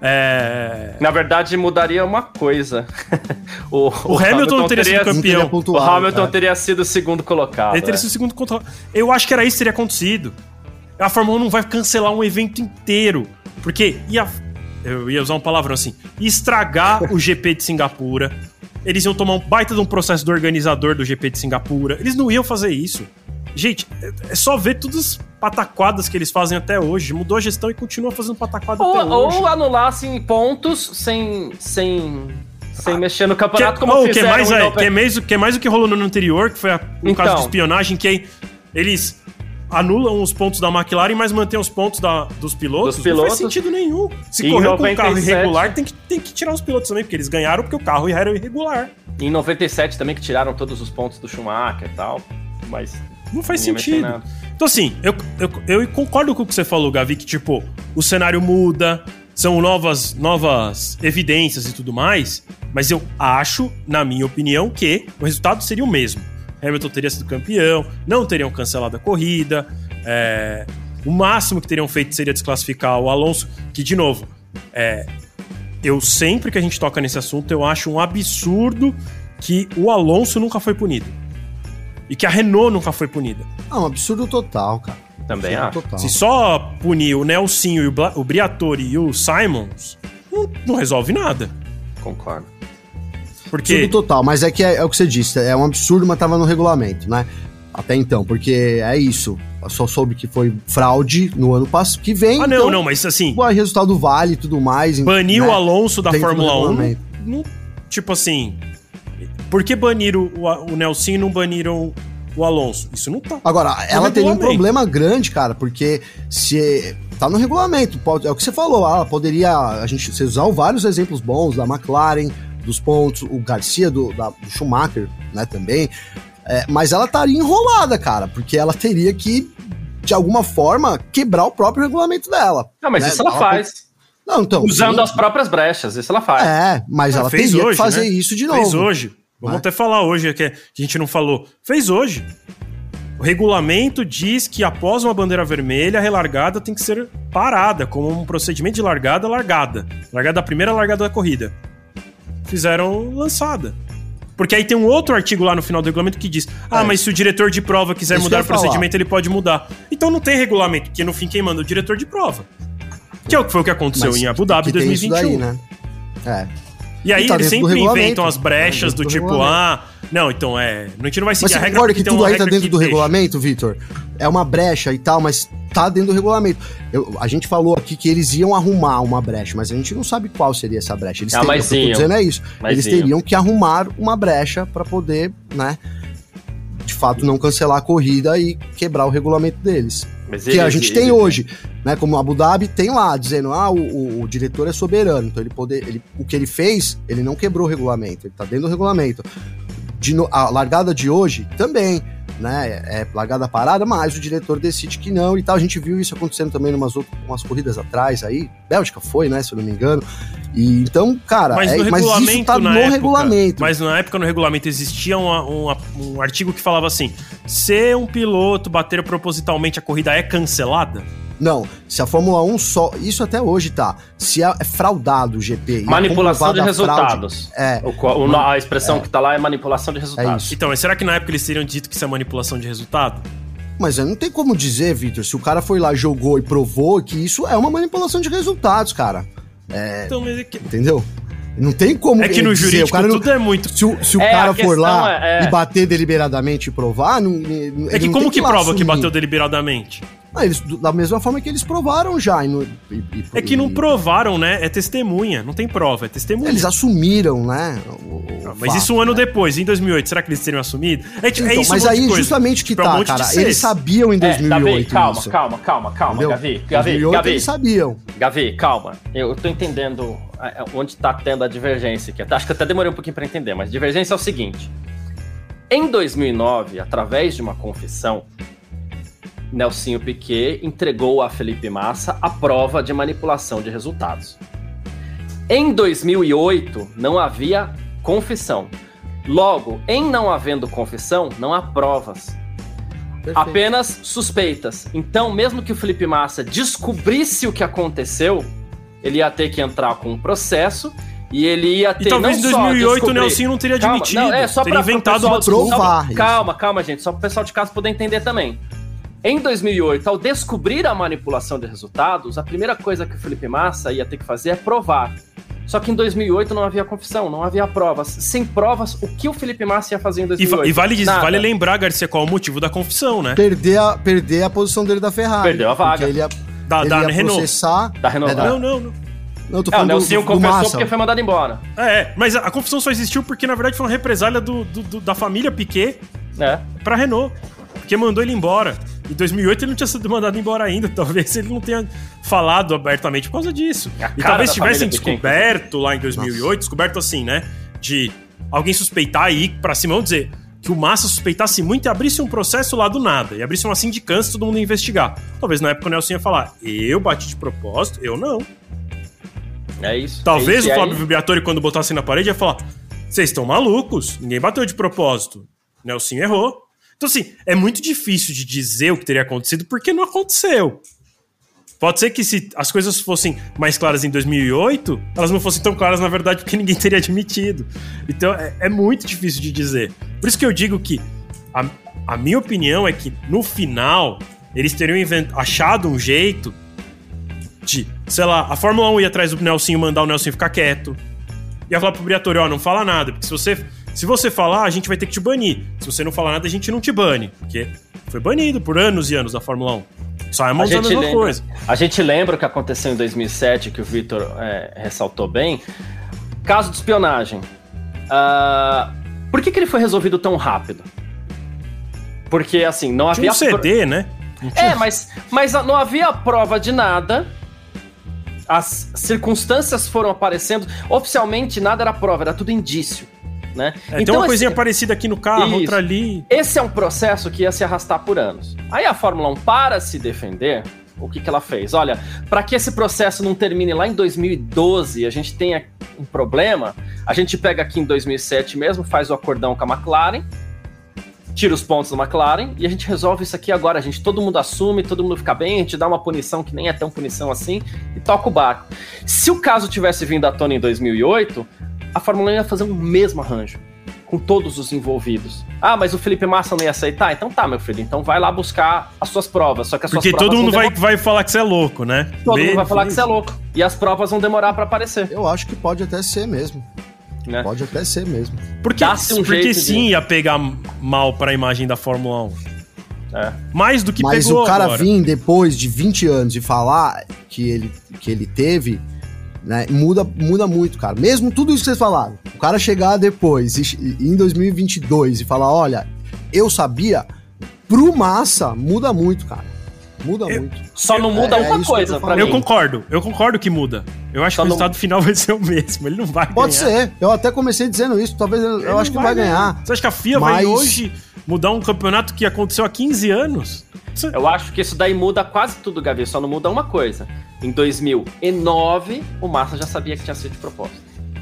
É... Na verdade, mudaria uma coisa. o, o, o Hamilton, Hamilton teria sido campeão. O Hamilton cara. teria sido o segundo colocado. Ele teria é. sido o segundo colocado. Eu acho que era isso que teria acontecido. A Fórmula um não vai cancelar um evento inteiro. Porque ia... Eu ia usar um palavrão assim. Ia estragar o G P de Singapura. Eles iam tomar um baita de um processo do organizador do G P de Singapura. Eles não iam fazer isso. Gente, é só ver todas as pataquadas que eles fazem até hoje. Mudou a gestão e continua fazendo pataquada ou, até hoje. Ou anulassem pontos sem, sem, sem ah, mexer no campeonato que, como oh, fizeram. Que é, mais, é, que, é mais, que é mais do que rolou no ano anterior, que foi a, no então, caso de espionagem, que aí eles anulam os pontos da McLaren, mas mantêm os pontos da, dos pilotos. Dos pilotos. Não faz sentido nenhum. Se correu com um carro irregular, tem que, tem que tirar os pilotos também, porque eles ganharam porque o carro era irregular. Em noventa e sete também, que tiraram todos os pontos do Schumacher e tal, mas... Não faz sentido. Então, assim, eu, eu, eu concordo com o que você falou, Gavi, que, tipo, o cenário muda, são novas, novas evidências e tudo mais, mas eu acho, na minha opinião, que o resultado seria o mesmo. Hamilton teria sido campeão, não teriam cancelado a corrida, é, o máximo que teriam feito seria desclassificar o Alonso, que, de novo, é, eu sempre que a gente toca nesse assunto, eu acho um absurdo que o Alonso nunca foi punido. E que a Renault nunca foi punida. É um absurdo total, cara. Também absurdo acho. Total. Se só punir o Nelsinho, e o, Bla- o Briatore e o Simons, não, não resolve nada. Concordo. Porque... Absurdo total, mas é que é, é o que você disse, é um absurdo, mas tava no regulamento, né? Até então, porque é isso. Eu só soube que foi fraude no ano passado, que vem... Ah, não, então, não, mas assim... O resultado vale e tudo mais. Banir né? o Alonso da Dentro Fórmula um, não, tipo assim... Por que baniram o, o Nelson e não baniram o Alonso? Isso não tá. Agora, ela teria um problema grande, cara, porque se tá no regulamento, pode, é o que você falou, ela poderia, a gente, você usar vários exemplos bons da McLaren, dos pontos, o Garcia do, da, do Schumacher, né, também, é, mas ela estaria enrolada, cara, porque ela teria que, de alguma forma, quebrar o próprio regulamento dela. Não, mas né? isso ela, ela faz. Não, então, usando sim. as próprias brechas, isso ela faz. É, mas ah, ela fez teria hoje, que fazer né? isso de novo. Fez hoje. Vamos até falar hoje, que a gente não falou. Fez hoje. O regulamento diz que após uma bandeira vermelha, a relargada tem que ser parada, como um procedimento de largada, largada. Largada da primeira, largada da corrida. Fizeram lançada. Porque aí tem um outro artigo lá no final do regulamento que diz ah, é. mas se o diretor de prova quiser Isso mudar o procedimento, falar. ele pode mudar. Então não tem regulamento, porque no fim quem manda é o diretor de prova. Que é o que foi o que aconteceu mas em Abu Dhabi em dois mil e vinte e um. Daí, né? É. E aí e tá eles sempre inventam as brechas tá do, do tipo, ah, não, então é. A gente não vai seguir mas a regra. Mas você concorda que tudo aí tá dentro do deixa. regulamento, Vitor? É uma brecha e tal, mas tá dentro do regulamento. Eu, a gente falou aqui que eles iam arrumar uma brecha, mas a gente não sabe qual seria essa brecha. Eles ah, teriam, mas o que eu tô dizendo é isso. Mas eles iam. teriam que arrumar uma brecha pra poder, né, de fato não cancelar a corrida e quebrar o regulamento deles. Mas que eles, a gente tem hoje, né? Como Abu Dhabi tem lá, dizendo, ah, o, o, o diretor é soberano, então ele poder, ele, o que ele fez, ele não quebrou o regulamento, ele tá dentro do regulamento. De no, a largada de hoje também, né? É largada parada, mas o diretor decide que não e tal. A gente viu isso acontecendo também em umas, outras, umas corridas atrás aí, Bélgica foi, né? Se eu não me engano. E então, cara, mas, é, no mas isso tá no época, regulamento. Mas na época no regulamento existia uma, uma, um artigo que falava assim: se um piloto bater propositalmente, a corrida é cancelada? Não, se a Fórmula um só... Isso até hoje tá. Se é fraudado o G P... Manipulação de resultados. Fraude, é. O, o, a expressão é. que tá lá é manipulação de resultados. É então, mas será que na época eles teriam dito que isso é manipulação de resultado? Mas não tem como dizer, Vitor, se o cara foi lá, jogou e provou que isso é uma manipulação de resultados, cara. É... Então, mas é que... Entendeu? Não tem como É que no dizer, jurídico o cara não, tudo é muito... Se o, se o é, cara for lá é, é. e bater deliberadamente e provar... Não, é que como que, que prova assumir. que bateu deliberadamente? Ah, eles, da mesma forma que eles provaram já. E no, e, e, é que não provaram, né? É testemunha, não tem prova, é testemunha. Eles assumiram, né? O, o não, mas fato, isso um ano né? depois, em dois mil e oito, será que eles teriam assumido? É, então, é isso mas aí justamente que tá, um cara, eles sabiam em dois mil e oito é, Gavi, calma, isso. calma, calma, calma, calma, Gavi, Gavi, dois mil e oito Gavi, eles sabiam. Gavi, calma, eu tô entendendo onde tá tendo a divergência aqui, acho que até demorei um pouquinho pra entender, mas a divergência é o seguinte, em dois mil e nove, através de uma confissão, Nelsinho Piquet entregou a Felipe Massa a prova de manipulação de resultados. Em dois mil e oito, não havia confissão. Logo, em não havendo confissão, não há provas. Perfeito. Apenas suspeitas. Então, mesmo que o Felipe Massa descobrisse o que aconteceu, ele ia ter que entrar com um processo e ele ia ter... E talvez não em dois mil e oito descobrir... o Nelsinho não teria admitido. Calma, não, é só teria pra, inventado uma provar. Calma, calma, gente. Só para o pessoal de casa poder entender também. Em dois mil e oito, ao descobrir a manipulação de resultados, a primeira coisa que o Felipe Massa ia ter que fazer é provar. Só que em dois mil e oito não havia confissão, não havia provas. Sem provas, o que o Felipe Massa ia fazer em dois mil e oito? E, e vale, vale lembrar, Garcia, qual é o motivo da confissão, né? Perder a, perder a posição dele da Ferrari. Perdeu a vaga. Ele ia, da ele da ia Renault. processar... Da Renault. É, da... Não, não, não. Não, tô é, o do, Nelsinho do confessou Massa. porque foi mandado embora. É, mas a, a confissão só existiu porque, na verdade, foi uma represália do, do, do, da família Piquet é. pra Renault. Porque mandou ele embora. Em dois mil e oito ele não tinha sido mandado embora ainda. Talvez ele não tenha falado abertamente por causa disso. E talvez tivessem descoberto lá em dois mil e oito, Nossa. descoberto assim, né? De alguém suspeitar e ir pra cima, vamos dizer, que o Massa suspeitasse muito e abrisse um processo lá do nada. E abrisse uma sindicância e todo mundo ia investigar. Talvez na época o Nelson ia falar, eu bati de propósito, eu não. É isso. Talvez é isso, o Fábio aí... Vibriatore, quando botasse na parede, ia falar, vocês estão malucos, ninguém bateu de propósito. Nelson errou. Então, assim, é muito difícil de dizer o que teria acontecido porque não aconteceu. Pode ser que se as coisas fossem mais claras em dois mil e oito, elas não fossem tão claras, na verdade, porque ninguém teria admitido. Então, é, é muito difícil de dizer. Por isso que eu digo que a, a minha opinião é que, no final, eles teriam invent... achado um jeito de, sei lá, a Fórmula um ia atrás do Nelsinho, mandar o Nelsinho ficar quieto. Ia falar pro Briatore, ó, não fala nada, porque se você... Se você falar, a gente vai ter que te banir. Se você não falar nada, a gente não te bane. Porque foi banido por anos e anos da Fórmula um. Só é a mesma lembra, coisa. A gente lembra o que aconteceu em dois mil e sete, que o Vitor é, ressaltou bem. Caso de espionagem. Uh, por que, que ele foi resolvido tão rápido? Porque, assim, não havia... Tinha um C D, pro... né? É, mas, mas não havia prova de nada. As circunstâncias foram aparecendo. Oficialmente, nada era prova, era tudo indício. Né? É, então, tem uma coisinha esse... parecida aqui no carro, isso. outra ali. Esse é um processo que ia se arrastar por anos. Aí a Fórmula um, para se defender, o que, que ela fez? Olha, para que esse processo não termine lá em dois mil e doze e a gente tenha um problema, a gente pega aqui em dois mil e sete mesmo, faz o acordão com a McLaren, tira os pontos da McLaren e a gente resolve isso aqui agora. A gente, todo mundo assume, todo mundo fica bem, a gente dá uma punição que nem é tão punição assim e toca o barco. Se o caso tivesse vindo à tona em dois mil e oito... a Fórmula um ia fazer o mesmo arranjo, com todos os envolvidos. Ah, mas o Felipe Massa não ia aceitar? Então tá, meu filho, então vai lá buscar as suas provas. Só que as Porque suas provas todo mundo vai, vai falar que você é louco, né? Todo Bem, mundo vai falar feliz. que você é louco. E as provas vão demorar pra aparecer. Eu acho que pode até ser mesmo. Né? Pode até ser mesmo. Porque, um porque sim de... ia pegar mal pra imagem da Fórmula um. É. Mais do que mas pegou Mas o cara agora. vir depois de vinte anos e falar que ele, que ele teve... Né? Muda, muda muito, cara. Mesmo tudo isso que vocês falaram. O cara chegar depois, e, e em dois mil e vinte e dois, e falar, olha, eu sabia, pro Massa, muda muito, cara. Muda eu, muito. Só não muda é, uma é coisa pra mim. Eu concordo, eu concordo que muda. Eu acho só que o resultado não... final vai ser o mesmo. Ele não vai Pode ganhar. Ser. Eu até comecei dizendo isso. Talvez eu, eu acho que vai ganhar. ganhar. Você acha que a F I A mas... vai hoje mudar um campeonato que aconteceu há quinze anos? Eu acho que isso daí muda quase tudo, Gavi. Só não muda uma coisa. Em dois mil e nove, o Massa já sabia que tinha sido de propósito.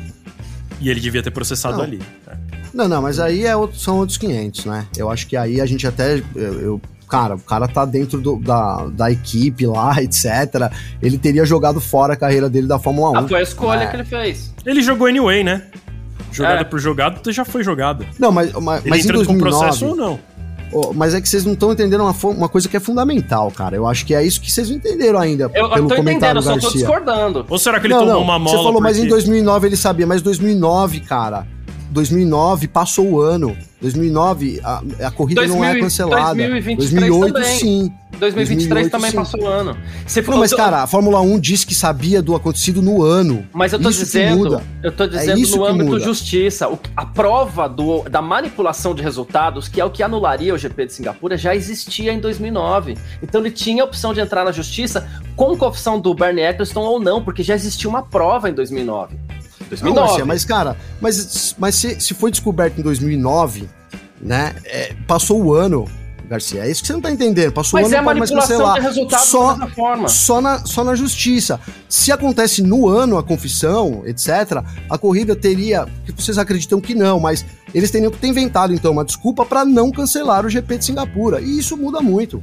E ele devia ter processado não. ali. É. Não, não, mas aí é outro, são outros quinhentos, né? Eu acho que aí a gente até... Eu, eu, cara, o cara tá dentro do, da, da equipe lá, etcétera. Ele teria jogado fora a carreira dele da Fórmula um. Ah, foi a escolha né? que ele fez. Ele jogou anyway, né? Jogada é. por jogada, já foi jogada. Não, mas, mas, ele mas em dois mil e nove... com processo ou não? Oh, mas é que vocês não estão entendendo uma, uma coisa que é fundamental, cara. Eu acho que é isso que vocês não entenderam ainda. Eu, pelo eu tô comentário entendendo, eu só Garcia. tô discordando. Ou será que ele não, tomou não, uma mola? Você falou, porque... mas em dois mil e nove ele sabia. Mas dois mil e nove, cara, dois mil e nove passou o ano. dois mil e nove, a, a corrida dois mil, não é cancelada. dois mil e vinte e três dois mil e oito, também. sim. dois mil e vinte e três também sim. passou o ano. Você não, mas, cara, a Fórmula um disse que sabia do acontecido no ano. Mas eu tô isso dizendo, eu tô dizendo é no âmbito muda. justiça. O, a prova do, da manipulação de resultados, que é o que anularia o G P de Singapura, já existia em dois mil e nove. Então ele tinha a opção de entrar na justiça com confissão do Bernie Ecclestone ou não, porque já existia uma prova em dois mil e nove. dois mil e nove. Não, Garcia, mas, cara, mas, mas se, se foi descoberto em dois mil e nove, né, é, passou o ano, Garcia, é isso que você não tá entendendo. Passou mas o ano, é a manipulação de resultados só, da mesma forma. Só na, só na justiça. Se acontece no ano a confissão, etcétera, a corrida teria, que vocês acreditam que não, mas eles teriam que ter inventado, então, uma desculpa para não cancelar o G P de Singapura. E isso muda muito.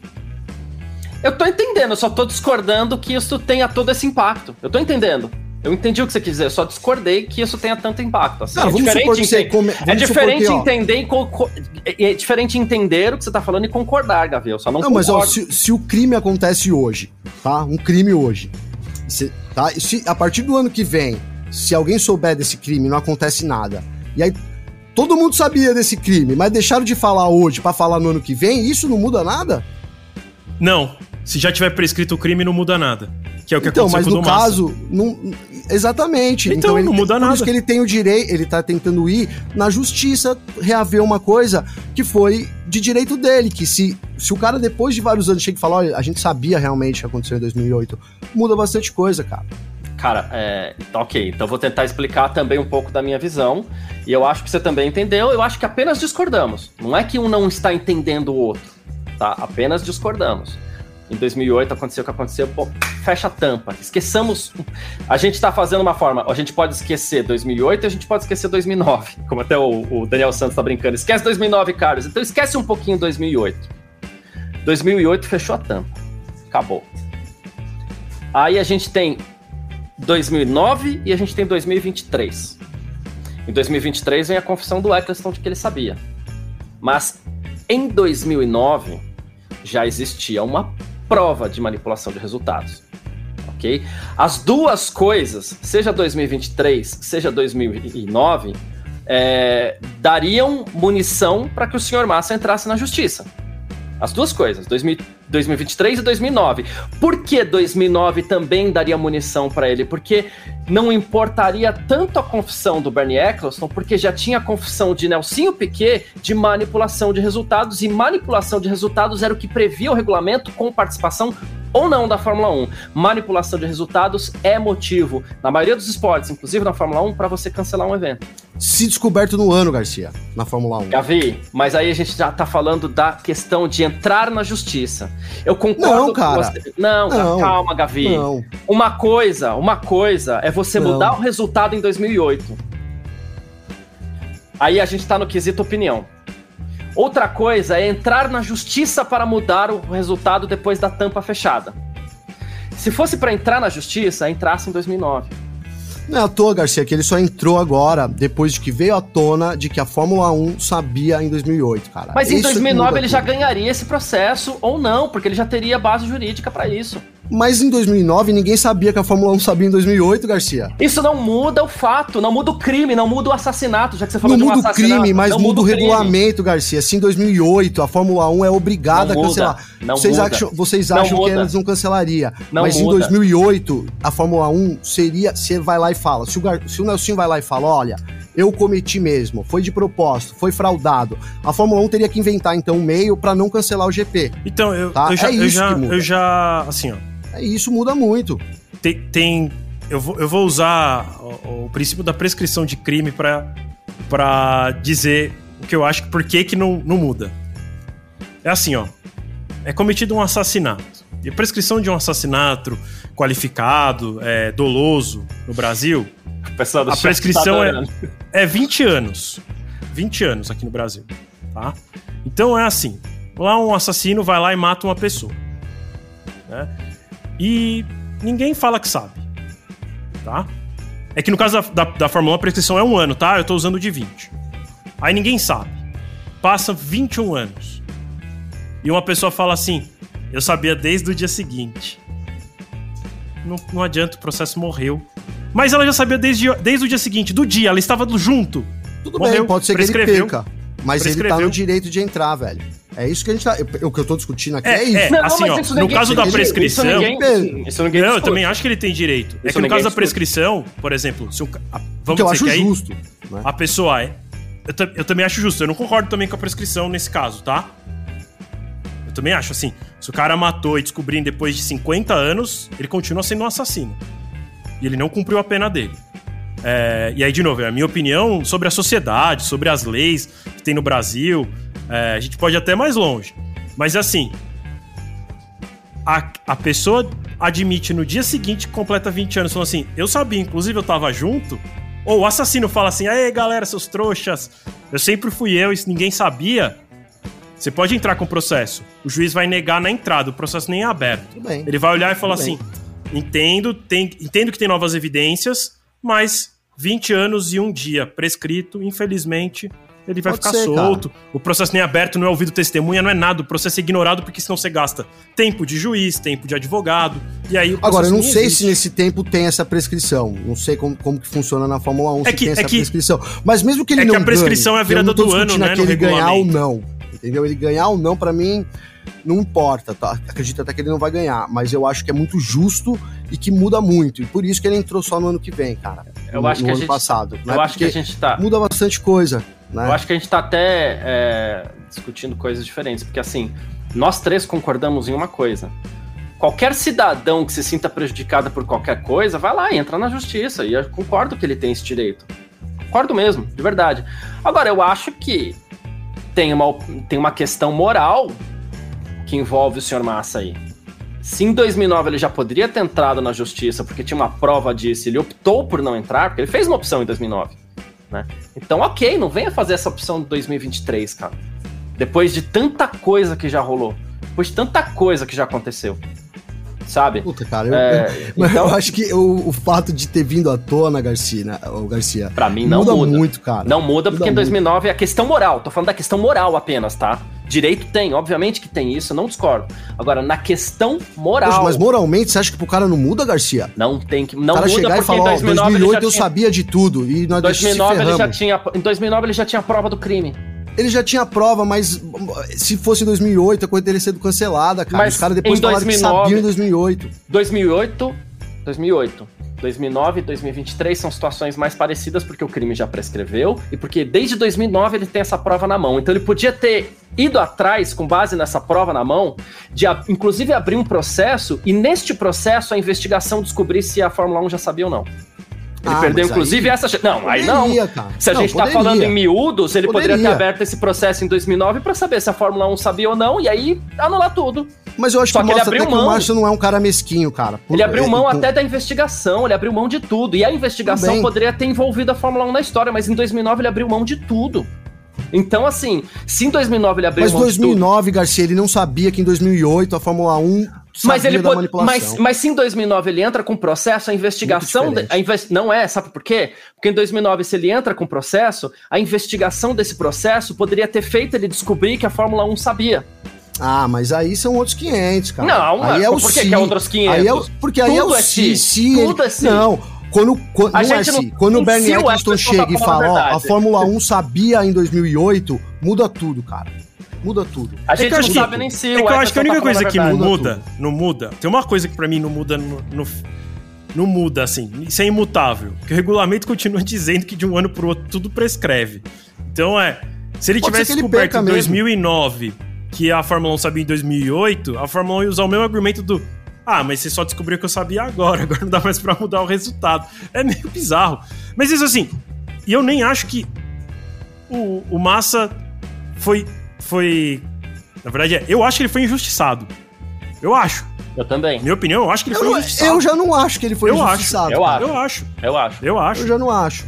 Eu tô entendendo, eu só tô discordando que isso tenha todo esse impacto. Eu tô entendendo. Eu entendi o que você quis dizer, eu só discordei que isso tenha tanto impacto. Assim. Não, é vamos diferente, que você come... é diferente que, entender e co... é diferente entender o que você tá falando e concordar, Gavi. Eu só não, não concordo. Mas ó, se, se o crime acontece hoje, tá? Um crime hoje, se, tá? Se, a partir do ano que vem, se alguém souber desse crime, não acontece nada. E aí, todo mundo sabia desse crime, mas deixaram de falar hoje pra falar no ano que vem, isso não muda nada? Não. Se já tiver prescrito o crime, não muda nada. Que é o que então, aconteceu mas com o no caso, não, exatamente. Então, então ele, não muda por nada. Por isso que ele tem o direito, ele tá tentando ir na justiça reaver uma coisa que foi de direito dele, que se, se o cara depois de vários anos chega e fala, olha, a gente sabia realmente o que aconteceu em dois mil e oito, muda bastante coisa, cara. Cara, é, ok, então vou tentar explicar também um pouco da minha visão, e eu acho que você também entendeu, eu acho que apenas discordamos. Não é que um não está entendendo o outro, tá? Apenas discordamos. Em dois mil e oito aconteceu o que aconteceu, pô, fecha a tampa. Esqueçamos. A gente tá fazendo uma forma, a gente pode esquecer dois mil e oito e a gente pode esquecer dois mil e nove. Como até o, o Daniel Santos tá brincando. Esquece dois mil e nove, Carlos. Então esquece um pouquinho dois mil e oito. dois mil e oito fechou a tampa. Acabou. Aí a gente tem dois mil e nove e a gente tem dois mil e vinte e três. Em dois mil e vinte e três vem a confissão do Ecclestone de que ele sabia. Mas em dois mil e nove já existia uma prova de manipulação de resultados, ok? As duas coisas, seja dois mil e vinte e três, seja dois mil e nove, é, dariam munição para que o senhor Massa entrasse na justiça. As duas coisas, dois mil, dois mil e vinte e três e dois mil e nove. Por que dois mil e nove também daria munição para ele? Porque não importaria tanto a confissão do Bernie Ecclestone, porque já tinha a confissão de Nelsinho Piquet de manipulação de resultados, e manipulação de resultados era o que previa o regulamento com participação ou não da Fórmula um. Manipulação de resultados é motivo, na maioria dos esportes, inclusive na Fórmula um, para você cancelar um evento. Se descoberto no ano, Garcia, na Fórmula um. Gavi, mas aí a gente já tá falando da questão de entrar na justiça. Eu concordo não, cara. com você. Não, não, calma, Gavi. Não. Uma coisa, uma coisa é você não. mudar o resultado em dois mil e oito. Aí a gente tá no quesito opinião. Outra coisa é entrar na justiça para mudar o resultado depois da tampa fechada. Se fosse para entrar na justiça, entrasse em dois mil e nove. Não é à toa, Garcia, que ele só entrou agora, depois de que veio à tona de que a Fórmula um sabia em dois mil e oito, cara. Mas em isso dois mil e nove ele tudo. já ganharia esse processo, ou não, porque ele já teria base jurídica para isso. Mas em dois mil e nove ninguém sabia que a Fórmula um sabia em dois mil e oito, Garcia. Isso não muda o fato, não muda o crime, não muda o assassinato, já que você falou não de um muda assassinato. Não muda o crime, mas muda o crime. regulamento, Garcia. Se em dois mil e oito a Fórmula um é obrigada não a cancelar. Muda, não vocês muda. acham, vocês não acham muda. que eles não cancelaria. Não mas muda. em dois mil e oito a Fórmula um seria, se ele vai lá e fala, se o, Gar, se o Nelson vai lá e fala, olha, eu cometi mesmo, foi de propósito, foi fraudado, a Fórmula um teria que inventar então um meio pra não cancelar o G P. Então, eu, tá? eu já, é isso eu já, que muda. eu já, assim, ó. É, isso muda muito. Tem, tem eu, vou, eu vou usar o, o princípio da prescrição de crime pra, pra dizer o que eu acho, por que que não, não muda. É assim, ó, é cometido um assassinato. E a prescrição de um assassinato qualificado, é, doloso no Brasil, a prescrição tá é, é vinte anos. vinte anos aqui no Brasil, tá? Então é assim, lá um assassino vai lá e mata uma pessoa, né? E ninguém fala que sabe, tá? É que no caso da, da, da Fórmula um a prescrição é um ano, tá? Eu tô usando de vinte. Aí ninguém sabe. Passa vinte e um anos. E uma pessoa fala assim, eu sabia desde o dia seguinte. Não, não adianta, o processo morreu. Mas ela já sabia desde, desde o dia seguinte, do dia, ela estava junto. Tudo morreu, bem, pode ser que ele perca. Mas ele tá no direito de entrar, velho. É isso que a gente tá... O que eu tô discutindo aqui é, é isso. É, não, assim, ó, no caso da prescrição... Isso ninguém, isso, isso ninguém não, eu também acho que ele tem direito. Isso é que no caso da prescrição, por exemplo, se o, a, vamos que eu dizer acho que justo. Aí, né? A pessoa é... Eu, eu também acho justo. Eu não concordo também com a prescrição nesse caso, tá? Eu também acho, assim, se o cara matou e descobriram depois de cinquenta anos, ele continua sendo um assassino. E ele não cumpriu a pena dele. É, e aí, de novo, é a minha opinião sobre a sociedade, sobre as leis que tem no Brasil. É, a gente pode ir até mais longe. Mas, assim, a, a pessoa admite no dia seguinte que completa vinte anos, falando assim, eu sabia, inclusive eu tava junto. Ou o assassino fala assim, aí galera, seus trouxas, eu sempre fui eu e ninguém sabia. Você pode entrar com o processo. O juiz vai negar na entrada, o processo nem é aberto. Tudo bem. Ele vai olhar e falar assim, entendo, tem, entendo que tem novas evidências, mas vinte anos e um dia prescrito, infelizmente, ele vai Pode ficar ser, solto. Cara. O processo nem é aberto, não é ouvido testemunha, não é nada. O processo é ignorado porque senão você gasta tempo de juiz, tempo de advogado. E aí o Agora, eu não sei existe. se nesse tempo tem essa prescrição. Não sei como, como que funciona na Fórmula um, é se que, tem essa é que, prescrição. Mas mesmo que ele é não que a prescrição ganhe, é a virada do ano, né, no ele regulamento. ganhar ou não. Entendeu? Ele ganhar ou não, pra mim, não importa, tá? Acredito até que ele não vai ganhar, mas eu acho que é muito justo e que muda muito, e por isso que ele entrou só no ano que vem, cara. Eu no, acho que no a ano gente, passado. Eu né? acho que a gente tá... Muda bastante coisa, né? Eu acho que a gente tá até é, discutindo coisas diferentes, porque assim, nós três concordamos em uma coisa. Qualquer cidadão que se sinta prejudicado por qualquer coisa, vai lá e entra na justiça, e eu concordo que ele tem esse direito. Concordo mesmo, de verdade. Agora, eu acho que tem uma, tem uma questão moral que envolve o senhor Massa aí. Se em dois mil e nove ele já poderia ter entrado na justiça porque tinha uma prova disso, ele optou por não entrar, porque ele fez uma opção em dois mil e nove, né? Então, ok, não venha fazer essa opção de dois mil e vinte e três, cara. Depois de tanta coisa que já rolou, depois de tanta coisa que já aconteceu, sabe? Puta, cara, eu, é, eu, então, eu acho que o, o fato de ter vindo à tona, Garcia, né, o Garcia, pra mim não muda, muda muito, cara. Não muda porque muda em dois mil e nove muito. É a questão moral, tô falando da questão moral apenas, tá? Direito tem, obviamente que tem isso, não discordo. Agora, na questão moral... Poxa, mas moralmente, você acha que pro cara não muda, Garcia? Não tem que... Não o cara muda chegar porque e falar, em dois mil e nove, ó, dois mil e oito eu tinha... sabia de tudo e nós dois mil e nove ele já tinha Em dois mil e nove ele já tinha a prova do crime. Ele já tinha prova, mas se fosse em dois mil e oito, a coisa teria sido cancelada, cara. Mas os caras depois falaram que sabiam em dois mil e oito. dois mil e oito, dois mil e oito, dois mil e nove e dois mil e vinte e três são situações mais parecidas porque o crime já prescreveu e porque desde dois mil e nove ele tem essa prova na mão. Então ele podia ter ido atrás, com base nessa prova na mão, de inclusive abrir um processo e neste processo a investigação descobrir se a Fórmula um já sabia ou não. Ele ah, perdeu, inclusive, aí... essa... Não, poderia, aí não. Cara. Se a não, gente poderia. tá falando em miúdos, ele poderia. poderia ter aberto esse processo em dois mil e nove pra saber se a Fórmula um sabia ou não, e aí anular tudo. Mas eu acho Só que, que mostra até mão. que o Márcio não é um cara mesquinho, cara. Por... Ele abriu mão é, até da investigação, ele abriu mão de tudo. E a investigação poderia ter envolvido a Fórmula um na história, mas em dois mil e nove ele abriu mão de tudo. Então, assim, se em dois mil e nove ele abriu mas mão dois mil e nove, de tudo... Garcia, ele não sabia que em dois mil e oito a Fórmula um... Mas ele pode, mas, mas se em dois mil e nove ele entra com processo, a investigação... De, a invest, não é, sabe por quê? Porque em dois mil e nove, se ele entra com processo, a investigação desse processo poderia ter feito ele descobrir que a Fórmula um sabia. Ah, mas aí são outros quinhentos, cara. Não, aí é o por que, si, que é outros quinhentos? Aí é o, porque aí Tudo é o é si, si. si Tudo é si. Não, quando, quando, não é si. Quando o Bernie Eccleston chega e fala, ó, a Fórmula um sabia em dois mil e oito, muda tudo, cara. Muda tudo. A gente é não sabe nem se é o que eu acho que a única coisa que não muda, não muda, tem uma coisa que pra mim não muda, no, no, não muda, assim, isso é imutável, porque o regulamento continua dizendo que de um ano pro outro tudo prescreve. Então é, se ele Pode tivesse descoberto em dois mil e nove que a Fórmula um sabia em dois mil e oito, a Fórmula um ia usar o mesmo argumento do ah, mas você só descobriu que eu sabia agora, agora não dá mais pra mudar o resultado. É meio bizarro. Mas isso assim, e eu nem acho que o, o Massa foi... Foi. Na verdade, eu acho que ele foi injustiçado. Eu acho. Eu também. Minha opinião, eu acho que ele eu, foi injustiçado. Eu já não acho que ele foi eu injustiçado. Acho. Eu, acho. eu acho. Eu acho. Eu acho. Eu já não acho.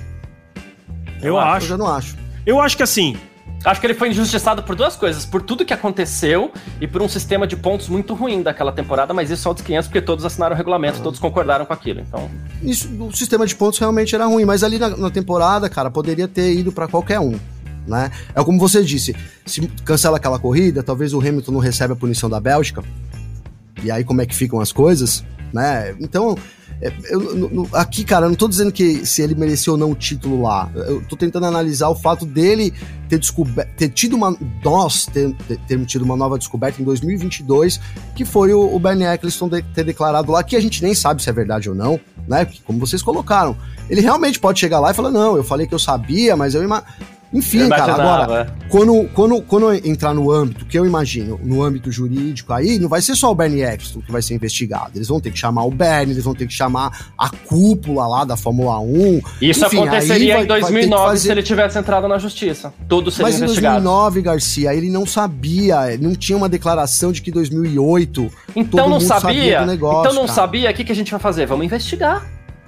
Eu, eu acho. Eu já não acho. Eu acho que assim. Acho que ele foi injustiçado por duas coisas. Por tudo que aconteceu e por um sistema de pontos muito ruim daquela temporada, mas isso só dos quinhentos, porque todos assinaram o regulamento, ah. todos concordaram com aquilo. Então. Isso, o sistema de pontos realmente era ruim, mas ali na, na temporada, cara, poderia ter ido pra qualquer um. Né? É como você disse, se cancela aquela corrida, talvez o Hamilton não recebe a punição da Bélgica, e aí como é que ficam as coisas? né? Então, eu, eu, aqui, cara, eu não tô dizendo que se ele mereceu ou não o título lá. Eu tô tentando analisar o fato dele ter descoberto, ter tido uma, nós ter, ter, termos tido uma nova descoberta em dois mil e vinte e dois, que foi o, o Bernie Ecclestone de, ter declarado lá, que a gente nem sabe se é verdade ou não, né? Porque, como vocês colocaram, ele realmente pode chegar lá e falar, não, eu falei que eu sabia, mas eu imagino. Enfim, cara, agora, quando, quando, quando entrar no âmbito, que eu imagino, no âmbito jurídico, aí não vai ser só o Bernie Ecclestone que vai ser investigado. Eles vão ter que chamar o Bernie, eles vão ter que chamar a cúpula lá da Fórmula um. Isso Enfim, aconteceria vai, em dois mil e nove fazer... se ele tivesse entrado na justiça. Tudo seria Mas investigado. Mas em dois mil e nove, Garcia, ele não sabia, não tinha uma declaração de que em dois mil e oito então todo não mundo sabia, sabia do negócio. Então não cara. sabia, o que, que a gente vai fazer? Vamos investigar.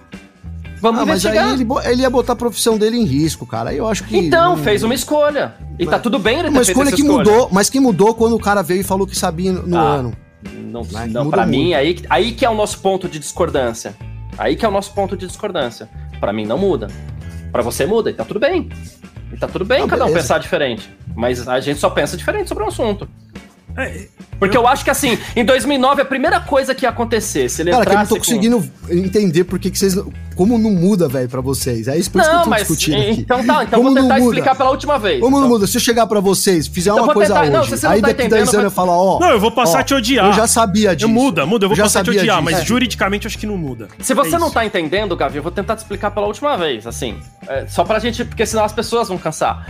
Vamos ah, investigar. Mas aí ele, ele ia botar a profissão dele em risco, cara. Eu acho que... Então, não... fez uma escolha. E mas... tá tudo bem ele ter uma feito escolha essa que escolha. mudou, mas que mudou quando o cara veio e falou que sabia no ah, ano. Não, né? não pra mim, aí, aí que é o nosso ponto de discordância. Aí que é o nosso ponto de discordância. Pra mim não muda. Pra você muda, e tá tudo bem. E tá tudo bem ah, cada beleza. um pensar diferente. Mas a gente só pensa diferente sobre o assunto. É, Porque eu... eu acho que assim, em dois mil e nove a primeira coisa que ia acontecer, se ele Cara, que eu não tô com... conseguindo entender por que vocês... Como não muda, velho, pra vocês. É isso por isso não, que eu tô mas, discutindo aqui. Então tá, então Como vou tentar muda? explicar pela última vez. Como então. não muda? Se eu chegar pra vocês, fizer então uma coisa tentar... hoje, não, se aí tá daqui dez anos eu falar, ó... Não, eu vou passar ó, a te odiar. Eu já sabia disso. Eu muda, muda, eu vou eu passar a te odiar, disso. mas é. juridicamente eu acho que não muda. Se você é não tá entendendo, Gavi, eu vou tentar te explicar pela última vez, assim. É, só pra gente, porque senão as pessoas vão cansar.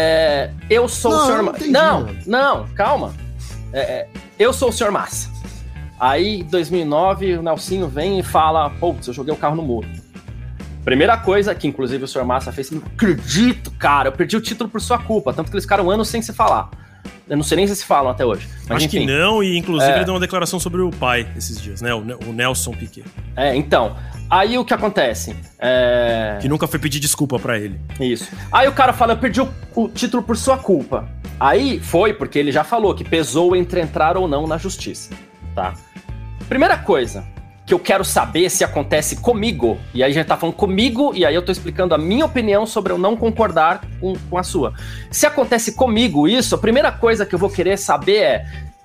É, eu sou não, o senhor... Não, entendi, não, mano. não, calma. É, eu sou o senhor Massa. Aí, em dois mil e nove, o Nelsinho vem e fala, putz, eu joguei o carro no muro. Primeira coisa, que inclusive o senhor Massa fez, não acredito, cara, eu perdi o título por sua culpa, tanto que eles ficaram anos sem se falar. Eu não sei nem se se falam até hoje. Mas Acho enfim, que não, e inclusive é... ele deu uma declaração sobre o pai esses dias, né, o Nelson Piquet. É, então, aí o que acontece? É... Que nunca foi pedir desculpa pra ele. Isso. Aí o cara fala, eu perdi o, o título por sua culpa. Aí foi porque ele já falou que pesou entre entrar ou não na justiça, tá? Primeira coisa que eu quero saber se acontece comigo, e aí a gente tá falando comigo, e aí eu tô explicando a minha opinião sobre eu não concordar com, com a sua. Se acontece comigo isso, a primeira coisa que eu vou querer saber é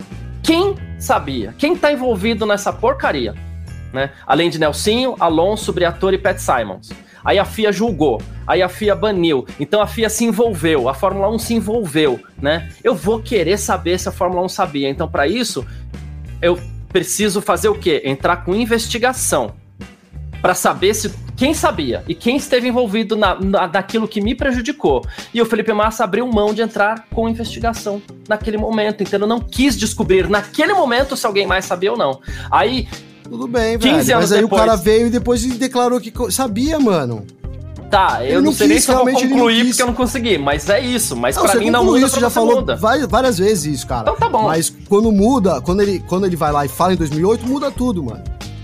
quem sabia, quem tá envolvido nessa porcaria, né? Além de Nelsinho, Alonso, Briatore e Pat Simons. Aí a F I A julgou, aí a F I A baniu, então a F I A se envolveu, a Fórmula um se envolveu, né? Eu vou querer saber se a Fórmula um sabia, então para isso eu preciso fazer o quê? Entrar com investigação para saber se quem sabia e quem esteve envolvido na, na, naquilo que me prejudicou. E o Felipe Massa abriu mão de entrar com investigação naquele momento, entendeu? Não quis descobrir naquele momento se alguém mais sabia ou não. Aí tudo bem, velho, mas aí depois... o cara veio e depois declarou que sabia, mano. Tá, eu não, não sei nem se eu vou concluir porque eu não consegui, mas é isso. Mas não, pra mim não muda, isso, já falou muda. várias vezes isso, cara. Então tá bom. Mas quando muda, quando ele, quando ele vai lá e fala em dois mil e oito, muda tudo, mano.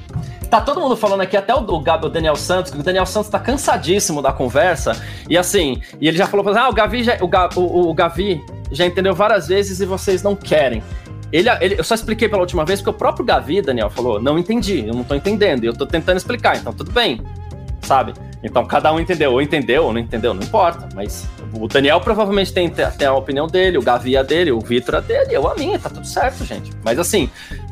Tá todo mundo falando aqui, até o, o, o Daniel Santos, que o Daniel Santos tá cansadíssimo da conversa, e assim, e ele já falou, ah, o Gavi já, o, o, o Gavi já entendeu várias vezes e vocês não querem. Ele, ele, eu só expliquei pela última vez, porque o próprio Gavi, Daniel, falou, não entendi, eu não tô entendendo, e eu tô tentando explicar, então tudo bem, sabe? Então cada um entendeu, ou entendeu ou não entendeu, não importa, mas o Daniel provavelmente tem, tem a opinião dele, o Gavi a dele, o Vitor a dele, eu a minha, tá tudo certo, gente. Mas assim,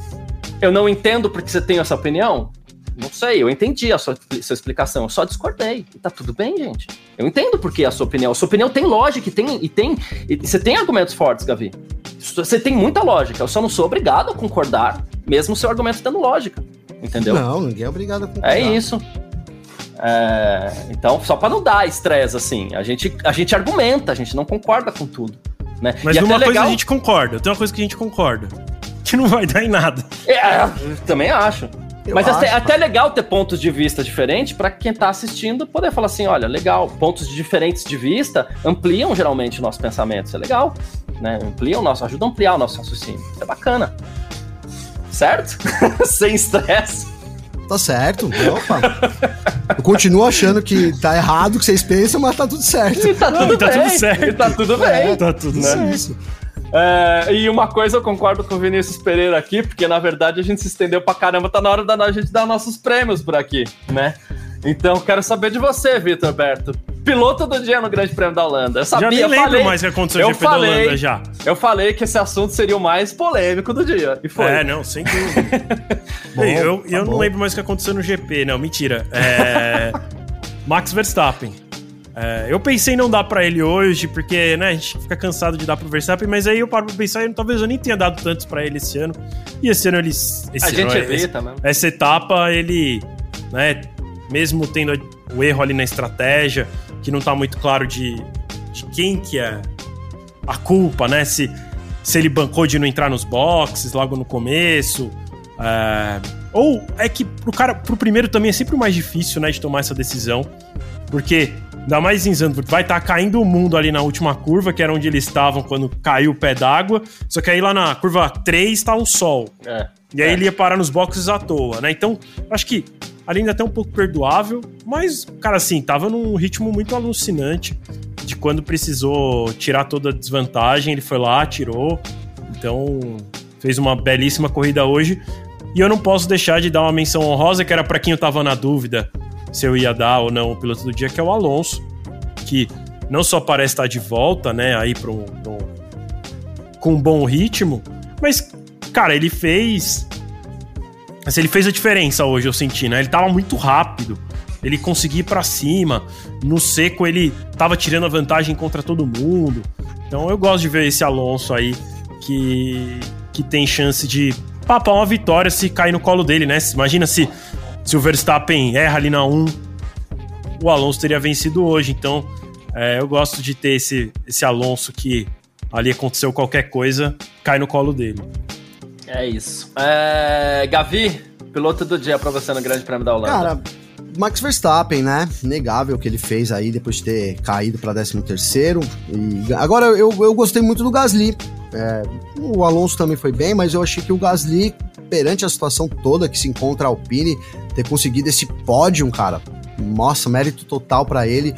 eu não entendo porque você tem essa opinião, não sei, eu entendi a sua, sua explicação, eu só discordei, e tá tudo bem, gente. Eu entendo porque a sua opinião, a sua opinião tem lógica e tem, e tem e você tem argumentos fortes, Gavi. Você tem muita lógica, eu só não sou obrigado a concordar, mesmo o seu argumento tendo lógica, entendeu? Não, ninguém é obrigado a concordar. É isso. É, então, só pra não dar estresse, assim, a gente, a gente argumenta, a gente não concorda com tudo, né? Mas e numa coisa legal... a gente concorda, tem uma coisa que a gente concorda, que não vai dar em nada. É, eu também acho. Eu Mas acho, até, até legal ter pontos de vista diferentes pra quem tá assistindo poder falar assim, olha, legal, pontos diferentes de vista ampliam geralmente o nosso pensamento, isso é legal, né? Ampliam o nosso, ajudam a ampliar o nosso raciocínio, isso é bacana. Certo? Sem estresse. Tá certo, opa. Eu continuo achando que tá errado o que vocês pensam, mas tá tudo certo. E tá tudo, Não, bem, tá tudo certo. E tá tudo bem. É, tá tudo né? certo. É, e uma coisa eu concordo com o Vinícius Pereira aqui, porque na verdade a gente se estendeu pra caramba, tá na hora da a gente dar nossos prêmios por aqui, né? Então quero saber de você, Vitor Berto. piloto do dia no Grande Prêmio da Holanda. Eu sabia, já nem eu lembro falei, mais o que aconteceu no G P falei, da Holanda já. Eu falei que esse assunto seria o mais polêmico do dia. E foi. É, não, sem dúvida. bom, Ei, eu tá eu não lembro mais o que aconteceu no G P, não, mentira. É... Max Verstappen. É, eu pensei em não dar pra ele hoje, porque né, a gente fica cansado de dar pro Verstappen, mas aí eu paro pra pensar e talvez eu nem tenha dado tantos pra ele esse ano. E esse ano ele... Esse a ano, gente evita, esse, né? Essa etapa, ele, né, mesmo tendo o erro ali na estratégia, que não tá muito claro de, de quem que é a culpa, né? Se, se ele bancou de não entrar nos boxes logo no começo... É, ou é que pro cara, pro primeiro também é sempre o mais difícil, né, de tomar essa decisão, porque ainda mais em Zandvoort, vai estar tá caindo o mundo ali na última curva, que era onde eles estavam quando caiu o pé d'água, só que aí lá na curva três tá um sol, é, e aí é. ele ia parar nos boxes à toa, né, então acho que ali ainda até um pouco perdoável, mas, cara, assim, tava num ritmo muito alucinante, de quando precisou tirar toda a desvantagem, ele foi lá, tirou, então fez uma belíssima corrida hoje. E eu não posso deixar de dar uma menção honrosa, que era para quem eu tava na dúvida se eu ia dar ou não o piloto do dia, que é o Alonso, que não só parece estar de volta, né, aí pra um, pra um, com um bom ritmo, mas, cara, ele fez... Assim, ele fez a diferença hoje, eu senti, né? Ele tava muito rápido, ele conseguia ir pra cima, no seco ele tava tirando a vantagem contra todo mundo. Então eu gosto de ver esse Alonso aí, que, que tem chance de papar uma vitória se cair no colo dele, né? Imagina se, se o Verstappen erra ali na um, o Alonso teria vencido hoje. Então, é, eu gosto de ter esse, esse Alonso que ali aconteceu qualquer coisa, cai no colo dele. É isso. É, Gavi, piloto do dia pra você no Grande Prêmio da Holanda. Cara, Max Verstappen, né? Negável o que ele fez aí depois de ter caído pra décimo terceiro. E agora, eu, eu gostei muito do Gasly. É, o Alonso também foi bem, mas eu achei que o Gasly, perante a situação toda que se encontra a Alpine, ter conseguido esse pódio, cara, nossa, mérito total pra ele.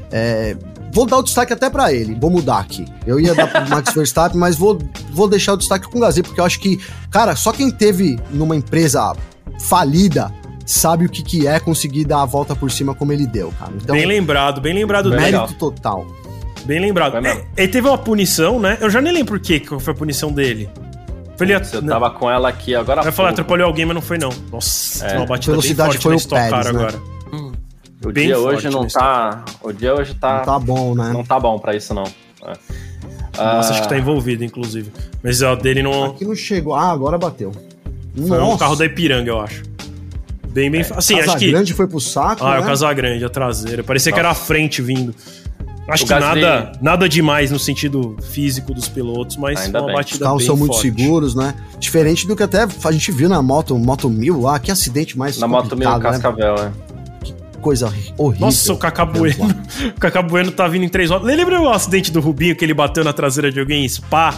É, vou dar o destaque até pra ele, vou mudar aqui. Eu ia dar pro Max Verstappen, mas vou, vou deixar o destaque com o Gasly, porque eu acho que, cara, só quem teve numa empresa falida sabe o que, que é conseguir dar a volta por cima como ele deu, cara. Então, bem lembrado, bem lembrado dele. Mérito Mérito total. Bem lembrado. É, ele teve uma punição, né? Eu já nem lembro por que que foi a punição dele. Foi ele, eu tava com ela aqui agora. Vai falar, atrapalhou alguém, mas não foi não. Nossa, é. Uma batida velocidade bem forte foi o Pérez, né? Agora. Hum. O bem dia hoje não tá... O dia hoje tá... Não tá bom, né? Não tá bom pra isso, não. É. Nossa, uh... acho que tá envolvido, inclusive. Mas o dele não... Aqui não chegou. Ah, agora bateu. Foi Nossa. um carro da Ipiranga, eu acho. Bem, bem... É. Assim, acho que... Casagrande foi pro saco, Ah, né? é o Casagrande, a traseira. Parecia Nossa. que era a frente vindo. Acho o que Gasly... nada, nada demais no sentido físico dos pilotos, mas Ainda uma bem. batida Os carros bem são muito forte. seguros, né? Diferente do que até a gente viu na moto, moto mil lá, que acidente mais na Moto mil Cascavel, né? é. Que coisa horrível. Nossa, o Cacá Bueno, o Cacá Bueno tá vindo em três rodas. Lembra o acidente do Rubinho que ele bateu na traseira de alguém em Spa?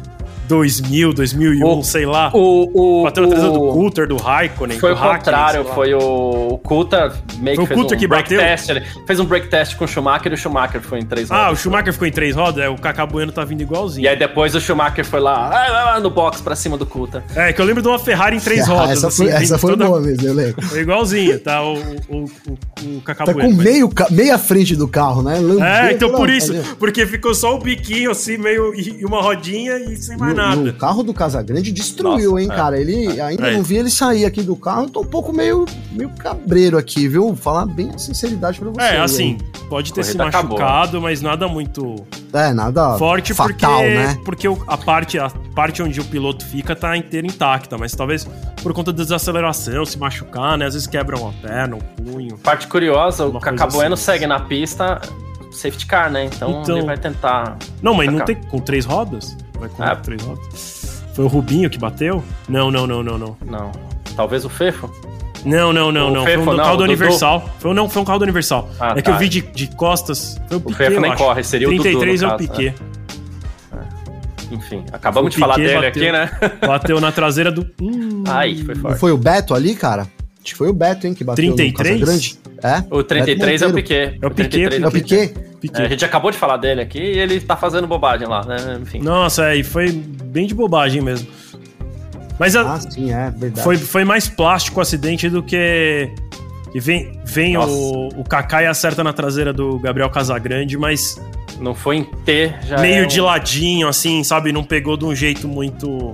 dois mil, dois mil e um, o, sei lá. O, o, bateu na traseira o, do Coulter, do Raikkonen. Foi do o contrário, foi o, o Coulter meio foi que o fez Coulter um que break bateu? test. Ele fez um break test com o Schumacher e o Schumacher foi em três rodas. Ah, o Schumacher ficou em três rodas? É, o Cacá Bueno tá vindo igualzinho. E aí depois o Schumacher foi lá no box pra cima do Coulter. É, que eu lembro de uma Ferrari em três ah, rodas. Essa assim, foi, essa foi toda... boa mesmo, eu lembro. Foi igualzinho, tá? O, o, o, o Cacá tá Bueno. com meio, meia frente do carro, né? Lambeu é, então por isso. Fazer. Porque ficou só o biquinho assim, meio e uma rodinha e sem mais e, nada. E o carro do Casagrande destruiu, Nossa, hein, é. cara? Ele ainda é. não vi ele sair aqui do carro. Eu tô um pouco meio, meio cabreiro aqui, viu? Vou falar bem a sinceridade pra você. É, assim, aí. pode ter se machucado, acabou. mas nada muito é, nada forte fatal, porque, né? porque a parte, a parte onde o piloto fica tá inteira intacta, mas talvez por conta da desaceleração, se machucar, né? Às vezes quebra uma perna, um punho. Parte curiosa, o Cacá Bueno assim. segue na pista safety car, né? Então, então ele vai tentar... Não, mas não tem com três rodas? Vai com é. três rodas? Foi o Rubinho que bateu? Não, não, não, não, não. Não. Talvez o Fefo? Não, não, não, o não. Fefo, foi um não, carro do Dudu. Universal. Foi, não, foi um carro do Universal. Ah, é tá. que eu vi de, de costas. Foi o, o Piquet, Fefo nem corre, seria o Dudu, trinta e três é o caso, Piquet. É. É. Enfim, acabamos de falar dele bateu, aqui, né? Bateu na traseira do... Hum, Ai, foi forte. Não foi o Beto ali, cara? Acho que foi o Beto, hein, que bateu trinta e três? no Casagrande. É? O trinta e três é o Piquet. É o Piquet. É o Piquet? É, a gente acabou de falar dele aqui e ele tá fazendo bobagem lá, né? Enfim. Nossa, é, e foi bem de bobagem mesmo. Mas a, ah, sim, é verdade. Foi, foi mais plástico o acidente do que E vem, vem o, o Kaká e acerta na traseira do Gabriel Casagrande, mas... Não foi em T, já meio é um... de ladinho, assim, sabe? Não pegou de um jeito muito...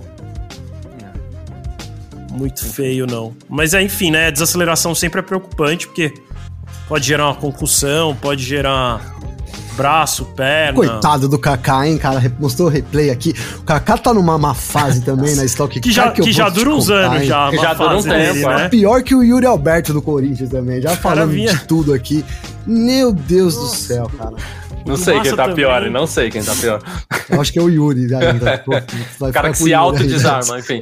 Muito feio, não. Mas, é, enfim, né? A desaceleração sempre é preocupante, porque pode gerar uma concussão, pode gerar braço, perna... Coitado do Kaká, hein, cara? Mostrou o replay aqui. O Kaká tá numa má fase também na Stock Que já, que que já dura uns anos, hein? já. Que já dura um tempo, dele, né? Pior que o Yuri Alberto do Corinthians também. Já falando vinha... de tudo aqui. Meu Deus Nossa. do céu, cara. Não sei quem tá também. pior, não sei quem tá pior. Eu acho que é o Yuri ainda. O cara que se autodesarma, enfim.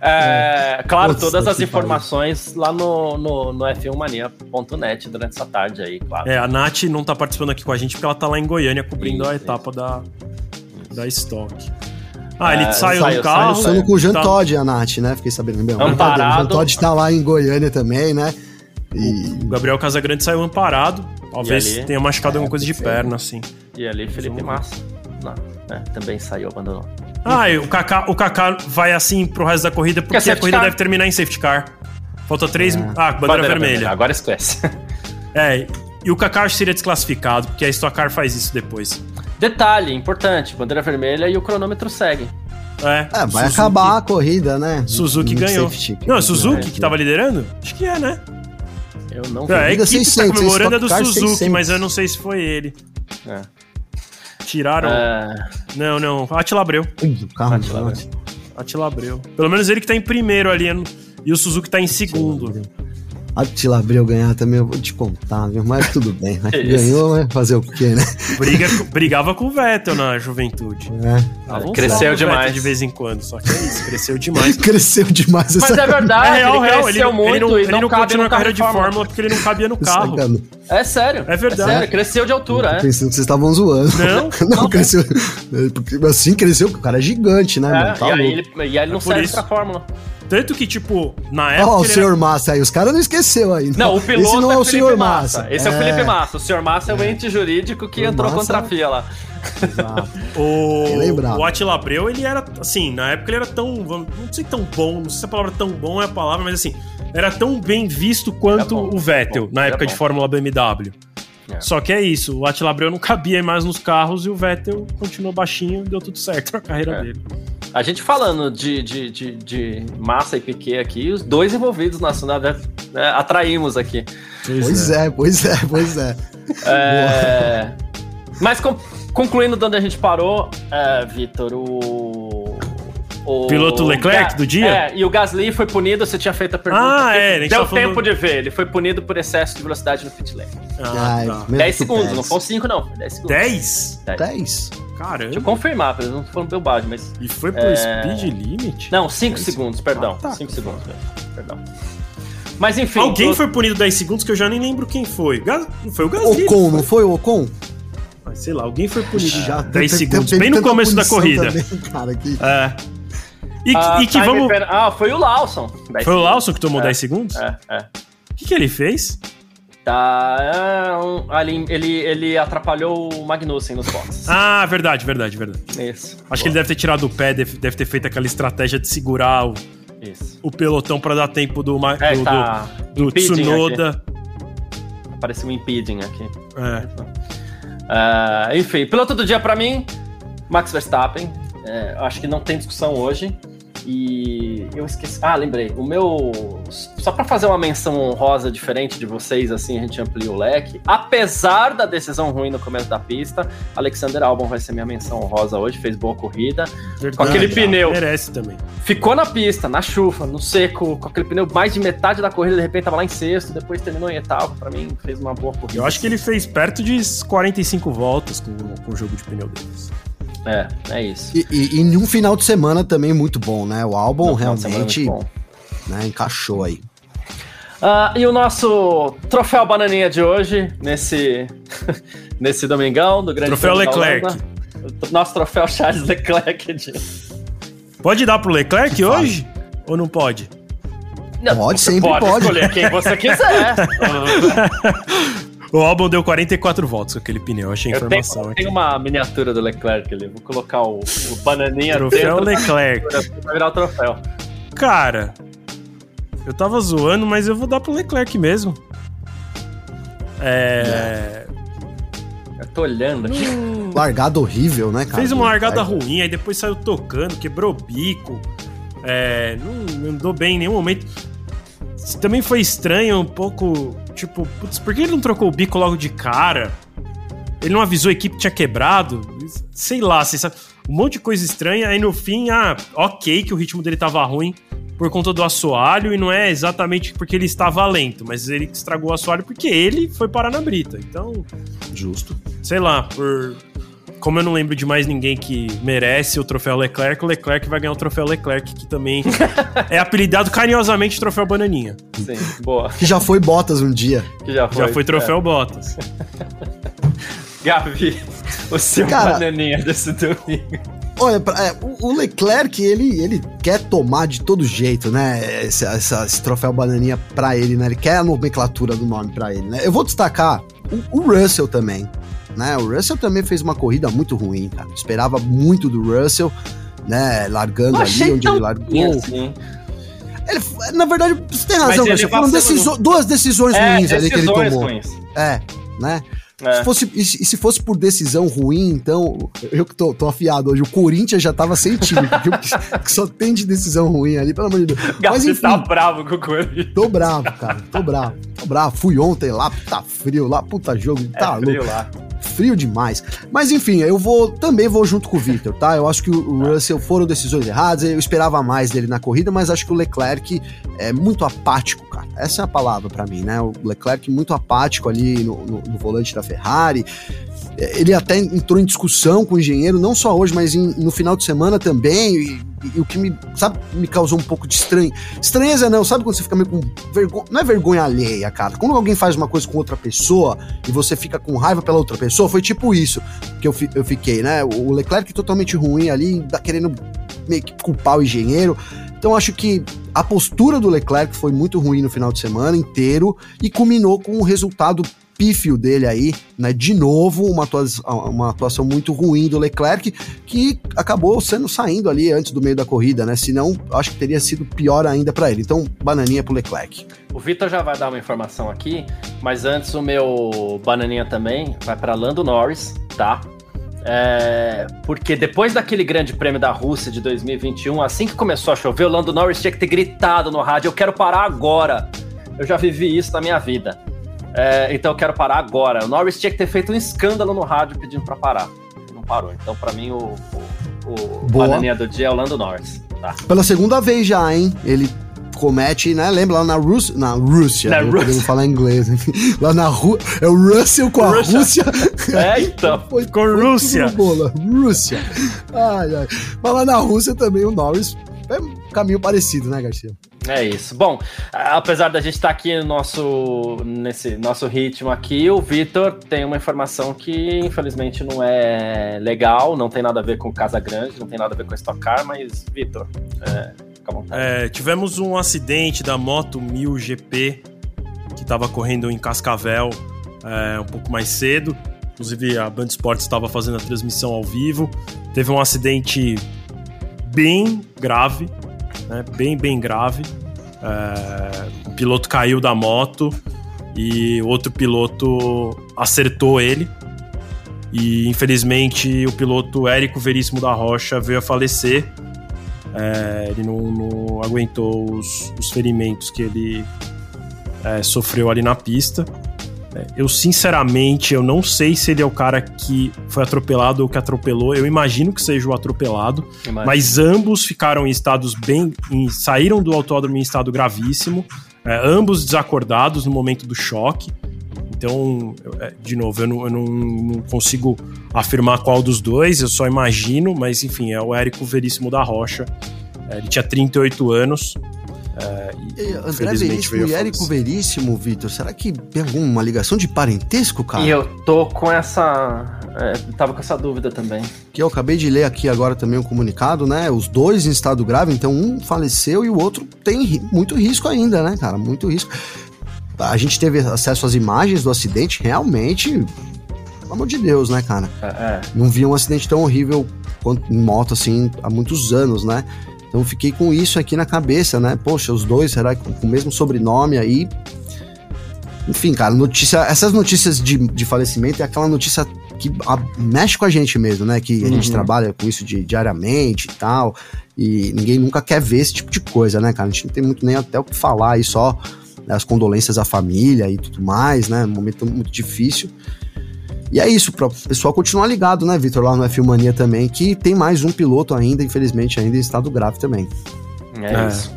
É, é. Claro, Nossa, todas as informações pariu. lá no, no, no F um Mania ponto net durante essa tarde aí, claro. É, a Nath não tá participando aqui com a gente porque ela tá lá em Goiânia cobrindo isso, a etapa isso. da, da Stock. Ah, ele é, saiu, saiu do carro. Saiu, saiu com o Jean tá... Todt, a Nath, né? Fiquei sabendo bem. Amparado. O Jean Todt tá lá em Goiânia também, né? E... O Gabriel Casagrande saiu amparado. Talvez ali, tenha machucado é, alguma coisa de perna, assim. E ali, Felipe Massa. Não, né, também saiu, abandonou. Ah, e o Kaká, o Kaká vai assim pro resto da corrida, porque a corrida car. deve terminar em safety car. Falta três... É. Ah, bandeira, bandeira vermelha. vermelha. Agora esquece. É, e o Kaká seria desclassificado, porque a Stock Car faz isso depois. Detalhe importante, bandeira vermelha e o cronômetro segue. É, é vai Suzuki. acabar a corrida, né? Suzuki no ganhou. Safety, não, é Suzuki é, que tava liderando? Acho que é, né? Eu não vi. É, a equipe seiscentos, tá comemorando é do Suzuki, seiscentos. Mas eu não sei se foi ele. É. Tiraram... É... Não, não. Attila Abreu. Ui, o carro Attila Abreu. Attila Abreu. Pelo menos ele que tá em primeiro ali. E o Suzuki tá em segundo. Attila Abreu ganhar também, eu vou te contar, viu? Mas tudo bem, né? Ganhou, né? Fazer o quê, né? Briga, brigava com o Vettel na juventude. É. Cresceu demais. De vez em quando, só que é isso, cresceu demais. Cresceu demais. Mas é verdade, é real, ele cresceu real, muito ele não, e ele não, não continua a carreira de Fórmula. Fórmula porque ele não cabia no carro. É sério. É verdade. É sério, cresceu de altura, é. Pensando que vocês estavam zoando. Não, não, não cresceu. Assim, cresceu, porque o cara é gigante, né, é, mano? Tá e, aí ele, e aí ele não é serve isso. pra Fórmula. Tanto que, tipo, na época... Ó, oh, o senhor era... Massa aí, os caras não esqueceu aí. Não, o piloto Esse não é, é o senhor Massa. Massa. Esse é. é o Felipe Massa. O senhor Massa é, é o ente jurídico que o entrou Massa... contra a F I A lá. Exato. o, o Attila Abreu, ele era, assim, na época ele era tão... Não sei tão bom, não sei se a palavra tão bom é a palavra, mas assim, era tão bem visto quanto bom, o Vettel, bom, na época de Fórmula B M W. É. Só que é isso, o Attila Abreu não cabia mais nos carros e o Vettel continuou baixinho e deu tudo certo na carreira é. dele. A gente falando de, de, de, de Massa e Piquet aqui, os dois envolvidos na Austrália, né, atraímos aqui. Pois, pois é. é, pois é, pois é. é... Mas com, concluindo de onde a gente parou, é, Vitor, o... O piloto Leclerc Ga- do dia? É, e o Gasly foi punido, você tinha feito a pergunta. Ah, é. Deu tá tempo falando... de ver, ele foi punido por excesso de velocidade no pit lane. Ah, tá. dez segundos, não foram cinco não, dez segundos. dez? dez? Caramba. Deixa eu confirmar, pra eles não foram bobagem, mas... E foi pro é... speed limit? Não, cinco segundos, perdão. Ah, tá. cinco segundos, perdão. Mas enfim... Alguém tô... foi punido dez segundos que eu já nem lembro quem foi. Gas... Foi o Gasly. Ocon, não foi o Ocon? Mas, sei lá, alguém foi punido já dez tem, segundos, tem, tem, bem no começo da corrida. Também, cara, que... É. E, ah, e que vamos... Per... Ah, foi o Lawson. Foi segundos. o Lawson que tomou é, dez segundos? É, é. O que, que ele fez? Tá. Um, ali, ele, ele atrapalhou o Magnussen nos boxes. Ah, verdade, verdade, verdade. Isso. Acho boa. que ele deve ter tirado o pé, deve, deve ter feito aquela estratégia de segurar o, Isso. o pelotão pra dar tempo do, é, do, tá do, do Tsunoda. Aqui. Apareceu um impeding aqui. É. Uh, enfim, piloto do dia pra mim, Max Verstappen. É, acho que não tem discussão hoje. E eu esqueci... Ah, lembrei. O meu... Só pra fazer uma menção honrosa diferente de vocês, assim, a gente amplia o leque. Apesar da decisão ruim no começo da pista, Alexander Albon vai ser minha menção honrosa hoje. Fez boa corrida. Verdade, com aquele pneu. Merece também. Ficou na pista, na chuva, no seco, com aquele pneu mais de metade da corrida, de repente tava lá em sexto, depois terminou em oitavo. Pra mim, fez uma boa corrida. Eu acho que ele fez perto de quarenta e cinco voltas com, com o jogo de pneu deles. É, é isso. E, e, e em um final de semana também muito bom, né? O Albon realmente né, encaixou aí. Uh, e o nosso troféu bananinha de hoje, nesse, nesse domingão do Grande Troféu Leclerc. Nosso troféu Charles Leclerc. De... Pode dar pro Leclerc que hoje? Fala. Ou não pode? Não, pode, sempre pode. Pode escolher quem você quiser. O Albon deu quarenta e quatro voltas com aquele pneu, achei a informação tenho, aqui. Tem uma miniatura do Leclerc ali, vou colocar o, o bananinha troféu dentro. Troféu Leclerc. Vai virar o troféu. Cara, eu tava zoando, mas eu vou dar pro Leclerc mesmo. É... Eu tô olhando aqui. No... Largada horrível, né, cara? Fez uma largada ruim, aí depois saiu tocando, quebrou o bico. É... Não andou bem em nenhum momento. Também foi estranho, um pouco... Tipo, putz, por que ele não trocou o bico logo de cara? Ele não avisou a equipe que tinha quebrado? Sei lá, você sabe... Um monte de coisa estranha, aí no fim, ah, ok que o ritmo dele tava ruim por conta do assoalho, e não é exatamente porque ele estava lento, mas ele estragou o assoalho porque ele foi parar na brita, então... Justo. Sei lá, por... Como eu não lembro de mais ninguém que merece o troféu Leclerc, o Leclerc vai ganhar o troféu Leclerc, que também é apelidado carinhosamente de troféu Bananinha. Sim, boa. Que já foi Bottas um dia. Que já foi, já foi troféu é. Bottas. Gabi, o seu Cara, Bananinha desse domingo. Olha, é, o Leclerc, ele, ele quer tomar de todo jeito, né, esse, essa, esse troféu Bananinha pra ele, né, ele quer a nomenclatura do nome pra ele, né. Eu vou destacar o, o Russell também, né, o Russell também fez uma corrida muito ruim, cara, esperava muito do Russell, né, largando ali onde ele largou. Assim. Ele, na verdade, você tem razão, Garcia, foram deciso- duas decisões é, ruins ali que ele tomou. Ruins. É, né. É. Se fosse, e se fosse por decisão ruim, então, eu que tô, tô afiado hoje, o Corinthians já tava sem time, porque que só tem de decisão ruim ali, pelo amor de Deus. Mas enfim, tá bravo com o Corinthians. Tô bravo, cara, tô bravo, tô bravo. Fui ontem lá, tá frio lá, puta jogo, tá é frio louco. Lá. Frio demais. Mas enfim, eu vou também vou junto com o Victor, tá? Eu acho que o Russell foram decisões erradas, eu esperava mais dele na corrida, mas acho que o Leclerc é muito apático, cara. Essa é a palavra pra mim, né? O Leclerc muito apático ali no, no, no volante da Ferrari. Ele até entrou em discussão com o engenheiro, não só hoje, mas em, no final de semana também, e, e o que me, sabe, me causou um pouco de estranho. Estranheza não, sabe quando você fica meio com vergonha, não é vergonha alheia, cara. Quando alguém faz uma coisa com outra pessoa e você fica com raiva pela outra pessoa, foi tipo isso que eu, eu fiquei, né? O Leclerc totalmente ruim ali, querendo meio que culpar o engenheiro. Então acho que a postura do Leclerc foi muito ruim no final de semana inteiro e culminou com um resultado pífio dele aí, né? De novo, uma atuação, uma atuação muito ruim do Leclerc, que acabou sendo saindo ali antes do meio da corrida, né? Senão, acho que teria sido pior ainda para ele. Então, bananinha pro Leclerc. O Vitor já vai dar uma informação aqui, mas antes o meu bananinha também vai para Lando Norris, tá? É, porque depois daquele grande prêmio da Rússia de dois mil e vinte e um, assim que começou a chover, o Lando Norris tinha que ter gritado no rádio: eu quero parar agora. Eu já vivi isso na minha vida. É, então eu quero parar agora. O Norris tinha que ter feito um escândalo no rádio pedindo pra parar. Ele não parou. Então, pra mim, o, o, o bananinha do dia é o Lando Norris. Tá. Pela segunda vez já, hein? Ele comete, né? Lembra lá na Rússia? Na Rússia. Na eu Rússia. Podemos falar inglês. Lá na Rússia. É o Russell com a Rússia. Rússia. É, então. Foi com a Rússia. Rússia. Ai, ai. Mas lá na Rússia também o Norris é um caminho parecido, né, Garcia? É isso. Bom, apesar da gente estar aqui no nosso, nesse nosso ritmo aqui, o Vitor tem uma informação que infelizmente não é legal, não tem nada a ver com Casa Grande, não tem nada a ver com Stock Car, mas Vitor, é, fica à vontade. É, tivemos um acidente da Moto mil G P que estava correndo em Cascavel é, um pouco mais cedo, inclusive a Band Esportes estava fazendo a transmissão ao vivo. Teve um acidente bem grave, né, bem, bem grave. É, o piloto caiu da moto e outro piloto acertou ele. E infelizmente o piloto Érico Veríssimo da Rocha veio a falecer. É, ele não, não aguentou os, os ferimentos que ele é, sofreu ali na pista. Eu, sinceramente, eu não sei se ele é o cara que foi atropelado ou que atropelou. Eu imagino que seja o atropelado. Imagina. Mas ambos ficaram em estados bem... Em, saíram do autódromo em estado gravíssimo. É, ambos desacordados no momento do choque. Então, de novo, eu, não, eu não, não consigo afirmar qual dos dois. Eu só imagino, mas enfim, é o Érico Veríssimo da Rocha. É, ele tinha trinta e oito anos. É, e, André Veríssimo e Érico Veríssimo, Vitor, será que tem alguma ligação de parentesco, cara? E eu tô com essa... É, tava com essa dúvida também. Que eu acabei de ler aqui agora também um comunicado, né? Os dois em estado grave, então um faleceu e o outro tem muito risco ainda, né, cara? Muito risco. A gente teve acesso às imagens do acidente, realmente, pelo amor de Deus, né, cara? É, é. Não vi um acidente tão horrível quanto em moto, assim, há muitos anos, né? Então fiquei com isso aqui na cabeça, né? Poxa, os dois, será que com o mesmo sobrenome aí? enfim, cara, notícia, essas notícias de, de falecimento é aquela notícia que a, mexe com a gente mesmo, né? Que a uhum. gente trabalha com isso de, diariamente e tal, e ninguém nunca quer ver esse tipo de coisa, né, cara? A gente não tem muito nem até o que falar aí, só né, as condolências à família e tudo mais, né? Um momento muito difícil. E é isso, para o pessoal continuar ligado, né, Vitor, lá no F um Mania também, que tem mais um piloto ainda, infelizmente, ainda em estado grave também. É, é. isso.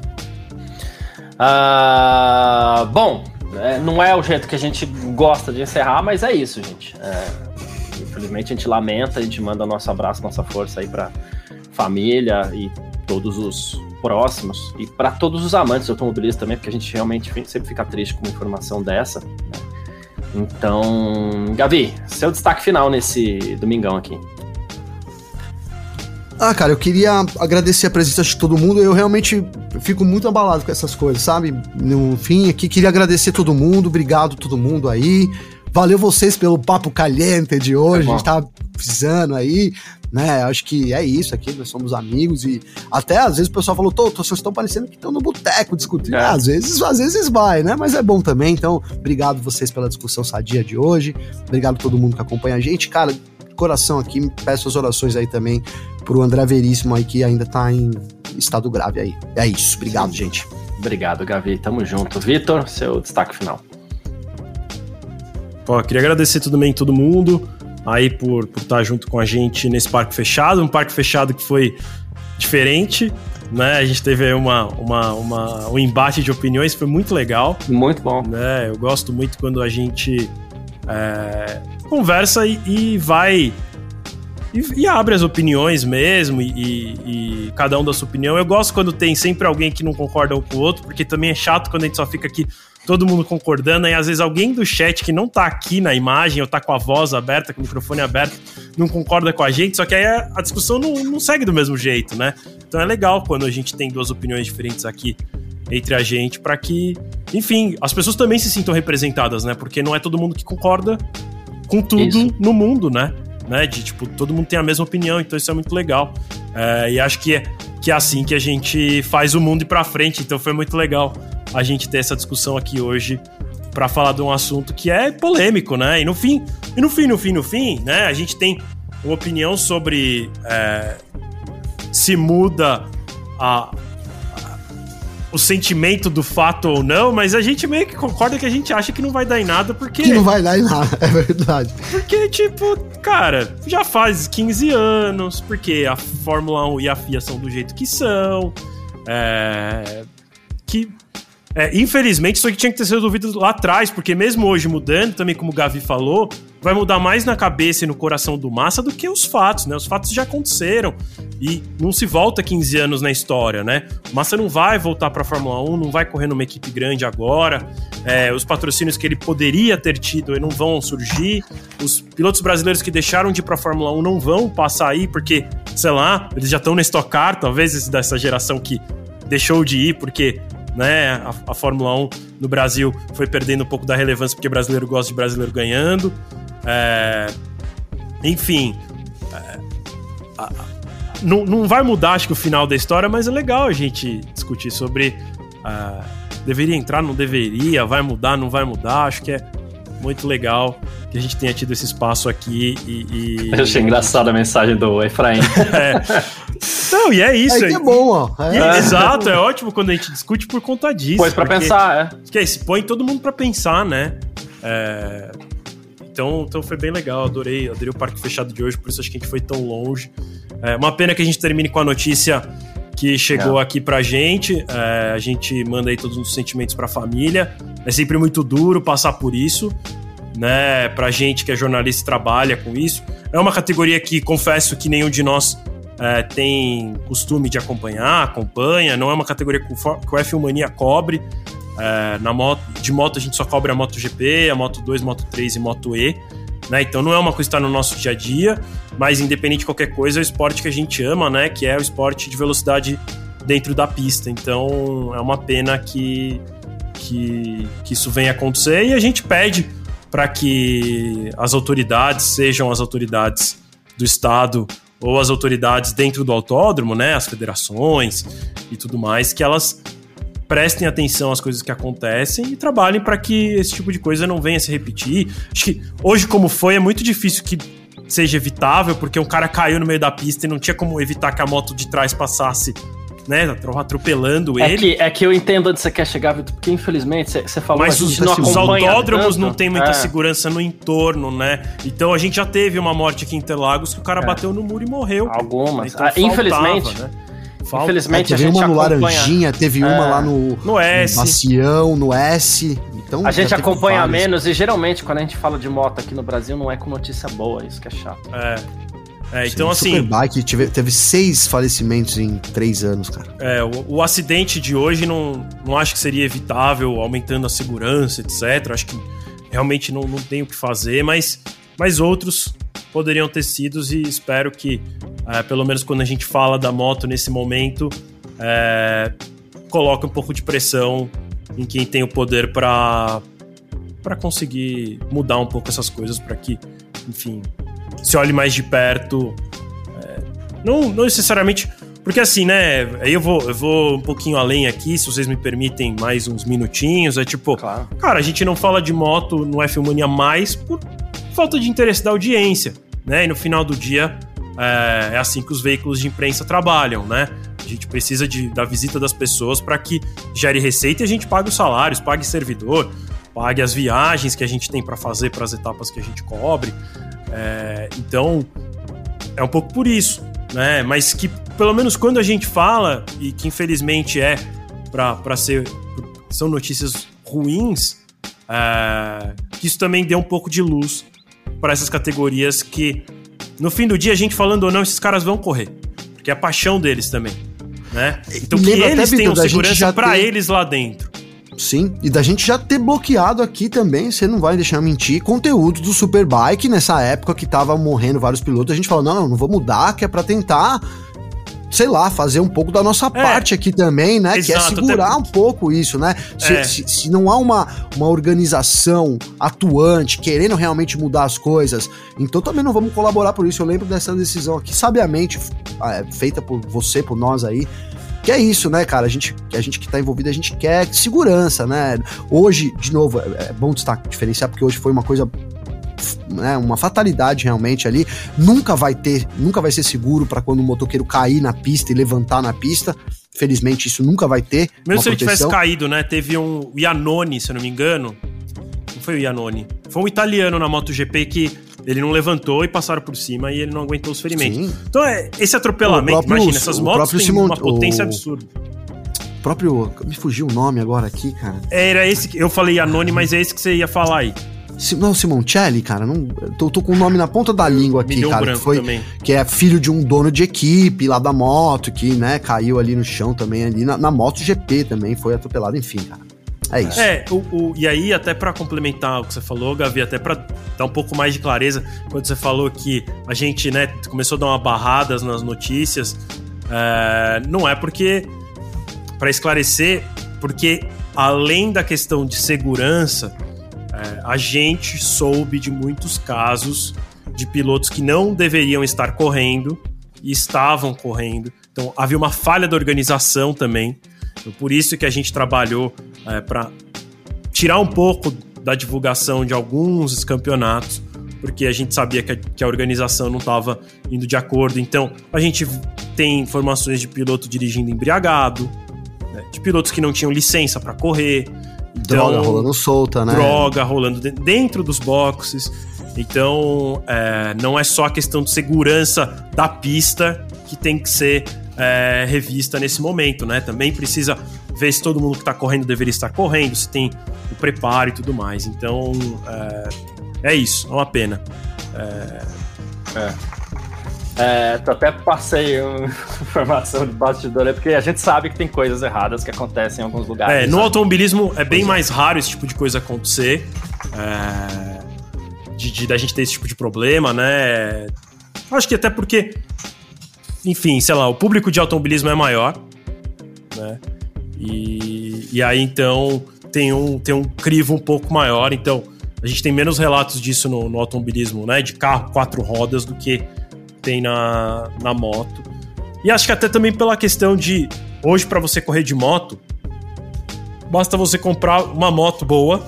Uh, bom, é, não é o jeito que a gente gosta de encerrar, mas é isso, gente. É, infelizmente a gente lamenta, a gente manda nosso abraço, nossa força aí pra família e todos os próximos, e para todos os amantes do automobilismo também, porque a gente realmente sempre fica triste com uma informação dessa, né? Então, Gavi, seu destaque final nesse domingão aqui. Ah, cara, eu queria agradecer a presença de todo mundo. Eu realmente fico muito abalado com essas coisas, sabe? No fim, aqui, queria agradecer todo mundo. Obrigado todo mundo aí. Valeu vocês pelo papo caliente de hoje. É a gente tava precisando aí, né? Acho que é isso aqui, nós somos amigos. E até às vezes o pessoal falou, tô, tô, vocês estão parecendo que estão no boteco discutindo. É. Às vezes, às vezes vai, né? Mas é bom também. Então, obrigado vocês pela discussão sadia de hoje. Obrigado a todo mundo que acompanha a gente. Cara, coração aqui, peço as orações aí também pro André Veríssimo aí, que ainda tá em estado grave aí. É isso, obrigado, Sim. gente. Obrigado, Gavi, tamo junto. Vitor, seu destaque final. Pô, queria agradecer também todo mundo aí por, por estar junto com a gente nesse parque fechado, um parque fechado que foi diferente, né? A gente teve aí uma, uma, uma, um embate de opiniões, foi muito legal. Muito bom. Né? Eu gosto muito quando a gente é, conversa e, e vai... E, e abre as opiniões mesmo, e, e, e cada um dá sua opinião. Eu gosto quando tem sempre alguém que não concorda um com o outro, porque também é chato quando a gente só fica aqui todo mundo concordando, e às vezes alguém do chat que não tá aqui na imagem, ou tá com a voz aberta, com o microfone aberto, não concorda com a gente, só que aí a, a discussão não, não segue do mesmo jeito, né? Então é legal quando a gente tem duas opiniões diferentes aqui entre a gente, para que, enfim, as pessoas também se sintam representadas, né? Porque não é todo mundo que concorda com tudo isso no mundo, né? Né, de tipo, todo mundo tem a mesma opinião, então isso é muito legal. É, e acho que é, que é assim que a gente faz o mundo ir pra frente. Então foi muito legal a gente ter essa discussão aqui hoje pra falar de um assunto que é polêmico, né? E no fim, e no fim, no fim, no fim, né? A gente tem uma opinião sobre é, se muda a, o sentimento do fato ou não, mas a gente meio que concorda que a gente acha que não vai dar em nada, porque... Que não vai dar em nada, é verdade. Porque, tipo, cara, já faz quinze anos, porque a Fórmula um e a F I A são do jeito que são, é... que... É, infelizmente, isso aqui tinha que ter sido resolvido lá atrás, porque mesmo hoje mudando, também como o Gavi falou, vai mudar mais na cabeça e no coração do Massa do que os fatos, né? Os fatos já aconteceram e não se volta quinze anos na história, né? O Massa não vai voltar para a Fórmula um, não vai correr numa equipe grande agora, é, os patrocínios que ele poderia ter tido não vão surgir, os pilotos brasileiros que deixaram de ir para a Fórmula um não vão passar aí, porque, sei lá, eles já estão na Stock Car, talvez dessa geração que deixou de ir, porque... Né, a, a Fórmula um no Brasil foi perdendo um pouco da relevância porque brasileiro gosta de brasileiro ganhando. É, enfim, é, a, a, não, não vai mudar, acho que o final da história, mas é legal a gente discutir sobre uh, deveria entrar, não deveria, vai mudar, não vai mudar. Acho que é muito legal que a gente tenha tido esse espaço aqui. E, e... Eu achei engraçada a mensagem do Efraim. É. Não, e é isso. É que é bom, ó. É. E, exato, é ótimo quando a gente discute por conta disso. Põe pra porque, pensar, é. Porque aí, se põe todo mundo pra pensar, né? É, então, então foi bem legal, adorei, adorei o Parque Fechado de hoje, por isso acho que a gente foi tão longe. É uma pena que a gente termine com a notícia que chegou é. aqui pra gente. É, a gente manda aí todos os sentimentos pra família. É sempre muito duro passar por isso, né? Pra gente que é jornalista e trabalha com isso. É uma categoria que, confesso, que nenhum de nós É, tem costume de acompanhar, acompanha, não é uma categoria que o F um Mania cobre. É, na moto, de moto a gente só cobre a MotoGP, a Moto dois, Moto três e Moto E, né? Então não é uma coisa que está no nosso dia a dia, mas independente de qualquer coisa, é o esporte que a gente ama, né? Que é o esporte de velocidade dentro da pista. Então é uma pena que, que, que isso venha acontecer, e a gente pede para que as autoridades, sejam as autoridades do estado ou as autoridades dentro do autódromo, né, as federações e tudo mais, que elas prestem atenção às coisas que acontecem e trabalhem para que esse tipo de coisa não venha se repetir. Acho que hoje, como foi, é muito difícil que seja evitável, porque um cara caiu no meio da pista e não tinha como evitar que a moto de trás passasse, né, atropelando é ele. Que, é que eu entendo onde você quer chegar, Vitor, porque infelizmente você falou... Mas os, não os autódromos tanto. Não tem muita é. segurança no entorno, né? Então a gente já teve uma morte aqui em Interlagos que o cara é. bateu no muro e morreu. Algumas. Então, ah, faltava, infelizmente... Né? Falta. Infelizmente é, teve a gente uma no acompanha... Laranjinha, teve é. uma lá no, no S. No Bacião, no S. Então, a gente acompanha vários. menos e geralmente quando a gente fala de moto aqui no Brasil não é com notícia boa, isso que é chato. É. É, então, Sim, assim. Superbike teve, teve seis falecimentos em três anos, cara. É, o, o acidente de hoje não, não acho que seria evitável, aumentando a segurança, etcétera. Acho que realmente não, não tem o que fazer, mas, mas outros poderiam ter sido e espero que, é, pelo menos quando a gente fala da moto nesse momento, é, coloque um pouco de pressão em quem tem o poder para para conseguir mudar um pouco essas coisas, para que, enfim, se olhe mais de perto, é, não, não necessariamente, porque assim, né, aí eu vou, eu vou um pouquinho além aqui, se vocês me permitem mais uns minutinhos, é tipo, claro. Cara, a gente não fala de moto no F um Mania mais por falta de interesse da audiência, né, e no final do dia é, é assim que os veículos de imprensa trabalham, né, a gente precisa de, da visita das pessoas para que gere receita e a gente pague os salários, pague servidor, pague as viagens que a gente tem para fazer para as etapas que a gente cobre. É, então, é um pouco por isso, né? Mas que, pelo menos quando a gente fala, e que infelizmente é para ser, são notícias ruins, é, que isso também dê um pouco de luz para essas categorias que, no fim do dia, a gente falando ou não, esses caras vão correr, porque é a paixão deles também, né? Então, que eles tenham segurança para tem... eles lá dentro. Sim, e da gente já ter bloqueado aqui também, você não vai deixar mentir, conteúdo do Superbike nessa época que tava morrendo vários pilotos, a gente falou, não, não, não vou mudar, que é pra tentar, sei lá, fazer um pouco da nossa é, parte aqui também, né, exato, que é segurar até... um pouco isso, né, se, é. se, se não há uma, uma organização atuante, querendo realmente mudar as coisas, então também não vamos colaborar por isso. Eu lembro dessa decisão aqui, sabiamente é, feita por você, por nós aí, que é isso, né, cara, a gente, a gente que tá envolvido, a gente quer segurança, né, hoje, de novo, é, é bom destacar, diferenciar, porque hoje foi uma coisa, né, uma fatalidade realmente ali, nunca vai ter, nunca vai ser seguro para quando o motoqueiro cair na pista e levantar na pista, felizmente isso nunca vai ter. Mesmo se ele tivesse caído, né, teve um Iannone, se eu não me engano, não foi o Iannone, foi um italiano na MotoGP que ele não levantou e passaram por cima e ele não aguentou os ferimentos. Sim. Então, é, esse atropelamento, próprio, imagina, essas motos têm Simon, uma potência o... absurda. O próprio... Me fugiu o nome agora aqui, cara. Era esse que... Eu falei Iannone, mas é esse que você ia falar aí. Não, Simoncelli, cara, não, tô, tô com o nome na ponta da língua aqui, Milhão cara, branco que, foi, também. Que é filho de um dono de equipe lá da moto, que, né, caiu ali no chão também, ali na, na MotoGP também, foi atropelado, enfim, cara. É isso. É, o, o, e aí, até pra complementar o que você falou, Gavi, até pra dar um pouco mais de clareza, quando você falou que a gente, né, começou a dar uma barradas nas notícias, é, não é porque, pra esclarecer, porque além da questão de segurança, é, a gente soube de muitos casos de pilotos que não deveriam estar correndo e estavam correndo. Então, havia uma falha da organização também. Então, por isso que a gente trabalhou é, para tirar um pouco da divulgação de alguns campeonatos, porque a gente sabia que a, que a organização não estava indo de acordo. Então, a gente tem informações de piloto dirigindo embriagado, né, de pilotos que não tinham licença para correr. Então, droga rolando solta, né? Droga rolando de, dentro dos boxes. Então, é, não é só a questão de segurança da pista que tem que ser É, revista nesse momento, né? Também precisa ver se todo mundo que tá correndo deveria estar correndo, se tem o preparo e tudo mais. Então, é, é isso, é uma pena. É... É. É, até passei uma informação de bastidor, porque a gente sabe que tem coisas erradas que acontecem em alguns lugares. É, no sabe? Automobilismo é bem pois mais é. raro esse tipo de coisa acontecer, é, de, de da gente ter esse tipo de problema, né? Acho que até porque, enfim, sei lá, o público de automobilismo é maior, né? E, e aí, então, tem um, tem um crivo um pouco maior. Então, a gente tem menos relatos disso no, no automobilismo, né? De carro, quatro rodas, do que tem na, na moto. E acho que até também pela questão de, hoje, para você correr de moto, basta você comprar uma moto boa,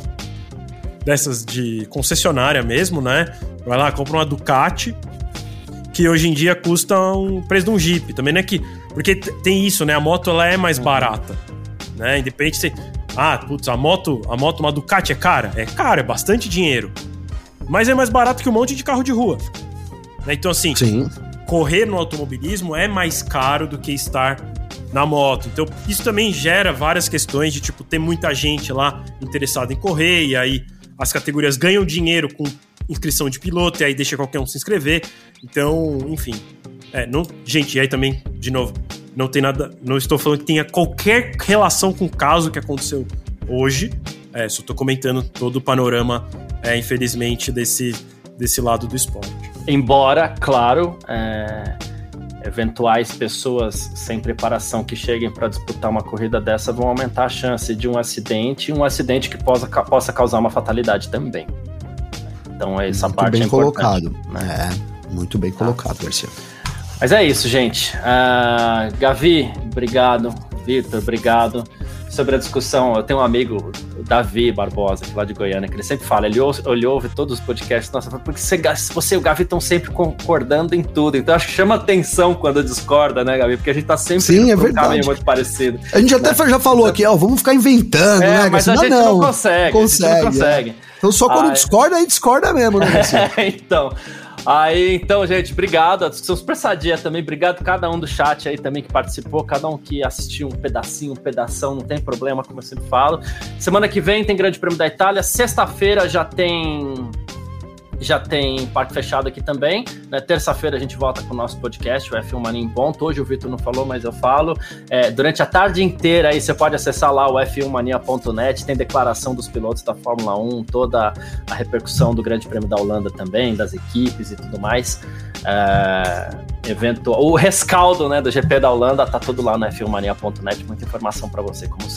dessas de concessionária mesmo, né? Vai lá, compra uma Ducati, que hoje em dia custa um preço de um Jeep. Também não é que... Porque tem isso, né? A moto, ela é mais barata, né? Independente se... Ah, putz, a moto, a moto, uma Ducati é cara? É cara, é bastante dinheiro. Mas é mais barato que um monte de carro de rua. Né? Então, assim, Sim. correr no automobilismo é mais caro do que estar na moto. Então, isso também gera várias questões de, tipo, ter muita gente lá interessada em correr, e aí as categorias ganham dinheiro com inscrição de piloto, e aí deixa qualquer um se inscrever. Então, enfim. É, não, gente, e aí também, de novo, não tem nada... Não estou falando que tenha qualquer relação com o caso que aconteceu hoje. É, só estou comentando todo o panorama, é, infelizmente, desse, desse lado do esporte. Embora, claro, é, eventuais pessoas sem preparação que cheguem para disputar uma corrida dessa vão aumentar a chance de um acidente, um acidente que possa, possa causar uma fatalidade também. Então, essa muito parte bem é colocado. Né? É, muito bem colocado, Garcia. Mas é isso, gente. Uh, Gavi, obrigado. Vitor, obrigado. Sobre a discussão, eu tenho um amigo, o Davi Barbosa, que lá de Goiânia, que ele sempre fala, ele ouve, ele ouve todos os podcasts, nossa, porque você, você e o Gavi estão sempre concordando em tudo, então acho que chama atenção quando discorda, né, Gavi? Porque a gente tá sempre Sim, é verdade. caminho muito parecido. A gente até né? já falou aqui, ó, vamos ficar inventando, é, né, mas a gente não, não consegue, consegue, a gente não consegue. É. Então só quando ah, discorda, aí discorda mesmo, né, é, então... Aí, então, gente, obrigado. A discussão super sadia também. Obrigado a cada um do chat aí também que participou, cada um que assistiu um pedacinho, um pedação, não tem problema, como eu sempre falo. Semana que vem tem Grande Prêmio da Itália. Sexta-feira já tem... Já tem Parque Fechado aqui também, né? Terça-feira a gente volta com o nosso podcast, o F um Mania em Ponto. Hoje o Vitor não falou, mas eu falo. É, durante a tarde inteira aí você pode acessar lá o F um mania ponto net, tem declaração dos pilotos da Fórmula um, toda a repercussão do Grande Prêmio da Holanda também, das equipes e tudo mais. É, evento, o rescaldo, né, do G P da Holanda tá tudo lá no F um mania ponto net, muita informação para você, como